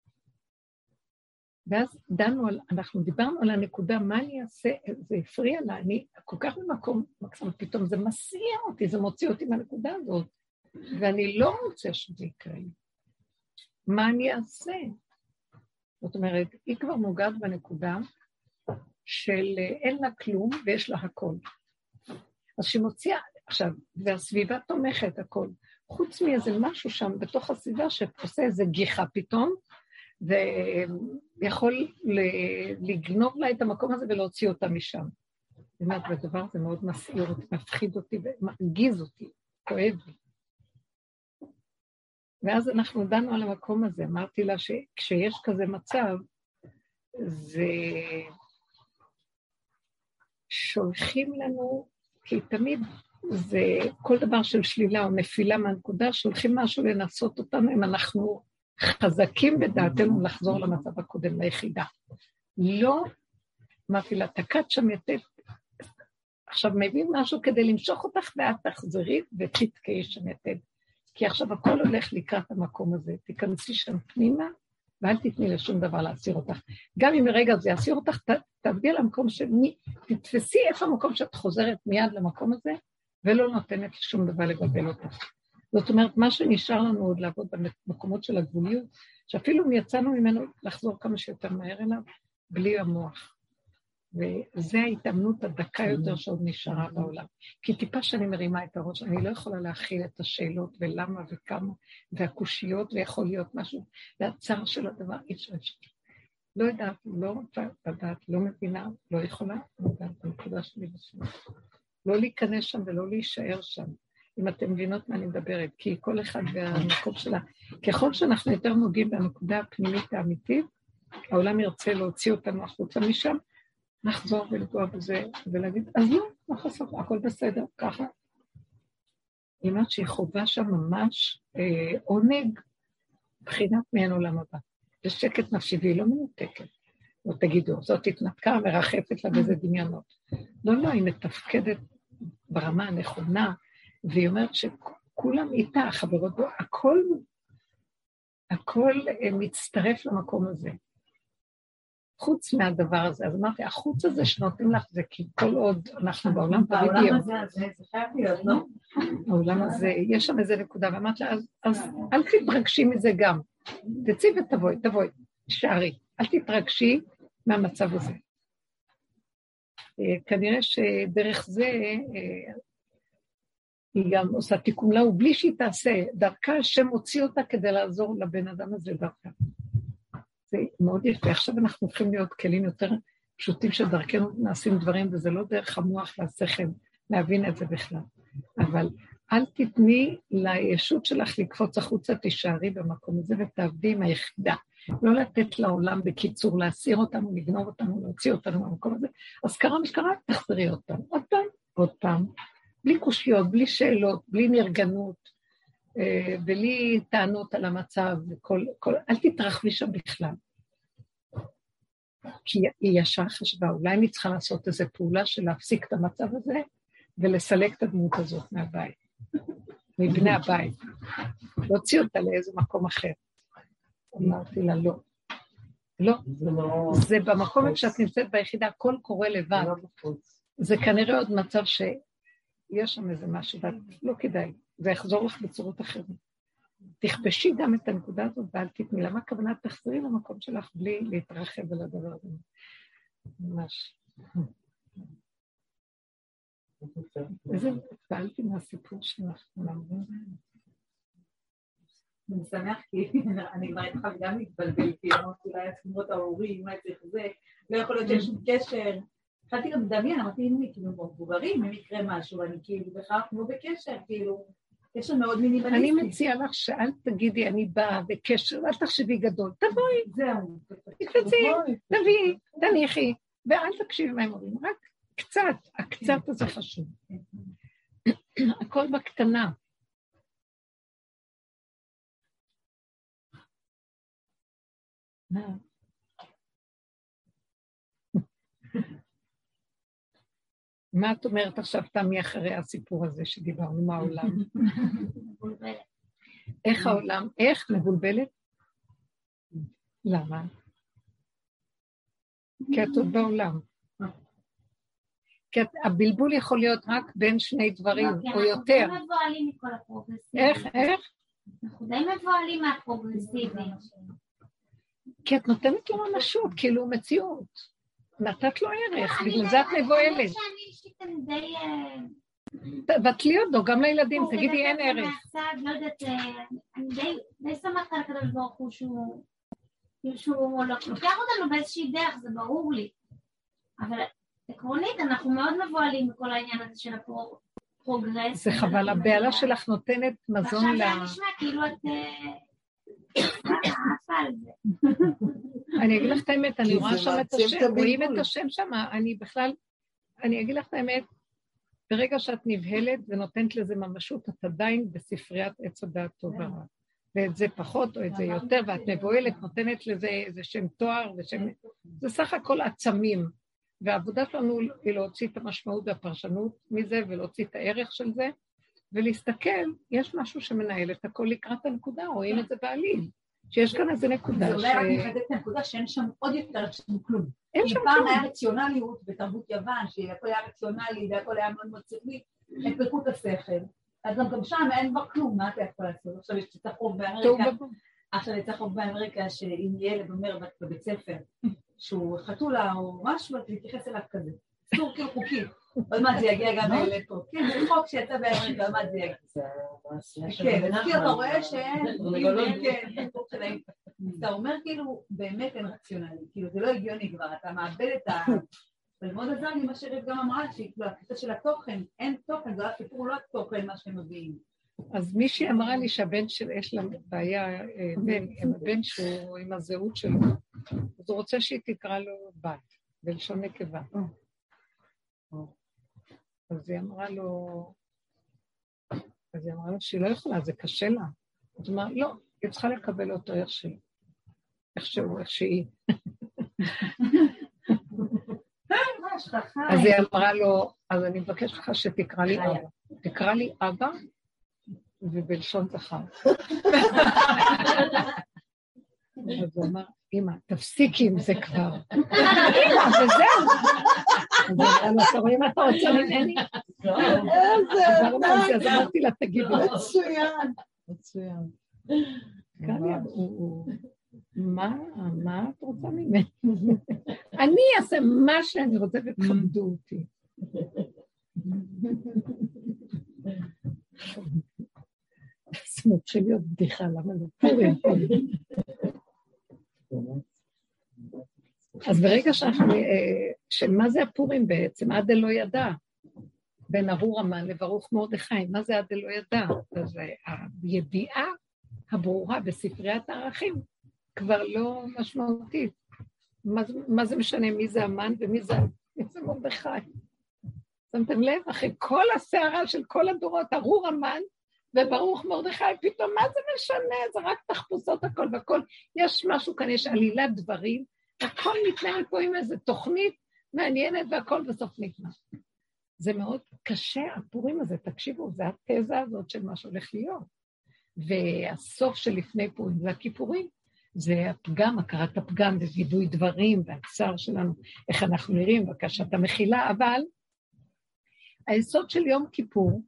ואז דנו על, אנחנו דיברנו על הנקודה, מה אני אעשה, זה הפריע לה, אני כל כך במקום, מקסם, פתאום זה מסיע אותי, זה מוציא אותי מהנקודה הזאת, ואני לא רוצה שזה יקרה לי. מה אני אעשה? זאת אומרת, היא כבר נוגעת בנקודה של אין לה כלום ויש לה הכל. אז שהיא מוציאה, עכשיו, והסביבה תומכת הכל, חוץ מאיזה משהו שם בתוך הסביבה שעושה איזה גיחה פתאום, ויכול לגנוב לה את המקום הזה ולהוציא אותה משם. זאת אומרת, בדבר זה מאוד מסעיר אותי, מפחיד אותי ומרגיז אותי, כואב לי. ואז אנחנו דנו על המקום הזה, אמרתי לה שכשיש כזה מצב, זה שולחים לנו, כי תמיד זה כל דבר של שלילה או נפילה מהנקודה, שולחים משהו לנסות אותנו אם אנחנו חזקים בדעתנו לחזור למצב הקודם, ליחידה. לא מפעילה, תקעת שם יתד, עכשיו מבין משהו כדי למשוך אותך ואת תחזרי ותתקעי שם יתד. כי עכשיו הכל הולך לקראת המקום הזה, תיכנסי שם פנימה, ואל תתני לשום דבר להסיר אותך. גם אם רגע זה יסיר אותך, ת, תעבדי על המקום שמי, תתפסי איפה המקום שאת חוזרת מיד למקום הזה, ולא נותנת לשום דבר לגבל אותך. זאת אומרת, מה שנשאר לנו עוד לעבוד במקומות של הגבוליות, שאפילו אם יצאנו ממנו לחזור כמה שיותר מהר אליו, בלי המוח. וזה ההתאמנות הדקה יותר שעוד נשארה בעולם. כי טיפה שאני מרימה את הראש, אני לא יכולה להכיל את השאלות ולמה וכמה, והקושיות ויכול להיות משהו, והצער של הדבר, אי אפשר. לא יודעת, לא רוצה לדעת, לא מבינה, לא יכולה, לא יודעת, בנקודה שלי בשביל. לא להיכנס שם ולא להישאר שם, אם אתם מבינות מה אני מדברת, כי כל אחד והמקום שלה, ככל שאנחנו יותר נוגעים בנקודה הפנימית האמיתית, העולם ירצה להוציא אותנו החוצה משם, נחזור ולגוע בזה, ולהגיד, אז לא, לא חסוף, הכל בסדר, ככה. היא אומרת שהיא חובה שם ממש אה, עונג בחינת מעין עולם הבא. זה שקט נפשי, והיא לא מנותקת. לא תגידו, זאת התנתקה, מרחפת לה באיזה דמיונות. לא, לא, היא מתפקדת ברמה הנכונה, והיא אומרת שכולם איתה, חברות, הכל, הכל מצטרף למקום הזה. חוץ מהדבר הזה, אז אמרתי, החוץ הזה שנותנים לך זה, כי כל עוד אנחנו בעולם בעולם הזה, זה חייב להיות, לא? העולם הזה, יש שם איזה נקודה, ואמרת לה, אז אל תתרגשי מזה גם, תצאי ותבואי, תבואי, שערי, אל תתרגשי מהמצב הזה. כנראה שדרך זה, היא גם עושה תיקון לה, ובלי שהיא תעשה, דרכה השם הוציא אותה כדי לעזור לבן אדם הזה דרכה. זה מאוד יפה, עכשיו אנחנו הולכים להיות כלים יותר פשוטים שדרכנו נעשים דברים, וזה לא דרך המוח והשכל להבין את זה בכלל. אבל אל תתני לישות שלך לקפוץ החוצה, תישארי במקום הזה ותעבדי עם היחידה. לא לתת לעולם בקיצור, להסיר אותנו, לגנוב אותנו, להוציא אותנו מהמקום הזה. אז קרה משקרה, תחזרי אותנו. עוד פעם, עוד פעם. בלי קושיות, בלי שאלות, בלי נרגנות, בלי טענות על המצב, וכל, כל, אל תתרחבי שם בכלל. כי היא ישר חשבה, אולי אני צריכה לעשות איזו פעולה של להפסיק את המצב הזה, ולסלק את הדמות הזאת מהבית, מבני הבית, להוציא אותה לאיזה מקום אחר. אמרתי לה, לא. לא, זה במקום שאת נמצאת ביחידה, הכל קורה לבד. זה כנראה עוד מצב שיש שם איזה משהו, לא כדאי, זה יחזור לך בצורות אחרות. תכבשי גם את הנקודה הזאת, ואל תתני. למה הכוונה תחזרי למקום שלך בלי להתרחב על הדבר הזה? ממש. איזה התפעלתי מהסיפור שלך. אני שמח כי אני כבר איתך וגם מתבלבל, כי אמרתי אולי הסמרות ההורים, מה צריך זה, לא יכול להיות שיש שום קשר. התחלתי גם לדמיין, אמרתי, אם כאילו מבוגרים, אם יקרה משהו, אני כאילו בכך כמו בקשר, כאילו, קשר מאוד מינימליסטי. אני מציעה לך שאל תגידי, אני באה בקשר, אל תחשבי גדול, תבואי. זהו. תקפצי, תביאי, תניחי, ואל תקשיבי מה הם אומרים, רק קצת, הקצת הזה חשוב. הכל בקטנה. מה? מה את אומרת עכשיו, תמי, אחרי הסיפור הזה שדיברנו מהעולם? מבולבלת. איך העולם, איך מבולבלת? למה? כי את עוד בעולם. כי הבלבול יכול להיות רק בין שני דברים, או יותר. אנחנו די מבועלים מכל הפרוגרסיבי. איך, איך? אנחנו די מבועלים מהפרוגרסיבי. כי את נותנת לו ממשות, כאילו מציאות. נתת לו ערך, בגלל זה את מבועלת. אני שאני אישית אני די... תבטלי אותו, גם לילדים, תגידי אין ערך. לא יודעת, אני די שמחת על הקדוש ברוך הוא שהוא לוקח אותנו באיזושהי דרך, זה ברור לי. אבל עקרונית, אנחנו מאוד מבועלים בכל העניין הזה של הפרוגרס. זה חבל, הבעלה שלך נותנת מזון ל... עכשיו זה נשמע כאילו את... אני אגיד לך את האמת, אני רואה שם את השם, רואים את השם שם, אני בכלל, אני אגיד לך את האמת, ברגע שאת נבהלת ונותנת לזה ממשות, את עדיין בספריית עץ הדעת טוב ורע. ואת זה פחות או את זה יותר, ואת מבועלת, נותנת לזה איזה שם תואר, ושם... זה סך הכל עצמים, והעבודה שלנו היא להוציא את המשמעות והפרשנות מזה, ולהוציא את הערך של זה, ולהסתכל, יש משהו שמנהל את הכל לקראת הנקודה, רואים את זה בעלים, שיש כאן איזה נקודה ש... זה אולי רק מחדד את הנקודה שאין שם עוד יותר שם כלום. אין שם כלום. פעם היה רציונליות בתרבות יוון, שהכל היה רציונלי והכל היה מאוד מאוד שכלי, הם פרקו את השכל. אז גם שם אין כבר כלום, מה אתה יכול לעשות? עכשיו יש קצת חוב באמריקה, עכשיו יצא חוב באמריקה שאם ילד אומר בבית ספר שהוא חתולה או משהו, אז להתייחס אליו כזה. סור כאילו חוקי. עוד מעט זה יגיע גם לפה. כן, זה חוק שיצא באמריקה, עוד מעט זה יגיע. כן, אז כאילו אתה רואה שאין, כן, חוק שלהם. אתה אומר כאילו, באמת אין רציונלי, כאילו זה לא הגיוני כבר, אתה מאבד את ה... ולמוד עזר לי מה שרב גם אמרה, שהיא הקטע של התוכן, אין תוכן, זה הסיפור לא התוכן מה שהם מביאים. אז מישהי אמרה לי שהבן של, יש לה בעיה, עם הבן שהוא עם הזהות שלו, אז הוא רוצה שהיא תקרא לו בת, בלשון נקבה. אז היא אמרה לו, אז היא אמרה לו שהיא לא יכולה, זה קשה לה. אז היא אמרה, לא, היא צריכה לקבל אותו איך שהיא. איך שהוא, איך שהיא. אז היא אמרה לו, אז אני מבקש לך שתקרא לי אבא. תקרא לי אבא, ובלשון זכר. אז הוא אמר, אמא, תפסיקי עם זה כבר. אמא, וזהו. אז רואים מה אתה רוצה ממני? אז אמרתי לה, תגידי. מצוין. מצוין. מה? מה את רוצה ממני? אני אעשה מה שאני רוצה ותכבדו אותי. זה מתחיל להיות בדיחה, למה לא פורים? אז ברגע שאנחנו, שמה זה הפורים בעצם? עד אלא ידע, בין ארור המן לברוך מרדכי, מה זה עד אלא ידע? אז הידיעה הברורה בספריית הערכים כבר לא משמעותית. מה, מה זה משנה מי זה המן ומי זה, זה מרדכי? שמתם לב? אחרי כל הסערה של כל הדורות, ארור המן וברוך מרדכי, פתאום מה זה משנה? זה רק תחפושות הכל והכל. יש משהו כאן, יש עלילת דברים, הכל מתנהל פה עם איזו תוכנית מעניינת והכל בסוף נגמר. זה מאוד קשה, הפורים הזה, תקשיבו, זה התזה הזאת של מה שהולך להיות. והסוף של לפני פורים זה הכיפורים, זה הפגם, הכרת הפגם ווידוי דברים והצער שלנו, איך אנחנו נראים, בקשת המחילה, אבל היסוד של יום כיפור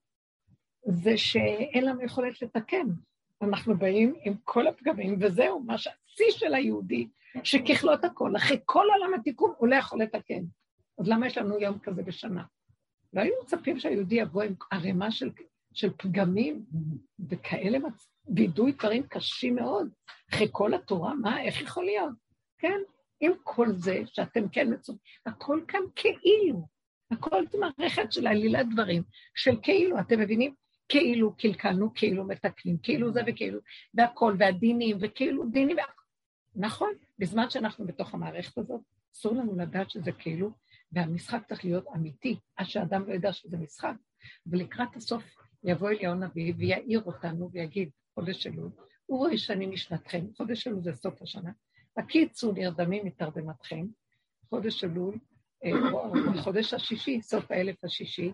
זה שאין לנו יכולת לתקן. אנחנו באים עם כל הפגמים, וזהו מה שהשיא של היהודי, שככלות הכל, אחרי כל עולם התיקון, הוא לא יכול לתקן. אז למה יש לנו יום כזה בשנה? והיינו מצפים שהיהודי יבוא עם ערימה של, של פגמים, וכאלה וידוי דברים קשים מאוד, אחרי כל התורה, מה, איך יכול להיות? כן, עם כל זה שאתם כן מצויים, הכל כאן כאילו, הכל זה מערכת של עלילת דברים, של כאילו, אתם מבינים? כאילו קלקלנו, כאילו מתקנים, כאילו זה וכאילו, והכל, והדינים, וכאילו דינים, נכון, בזמן שאנחנו בתוך המערכת הזאת, אסור לנו לדעת שזה כאילו, והמשחק צריך להיות אמיתי, עד שהאדם לא ידע שזה משחק, ולקראת הסוף יבוא אליהו הנביא ויעיר אותנו ויגיד, חודש אלול, הוא רואה שאני משנתכם, חודש אלול זה סוף השנה, הקיצור נרדמים מתרדמתכם, חודש אלול, חודש השישי, סוף האלף השישי,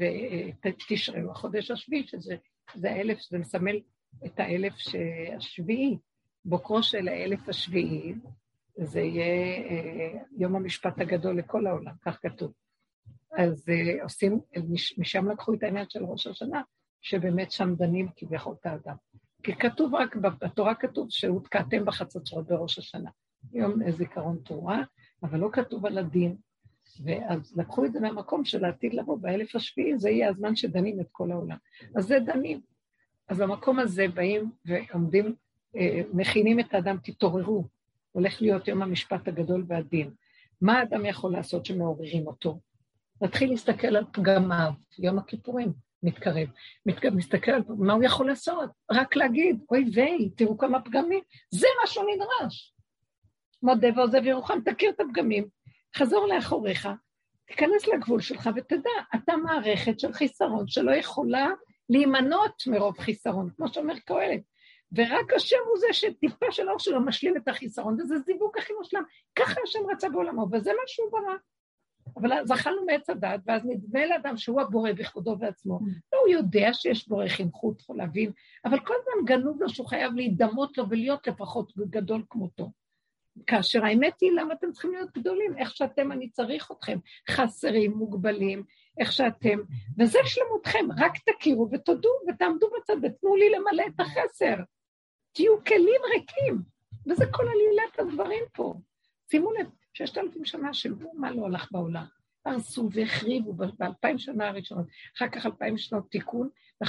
ותשעו, החודש השביעי, שזה זה האלף, שזה מסמל את האלף השביעי, בוקרו של האלף השביעי, זה יהיה יום המשפט הגדול לכל העולם, כך כתוב. אז עושים, משם לקחו את העניין של ראש השנה, שבאמת שם דנים כביכול את האדם. כי כתוב רק, בתורה כתוב שהותקעתם בחצוצרות בראש השנה. יום זיכרון תורה, אבל לא כתוב על הדין. ואז לקחו את זה מהמקום של העתיד לבוא, באלף השביעי, זה יהיה הזמן שדנים את כל העולם. אז זה דנים. אז במקום הזה באים ועומדים, מכינים את האדם, תתעוררו. הולך להיות יום המשפט הגדול והדין. מה האדם יכול לעשות שמעוררים אותו? להתחיל להסתכל על פגמיו, יום הכיפורים מתקרב, מסתכל על מה הוא יכול לעשות, רק להגיד, אוי ויי, תראו כמה פגמים, זה מה שהוא נדרש. מודה ועוזב ירוחם, תכיר את הפגמים, חזור לאחוריך, תיכנס לגבול שלך ותדע, אתה מערכת של חיסרון שלא יכולה להימנות מרוב חיסרון, כמו שאומר קהלת, ורק השם הוא זה שטיפה של האור שלו משלים את החיסרון, וזה זיווג הכי מושלם, ככה השם רצה בעולמו, וזה מה שהוא ברא. אבל זכרנו מעץ הדעת, ואז נדמה לאדם שהוא הבורא בכבודו ועצמו. לא, הוא יודע שיש בורא חינכות, יכול להבין, אבל כל הזמן גנוב לו שהוא חייב להידמות לו ולהיות לפחות גדול כמותו. כאשר האמת היא, למה אתם צריכים להיות גדולים? איך שאתם, אני צריך אתכם, חסרים, מוגבלים, איך שאתם, וזה שלמותכם, רק תכירו ותודו ותעמדו בצד ותנו לי למלא את החסר. תהיו כלים ריקים, וזה כל עלילת הדברים פה. שימו לב, ששת אלפים שנה של מה לא הלך בעולם, הרסו והחריבו באלפיים שנה הראשונות, אחר כך אלפיים שנות תיקון,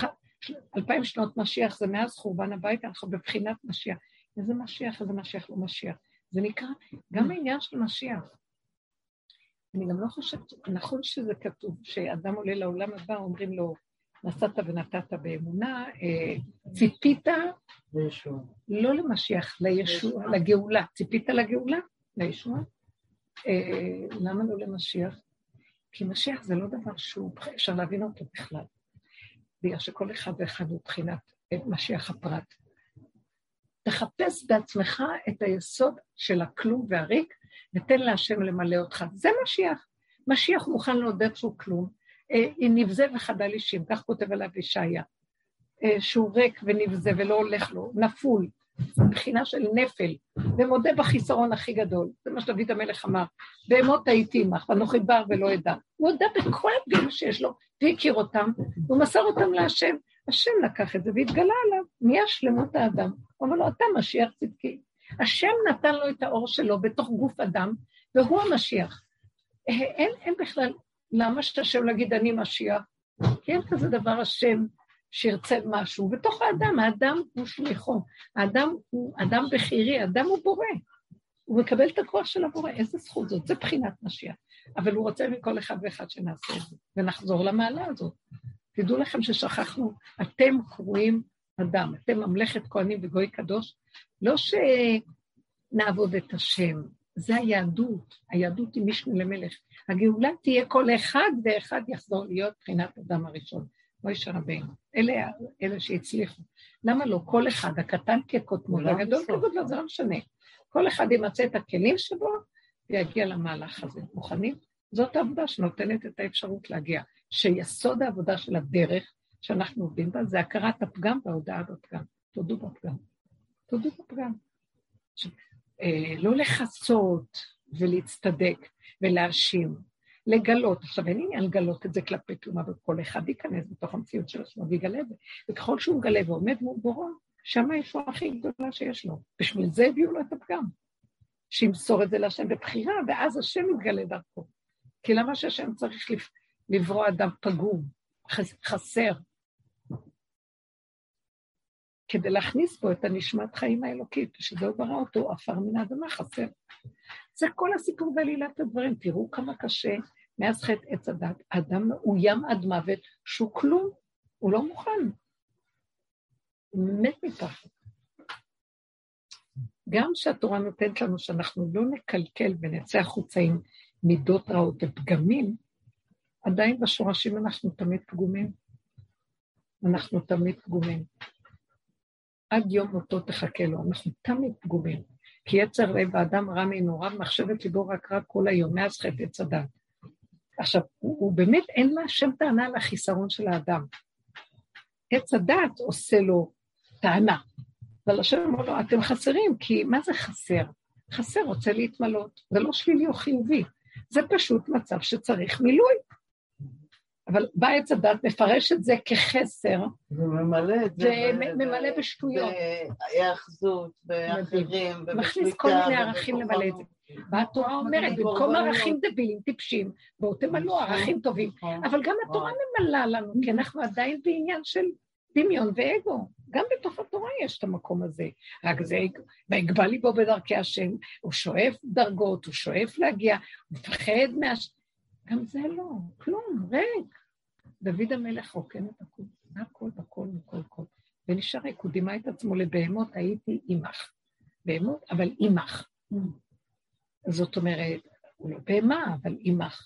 אלפיים שנות משיח, זה מאז חורבן הבית, אנחנו בבחינת משיח. איזה משיח, איזה משיח לא משיח. זה נקרא גם העניין של משיח. אני גם לא חושבת, נכון שזה כתוב, שאדם עולה לעולם הבא, אומרים לו, נסעת ונתת באמונה, ציפית, לא למשיח, לישוע, לגאולה, ציפית לגאולה, לישוע, למה לא למשיח? כי משיח זה לא דבר שהוא, אפשר להבין אותו בכלל, בגלל שכל אחד ואחד הוא בחינת משיח הפרט. תחפש בעצמך את היסוד של הכלום והריק, ותן להשם למלא אותך. זה משיח. משיח מוכן לעודד שהוא כלום. היא נבזה וחדל אישים, כך כותב עליו ישעיה. שהוא ריק ונבזה ולא הולך לו, נפול. מבחינה של נפל, ומודה בחיסרון הכי גדול. זה מה שדוד המלך אמר. בהמות הייתי עמך, ואנוכי בר ולא אדע. הוא הודה בכל הפגיעים שיש לו, והכיר אותם, הוא מסר אותם להשם. השם לקח את זה והתגלה עליו, מי השלמות האדם? הוא אומר לו, אתה משיח צדקי. השם נתן לו את האור שלו בתוך גוף אדם, והוא המשיח. אין, אין בכלל, למה שהשם להגיד אני משיח? כי אין כזה דבר השם שירצה משהו. בתוך האדם, האדם הוא שליחו. האדם הוא אדם בחירי, האדם הוא בורא. הוא מקבל את הכוח של הבורא. איזה זכות זאת? זה בחינת משיח. אבל הוא רוצה מכל אחד ואחד שנעשה את זה. ונחזור למעלה הזאת. תדעו לכם ששכחנו, אתם קרואים אדם, אתם ממלכת כהנים וגוי קדוש, לא שנעבוד את השם, זה היהדות, היהדות היא משנה למלך, הגאולה תהיה כל אחד ואחד יחזור להיות בחינת אדם הראשון, מוישה רבינו, אלה, אלה שהצליחו, למה לא? כל אחד, הקטן כקוטמו, הגדול כגודלו, זה לא משנה, כל אחד ימצא את הכלים שבו, ויגיע למהלך הזה, מוכנים? זאת העבודה שנותנת את האפשרות להגיע, שיסוד העבודה של הדרך שאנחנו עובדים בה, זה הכרת הפגם וההודעה בפגם. תודו בפגם. תודו בפגם. ש... אה, לא לחסות ולהצטדק ולהאשים, לגלות. עכשיו אין עניין לגלות את זה כלפי כלום, אבל כל אחד ייכנס בתוך המציאות של עצמו ויגלה, וככל שהוא מגלה ועומד מול בורו, שם הישועה הכי גדולה שיש לו. בשביל זה הביאו לו את הפגם. שימסור את זה להשם בבחירה, ואז השם יתגלה דרכו. כי למה שהשם צריך לברוא אדם פגום, חסר, כדי להכניס בו את הנשמת חיים האלוקית, שזהו ברא אותו, אפר מן האדמה חסר. זה כל הסיפור ועלילת הדברים, תראו כמה קשה, מאז חטא עץ הדת, האדם מאוים עד מוות, שהוא כלום, הוא לא מוכן. הוא מת מפחד. גם שהתורה נותנת לנו שאנחנו לא נקלקל ונצא החוצה עם מידות רעות ופגמים, עדיין בשורשים אנחנו תמיד פגומים. אנחנו תמיד פגומים. עד יום מותו תחכה לו, אנחנו תמיד פגומים. כי יצר לב האדם רע מנעוריו, מחשבת ליבו רק רע כל היום, מאז חטא עץ הדת. עכשיו, הוא, הוא באמת אין לה שם טענה על החיסרון של האדם. עץ הדת עושה לו טענה. אבל השם אומר לו, אתם חסרים, כי מה זה חסר? חסר רוצה להתמלות, זה לא שלילי או חיובי, זה פשוט מצב שצריך מילוי. אבל בא עץ הדת מפרש את זה כחסר, וממלא את זה, וממלא בשטויות. בהיאחזות, באחרים, מכניס כל מיני ערכים למלא את זה. והתורה אומרת, במקום ערכים דבילים, טיפשים, בואו תמלאו ערכים טובים, אבל גם התורה ממלאה לנו, כי אנחנו עדיין בעניין של דמיון ואגו. גם בתוך התורה יש את המקום הזה, רק זה, והגבל ליבו בדרכי השם, הוא שואף דרגות, הוא שואף להגיע, הוא מפחד מהש... גם זה לא, כלום, ריק. דוד המלך רוקן את הכל, הכל, הכל, הכל, הכל. ונשאר ריק, הוא דימה את עצמו לבהמות, הייתי אימך. בהמות, אבל אימך. זאת אומרת, הוא לא בהמה, אבל אימך.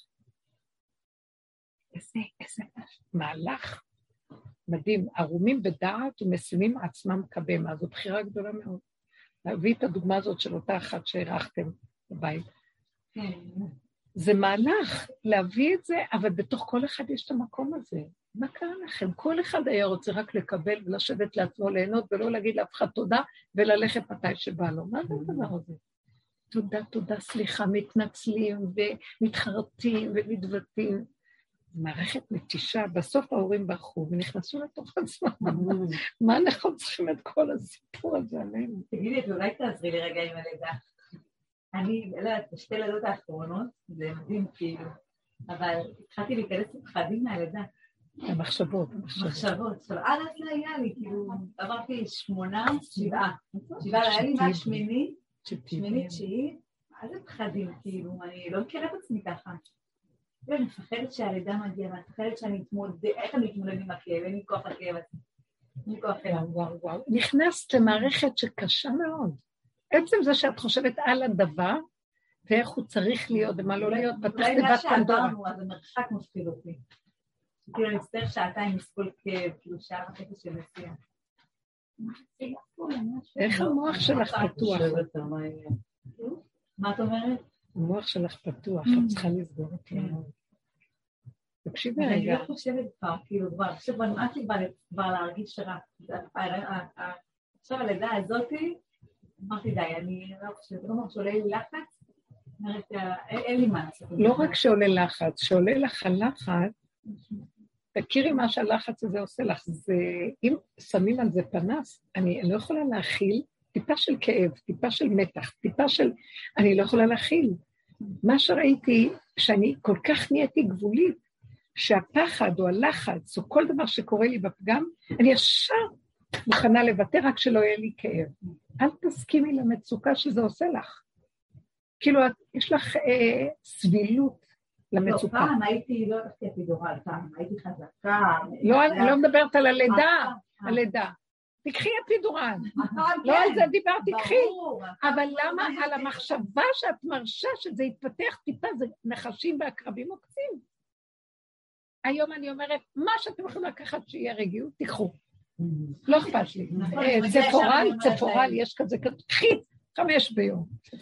איזה, איזה מהלך. מדהים, ערומים בדעת ומשימים עצמם כבהמה, זו בחירה גדולה מאוד. להביא את הדוגמה הזאת של אותה אחת שהערכתם בבית. זה מהלך להביא את זה, אבל בתוך כל אחד יש את המקום הזה. מה קרה לכם? כל אחד היה רוצה רק לקבל ולשבת לעצמו ליהנות, ולא להגיד לאף אחד תודה, וללכת מתי שבא לו. מה זה הדבר הזה? תודה, תודה, סליחה, מתנצלים ומתחרטים ומתוותים. מערכת מתישה, בסוף ההורים ברחו ונכנסו לתוך עצמם. מה אנחנו צריכים את כל הסיפור הזה עלינו? תגידי, אולי תעזרי לי רגע עם הלידה. אני, לא, בשתי לידות האחרונות, זה מדהים כאילו, אבל התחלתי להיכנס לפחדים מהלידה. המחשבות. מחשבות. עכשיו, עד אז לא היה לי, כאילו, עברתי שמונה, שבעה. שבעה, היה לי מה שמיני, שמיני תשיעי, מה זה פחדים, כאילו, אני לא מכירה את עצמי ככה. אני מפחדת שהלידה מגיעה, ואני מפחדת שאני אתמודד, איך אני אתמודד עם הכאב, אין לי כוח הכאב הזה. אין לי כוח הכאב. וואו, וואו. נכנסת למערכת שקשה מאוד. עצם זה שאת חושבת על הדבר, ואיך הוא צריך להיות, ומה לא להיות, פתח תיבת פנדורה. אז המרחק מפחיד אותי. כאילו, אני אצטרך שעתיים מספול כאב, כאילו שעה וחצי של נסיעה. איך המוח שלך פתוח? מה את אומרת? המוח שלך פתוח, את צריכה לסגור אותי. תקשיבי רגע. אני לא חושבת כבר, כאילו כבר, עכשיו נמאס לי כבר להרגיש רע. עכשיו הלידה הזאתי, אמרתי די, אני לא חושבת, לא אומרת שעולה לי לחץ, אומרת, אין לי מה לעשות. לא רק שעולה לחץ, שעולה לך הלחץ, תכירי מה שהלחץ הזה עושה לך, זה, אם שמים על זה פנס, אני לא יכולה להכיל טיפה של כאב, טיפה של מתח, טיפה של, אני לא יכולה להכיל. מה שראיתי, שאני כל כך נהייתי גבולית, שהפחד או הלחץ או כל דבר שקורה לי בפגם, אני ישר מוכנה לוותר רק שלא יהיה לי כאב. אל תסכימי למצוקה שזה עושה לך. כאילו, יש לך אה, סבילות למצוקה. לא, פעם הייתי, לא תחתי אפידורל, פעם הייתי חזקה. לא, אני לא מדברת על הלידה, הלידה. תקחי אפידורל. לא על זה דיברתי, תקחי. אבל למה על המחשבה שאת מרשה שזה יתפתח טיפה, זה נחשים והקרבים עוקצים. היום אני אומרת, מה שאתם יכולים לקחת שיהיה רגיעות, תיקחו. לא אכפת לי. צפורל, צפורל, יש כזה, קחי חמש ביום.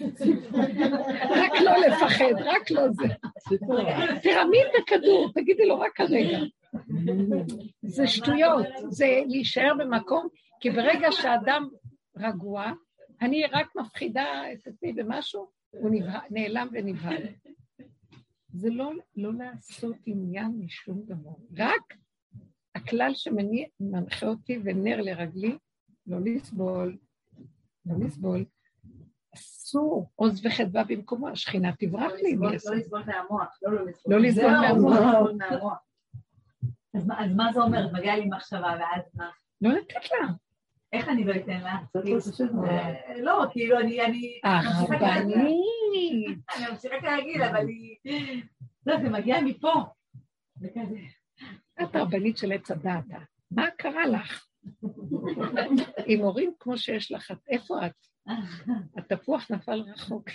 רק לא לפחד, רק לא זה. פירמיד בכדור, תגידי לו רק הרגע. זה שטויות, זה להישאר במקום, כי ברגע שהאדם רגוע, אני רק מפחידה את עצמי במשהו, הוא נעלם ונבהל. זה לא, לא לעשות עניין משום דבר, רק הכלל שמנחה אותי ונר לרגלי, לא לסבול, לא לסבול, אסור עוז וחדווה במקומו, השכינה תברח לי. לא לסבול מהמוח, לא לסבול מהמוח. אז מה זה אומר? מגיע לי מחשבה ואז מה? לא לתת לה. איך אני לא אתן לה? לא, כאילו אני... הרבנית. אני ממשיכה להגיד, אבל היא... לא, זה מגיע מפה. וכזה. את הרבנית של עץ הדעת. מה קרה לך? עם הורים כמו שיש לך, איפה את? התפוח נפל רחוק.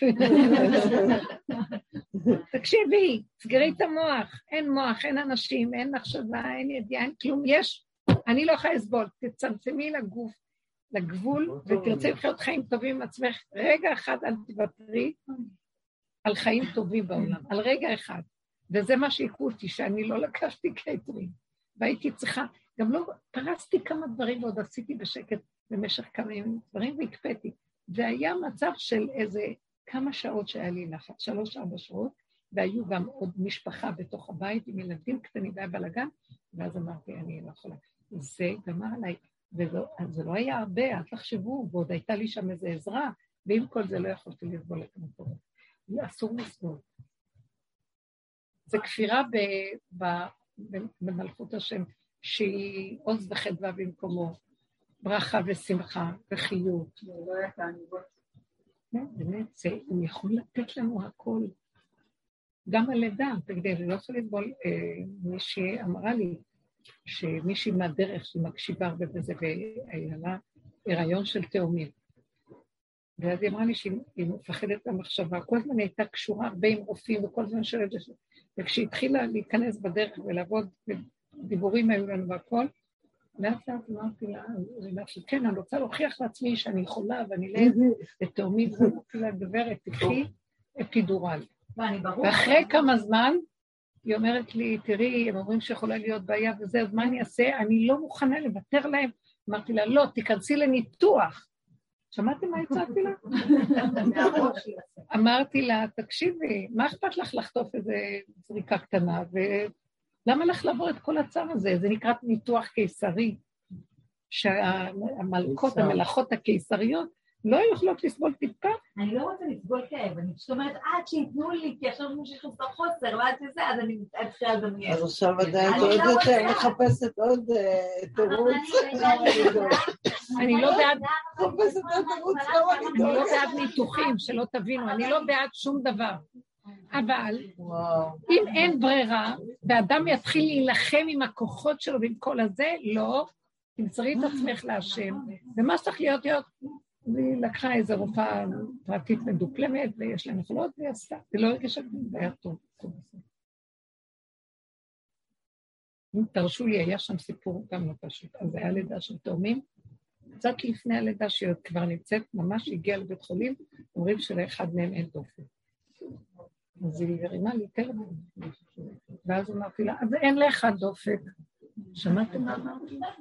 תקשיבי, סגרי את המוח. אין מוח, אין אנשים, אין מחשבה, אין ידיעה, אין כלום. יש. אני לא יכולה לסבול. תצמצמי לגוף, לגבול, ותרצי לחיות חיים טובים עם עצמך. רגע אחד אל תוותרי על חיים טובים בעולם, על רגע אחד. וזה מה שהיכו אותי, שאני לא לקחתי קייטרין. והייתי צריכה, גם לא, פרסתי כמה דברים ועוד עשיתי בשקט במשך כמה ימים דברים והקפאתי. זה היה מצב של איזה כמה שעות שהיה לי לחץ, שלוש ארבע שעות, והיו גם עוד משפחה בתוך הבית עם ילדים קטנים והיה בלגן, ואז אמרתי, אני לא יכולה. זה גמר עליי, וזה לא היה הרבה, אל תחשבו, ועוד הייתה לי שם איזו עזרה, ועם כל זה לא יכולתי לסבול את המקום. אסור לסבול. זה כפירה ב, ב, במלכות השם, שהיא עוז וחדווה במקומו, ברכה ושמחה וחיות. באמת, הוא יכול לתת לנו הכל. גם הלידה, תגידי, אני לא יכולה לסבול, מישהי אמרה לי, שמישהי מהדרך שהיא מקשיבה הרבה בזה, והיה לה הריון של תאומים. ואז היא אמרה לי שהיא מפחדת במחשבה, כל הזמן הייתה קשורה הרבה עם רופאים, וכל הזמן שואלת, וכשהיא התחילה להיכנס בדרך ולעבוד, דיבורים היו לנו והכל, לאט לאט אמרתי לה, כן, אני רוצה להוכיח לעצמי שאני יכולה, ואני לא לתאומים, ואמרתי לה, גברת, תקחי אפידורל. ואחרי כמה זמן, היא אומרת לי, תראי, הם אומרים שיכולה להיות בעיה וזה, אז מה אני אעשה? אני לא מוכנה לוותר להם. אמרתי לה, לא, תיכנסי לניתוח. שמעתם מה הצעתי לה? אמרתי לה, תקשיבי, מה אכפת לך לחטוף איזו זריקה קטנה, ולמה לך לעבור את כל הצער הזה? זה נקרא ניתוח קיסרי, שהמלכות, המלאכות הקיסריות, לא יכולות לסבול טיפה. אני לא רוצה לסבול כאב, אני פשוט אומרת, עד שיתנו לי, כי עכשיו מי שיש לך חוסר, ועד שזה, אז אני מתחילה לדמיין. אז עכשיו עדיין עוד יותר מחפשת עוד תירוץ. אני לא בעד... מחפשת עוד תירוץ, אני לא בעד ניתוחים, שלא תבינו, אני לא בעד שום דבר. אבל אם אין ברירה, ואדם יתחיל להילחם עם הכוחות שלו ועם כל הזה, לא, תמצרי את עצמך להשם, ומה צריך להיות להיות... והיא לקחה איזו רופאה פרטית מדופלמת, ויש לה יכולות, והיא עשתה. זה לא הרגשה כלום, זה היה טוב. אם תרשו לי, היה שם סיפור גם לא פשוט. אז היה לידה של תאומים, קצת לפני הלידה שהיא כבר נמצאת, ממש הגיעה לבית חולים, אומרים שלאחד מהם אין דופק. אז היא הרימה לי טלפון, ואז אמרתי לה, אז אין לאחד דופק. שמעתם מה אמרתי לה?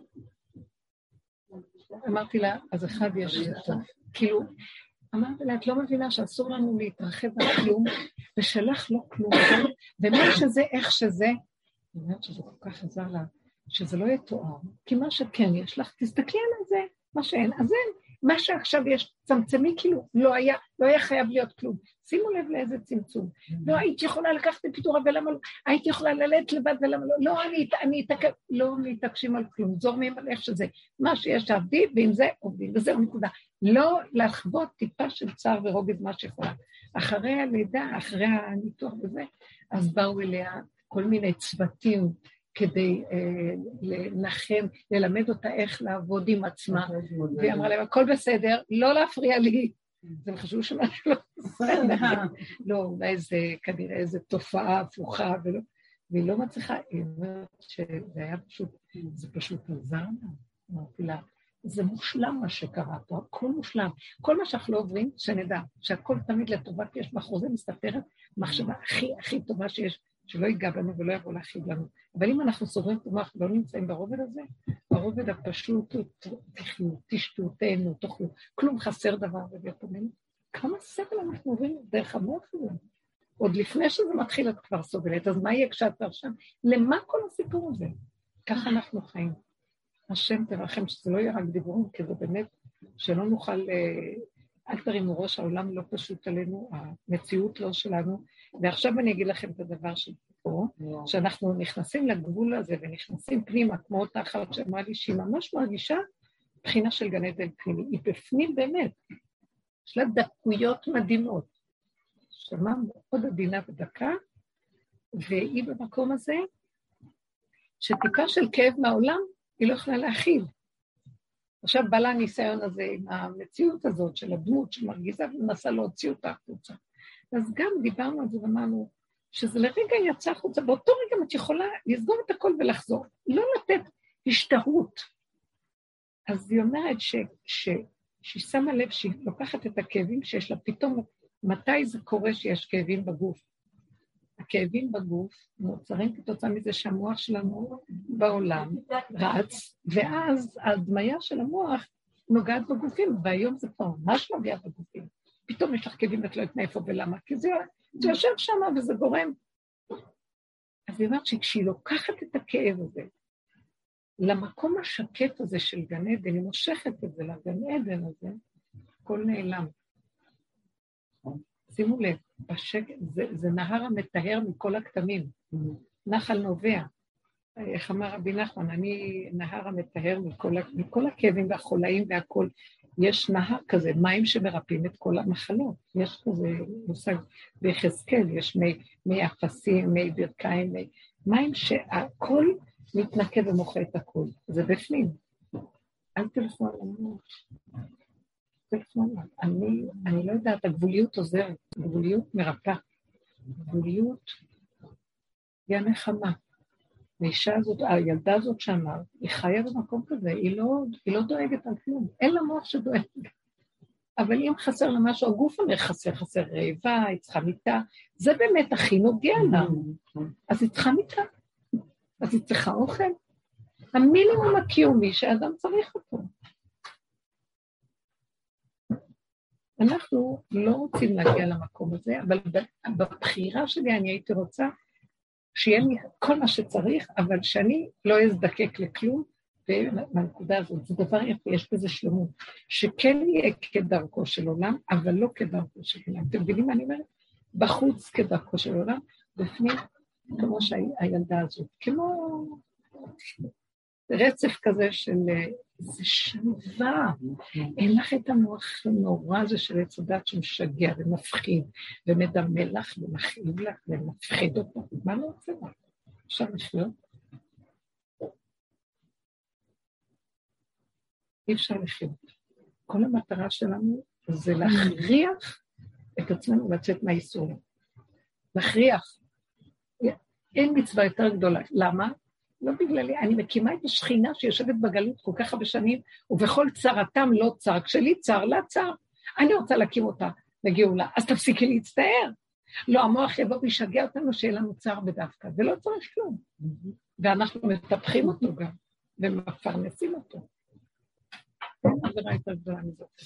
אמרתי לה, אז אחד יש לי טוב. כאילו, אמרתי לה, את לא מבינה שאסור לנו להתרחב על כלום, ושלח לא כלום, ומה שזה, איך שזה, אני אומרת שזה כל כך עזר לה, שזה לא יתואר, כי מה שכן יש לך, תסתכלי על זה, מה שאין, אז אין, מה שעכשיו יש, צמצמי כאילו, לא היה, לא היה חייב להיות כלום, שימו לב לאיזה צמצום, לא הייתי יכולה לקחת את פיתורה ולמה לא, הייתי יכולה ללדת לבד ולמה לא, לא, אני, אני אתעקב, לא מתעקשים על כלום, זורמים על איך שזה, מה שיש שעבדי, ועם זה עובדים, וזהו נקודה, לא לחוות טיפה של צער ורוגד מה שיכולה, אחרי הלידה, אחרי הניתוח וזה, אז באו אליה כל מיני צוותים, כדי אה, לנחם, ללמד אותה איך לעבוד עם עצמה, והיא אמרה להם, הכל בסדר, לא להפריע לי, זה חשוב שמשהו לא בסדר, לא, אולי זה כנראה איזו תופעה הפוכה, ולא, והיא לא מצליחה, היא אומרת שזה היה פשוט, זה פשוט עזר, אמרתי לה, זה מושלם מה שקרה פה, הכל מושלם, כל מה שאנחנו לא עוברים, שנדע, שהכל תמיד לטובה, כי יש בחוזה מסתתרת, מחשבה הכי הכי טובה שיש, שלא ייגע בנו ולא יבוא להכיב לנו. אבל אם אנחנו סוגרים את המוח, לא נמצאים ברובד הזה, ברובד הפשוט, תחיו, תשתו, תהנו, תאכלו, כלום חסר דבר ובפונים. כמה סבל אנחנו עוברים דרך המוח הזה? עוד לפני שזה מתחיל את כבר סובלת, אז מה יהיה כשאת עכשיו? למה כל הסיפור הזה? ככה אנחנו חיים. השם תרחם שזה לא יהיה רק דיבורים, כי זה באמת שלא נוכל, אל תרימו ראש, העולם לא פשוט עלינו, המציאות לא שלנו, ועכשיו אני אגיד לכם את הדבר שפה, שאנחנו נכנסים לגבול הזה ונכנסים פנימה, כמו אותה אחת שאמרה לי שהיא ממש מרגישה בחינה של גן עדן פנימי, היא בפנים באמת, יש לה דקויות מדהימות, שמעה מאוד עדינה ודקה, והיא במקום הזה, שטיפה של כאב מהעולם, היא לא יכולה להכיל. עכשיו בא לה הניסיון הזה עם המציאות הזאת של הדמות שמרגיזה ומנסה להוציא אותה החוצה. אז גם דיברנו על זה ואמרנו שזה לרגע יצא החוצה, באותו רגע את יכולה לסגור את הכל ולחזור, לא לתת השתהות. אז היא אומרת ש, ש, שהיא שמה לב שהיא לוקחת את הכאבים שיש לה, פתאום מתי זה קורה שיש כאבים בגוף? הכאבים בגוף נוצרים כתוצאה מזה שהמוח שלנו בעולם רץ, ואז הדמיה של המוח נוגעת בגופים, והיום זה כבר ממש נוגע בגופים. פתאום יש לך כאבים ואת לא יודעת מאיפה ולמה, כי זה, זה יושב שם וזה גורם. אז היא אומרת שכשהיא לוקחת את הכאב הזה, למקום השקט הזה של גן עדן, היא מושכת את זה לגן עדן הזה, הכל נעלם. שימו לב, בשקט, זה, זה נהר המטהר מכל הכתמים, נחל נובע. איך אמר רבי נחמן, אני נהר המטהר מכל, מכל הכאבים והחולאים והכל. יש נהר כזה, מים שמרפאים את כל המחלות. יש כזה מושג ביחזקאל, יש מי, מי אפסים, מי ברכיים, מי, מים שהכל מתנקה ומוחה את הכל. זה בפנים. אל תלכו על המוח. אני, אני לא יודעת, הגבוליות עוזרת, הגבוליות מרפאה. הגבוליות היא הנחמה. האישה הזאת, הילדה הזאת שאמרת, היא חיה במקום כזה, היא לא, היא לא דואגת על כלום, אין לה מוח שדואג. אבל אם חסר לה משהו, הגוף אומר חסר, חסר רעיבה, היא צריכה מיטה, זה באמת הכי נוגע לה. אז היא צריכה מיטה, אז היא צריכה אוכל. המינימום הקיומי שהאדם צריך אותו. אנחנו לא רוצים להגיע למקום הזה, אבל בבחירה שלי אני הייתי רוצה שיהיה לי כל מה שצריך, אבל שאני לא אזדקק לכלום, ובנקודה הזאת, זה דבר יפה, יש בזה שלמות, שכן יהיה כדרכו של עולם, אבל לא כדרכו של עולם. אתם מבינים מה אני אומרת? בחוץ כדרכו של עולם, בפנים כמו שהילדה הזאת, כמו רצף כזה של זה שלווה, אין לך את המוח הנורא הזה של עץ הדת שמשגע ומפחיד, ומדמה לך ומכאיב לך ומפחיד אותך, מה לא רוצה לך? אפשר לחיות? אי אפשר לחיות. כל המטרה שלנו זה להכריח את עצמנו לצאת מהאיסור. להכריח. אין מצווה יותר גדולה. למה? לא בגללי, אני מקימה את השכינה שיושבת בגלות כל כך הרבה שנים, ובכל צרתם לא צר, כשלי צר, לה צר. אני רוצה להקים אותה לגאולה, אז תפסיקי להצטער. לא, המוח יבוא וישגע אותנו שיהיה לנו צר בדווקא, ולא צריך כלום. ואנחנו מטפחים אותו גם, ומפרנסים אותו. אין עבירה יותר גדולה מזאת.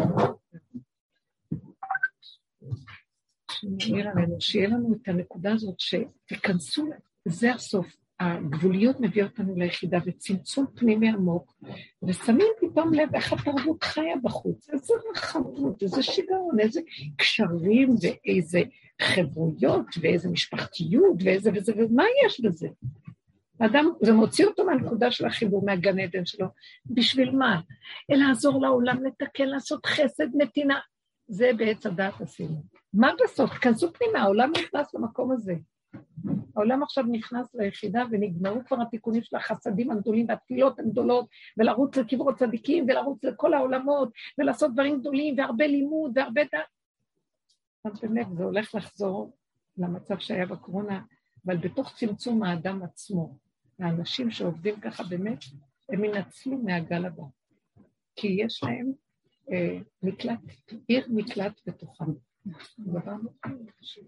שנראה לנו, שיהיה לנו את הנקודה הזאת, שתיכנסו, זה הסוף. הגבוליות מביא אותנו ליחידה, וצמצום פנימי עמוק, ושמים פתאום לב איך התרבות חיה בחוץ, איזה רחבות, איזה שיגעון, איזה קשרים, ואיזה חברויות, ואיזה משפחתיות, ואיזה וזה, ומה יש בזה? האדם, זה מוציא אותו מהנקודה של החיבור, מהגן עדן שלו, בשביל מה? לעזור לעולם, לתקן, לעשות חסד, נתינה, זה בעץ הדעת עשינו. מה בסוף? כנסו פנימה, העולם נכנס למקום הזה. העולם עכשיו נכנס ליחידה ונגמרו כבר התיקונים של החסדים הגדולים והתפילות הגדולות, ולרוץ לקברות הצדיקים ולרוץ לכל העולמות ולעשות דברים גדולים והרבה לימוד והרבה דעת. אז באמת זה הולך לחזור למצב שהיה בקורונה, אבל בתוך צמצום האדם עצמו, האנשים שעובדים ככה באמת, הם ינצלו מהגל הבא. כי יש להם אה, מקלט, עיר מקלט בתוכם. דבר מאוד חשוב.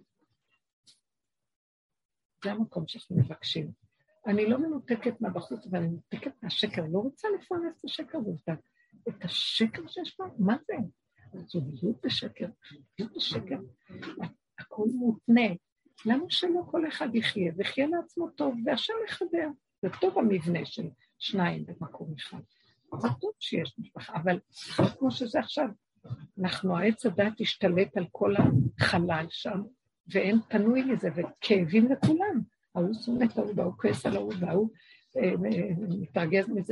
זה המקום שאנחנו מבקשים. אני לא מנותקת מהבחוץ, אבל אני מנותקת מהשקר. לא רוצה לפרנס את השקר הזה. את השקר שיש פה, מה זה? זוגיות בשקר, זוגיות בשקר. הכל מותנה. למה שלא כל אחד יחיה? ויחיה לעצמו טוב, והשם יחבר. זה טוב המבנה של שניים במקום אחד. זה טוב שיש משפחה, אבל כמו שזה עכשיו, אנחנו, העץ הדעת השתלט על כל החלל שם, ואין פנוי לזה, וכאבים לכולם. ההוא שונא את ההוא, והוא כועס על ההוא, והוא מתרגז מזה.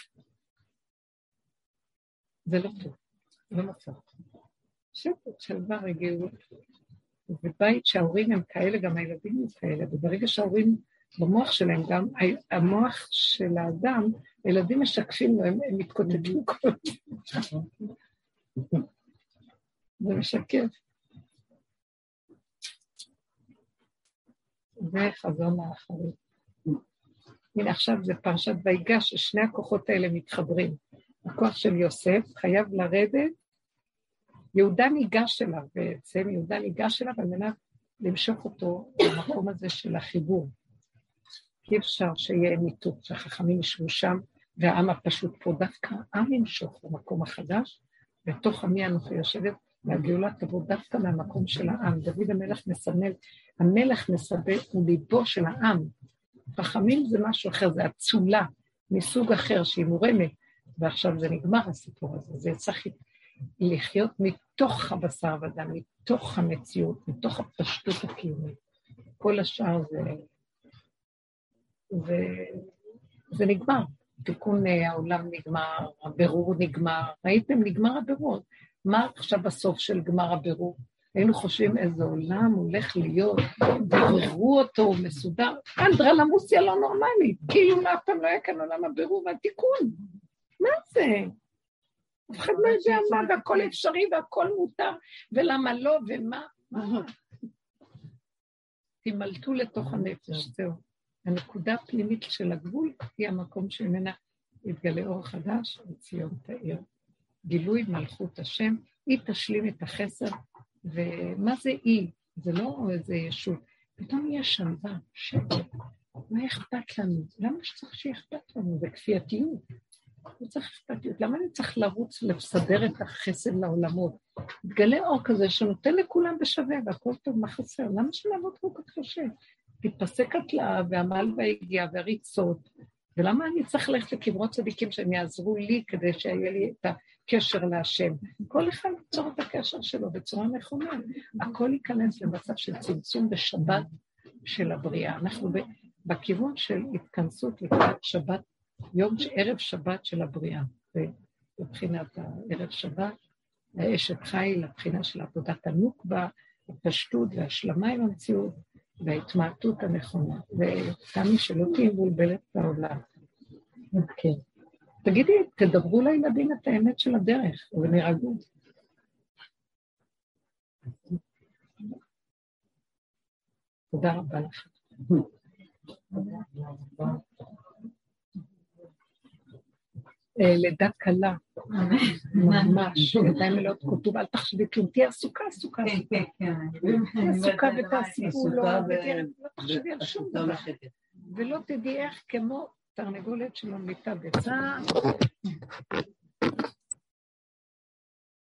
זה לא טוב, לא מצב. שקט, שלווה, רגיעות. ובבית שההורים הם כאלה, גם הילדים הם כאלה, וברגע שההורים במוח שלהם, גם המוח של האדם, הילדים משקפים לו, הם, הם מתקוטטים כל הזמן. זה משקף. זה חזון האחרית. הנה עכשיו זה פרשת ויגש, ששני הכוחות האלה מתחברים. הכוח של יוסף חייב לרדת, יהודה ניגש אליו בעצם, יהודה ניגש אליו על מנת למשוך אותו למקום הזה של החיבור. כי אפשר שיהיה ניתוק, שהחכמים ישבו שם, והעם הפשוט פה דווקא, העם ימשוך למקום החדש, בתוך עמי אנוכי יושבת, והגאולה תבוא דווקא מהמקום של העם. דוד המלך מסמל, המלך מסבל הוא ליבו של העם. חכמים זה משהו אחר, זה הצולה מסוג אחר שהיא מורמת, ועכשיו זה נגמר הסיפור הזה, זה צריך לחיות מתוך הבשר ודם, מתוך המציאות, מתוך הפשטות הקיומית. כל השאר זה, זה, זה נגמר. תיקון העולם נגמר, הבירור נגמר, ראיתם נגמר הבירור. מה עכשיו בסוף של גמר הבירור? היינו חושבים איזה עולם הולך להיות, ביררו אותו מסודר, אנדרלמוסיה לא נורמלית, כאילו אף פעם לא היה כאן עולם הבירור והתיקון. מה זה? אף אחד לא יודע מה, והכל אפשרי והכל מותר, ולמה לא ומה. תמלטו לתוך הנפש, זהו. הנקודה הפנימית של הגבול היא המקום שממנה יתגלה אור חדש וציון תאיר. גילוי מלכות השם, היא תשלים את החסר, ומה זה היא? זה לא איזה ישות. פתאום יש שלווה, שקט. מה אכפת לנו? למה שצריך שיכפת לנו? זה כפייתיות. לא צריך אכפתיות. למה אני צריך לרוץ לסדר את החסד לעולמות? מתגלה אור כזה שנותן לכולם בשווה, והכל טוב, מה חסר? למה שנעבוד כל כך קשה? תתפסק התלאה והמעל והגיעה והריצות, ולמה אני צריך ללכת לקברות צדיקים שהם יעזרו לי כדי שיהיה לי את הקשר להשם? כל אחד יצור את הקשר שלו בצורה נכונה, הכל ייכנס למצב של צמצום בשבת של הבריאה. אנחנו בכיוון של התכנסות לקראת שבת, יום ערב שבת של הבריאה, לבחינת הערב שבת, האשת חי, לבחינה של עבודת הנוקבה, הפשטות והשלמה עם המציאות, וההתמעטות הנכונה, ותמי שלא תהיה מבולבלת בעולם. כן. תגידי, תדברו לילדים את האמת של הדרך, ונרגעו. תודה רבה לך. לידה קלה, ממש, ידיים מלאות כתוב, אל תחשבי כלום, תהיה עסוקה, עסוקה, עסוקה. תהיה עסוקה ותעשו לו, לא תחשבי על שום דבר. ולא תדעי איך כמו תרנגולת שממליטה ביצה,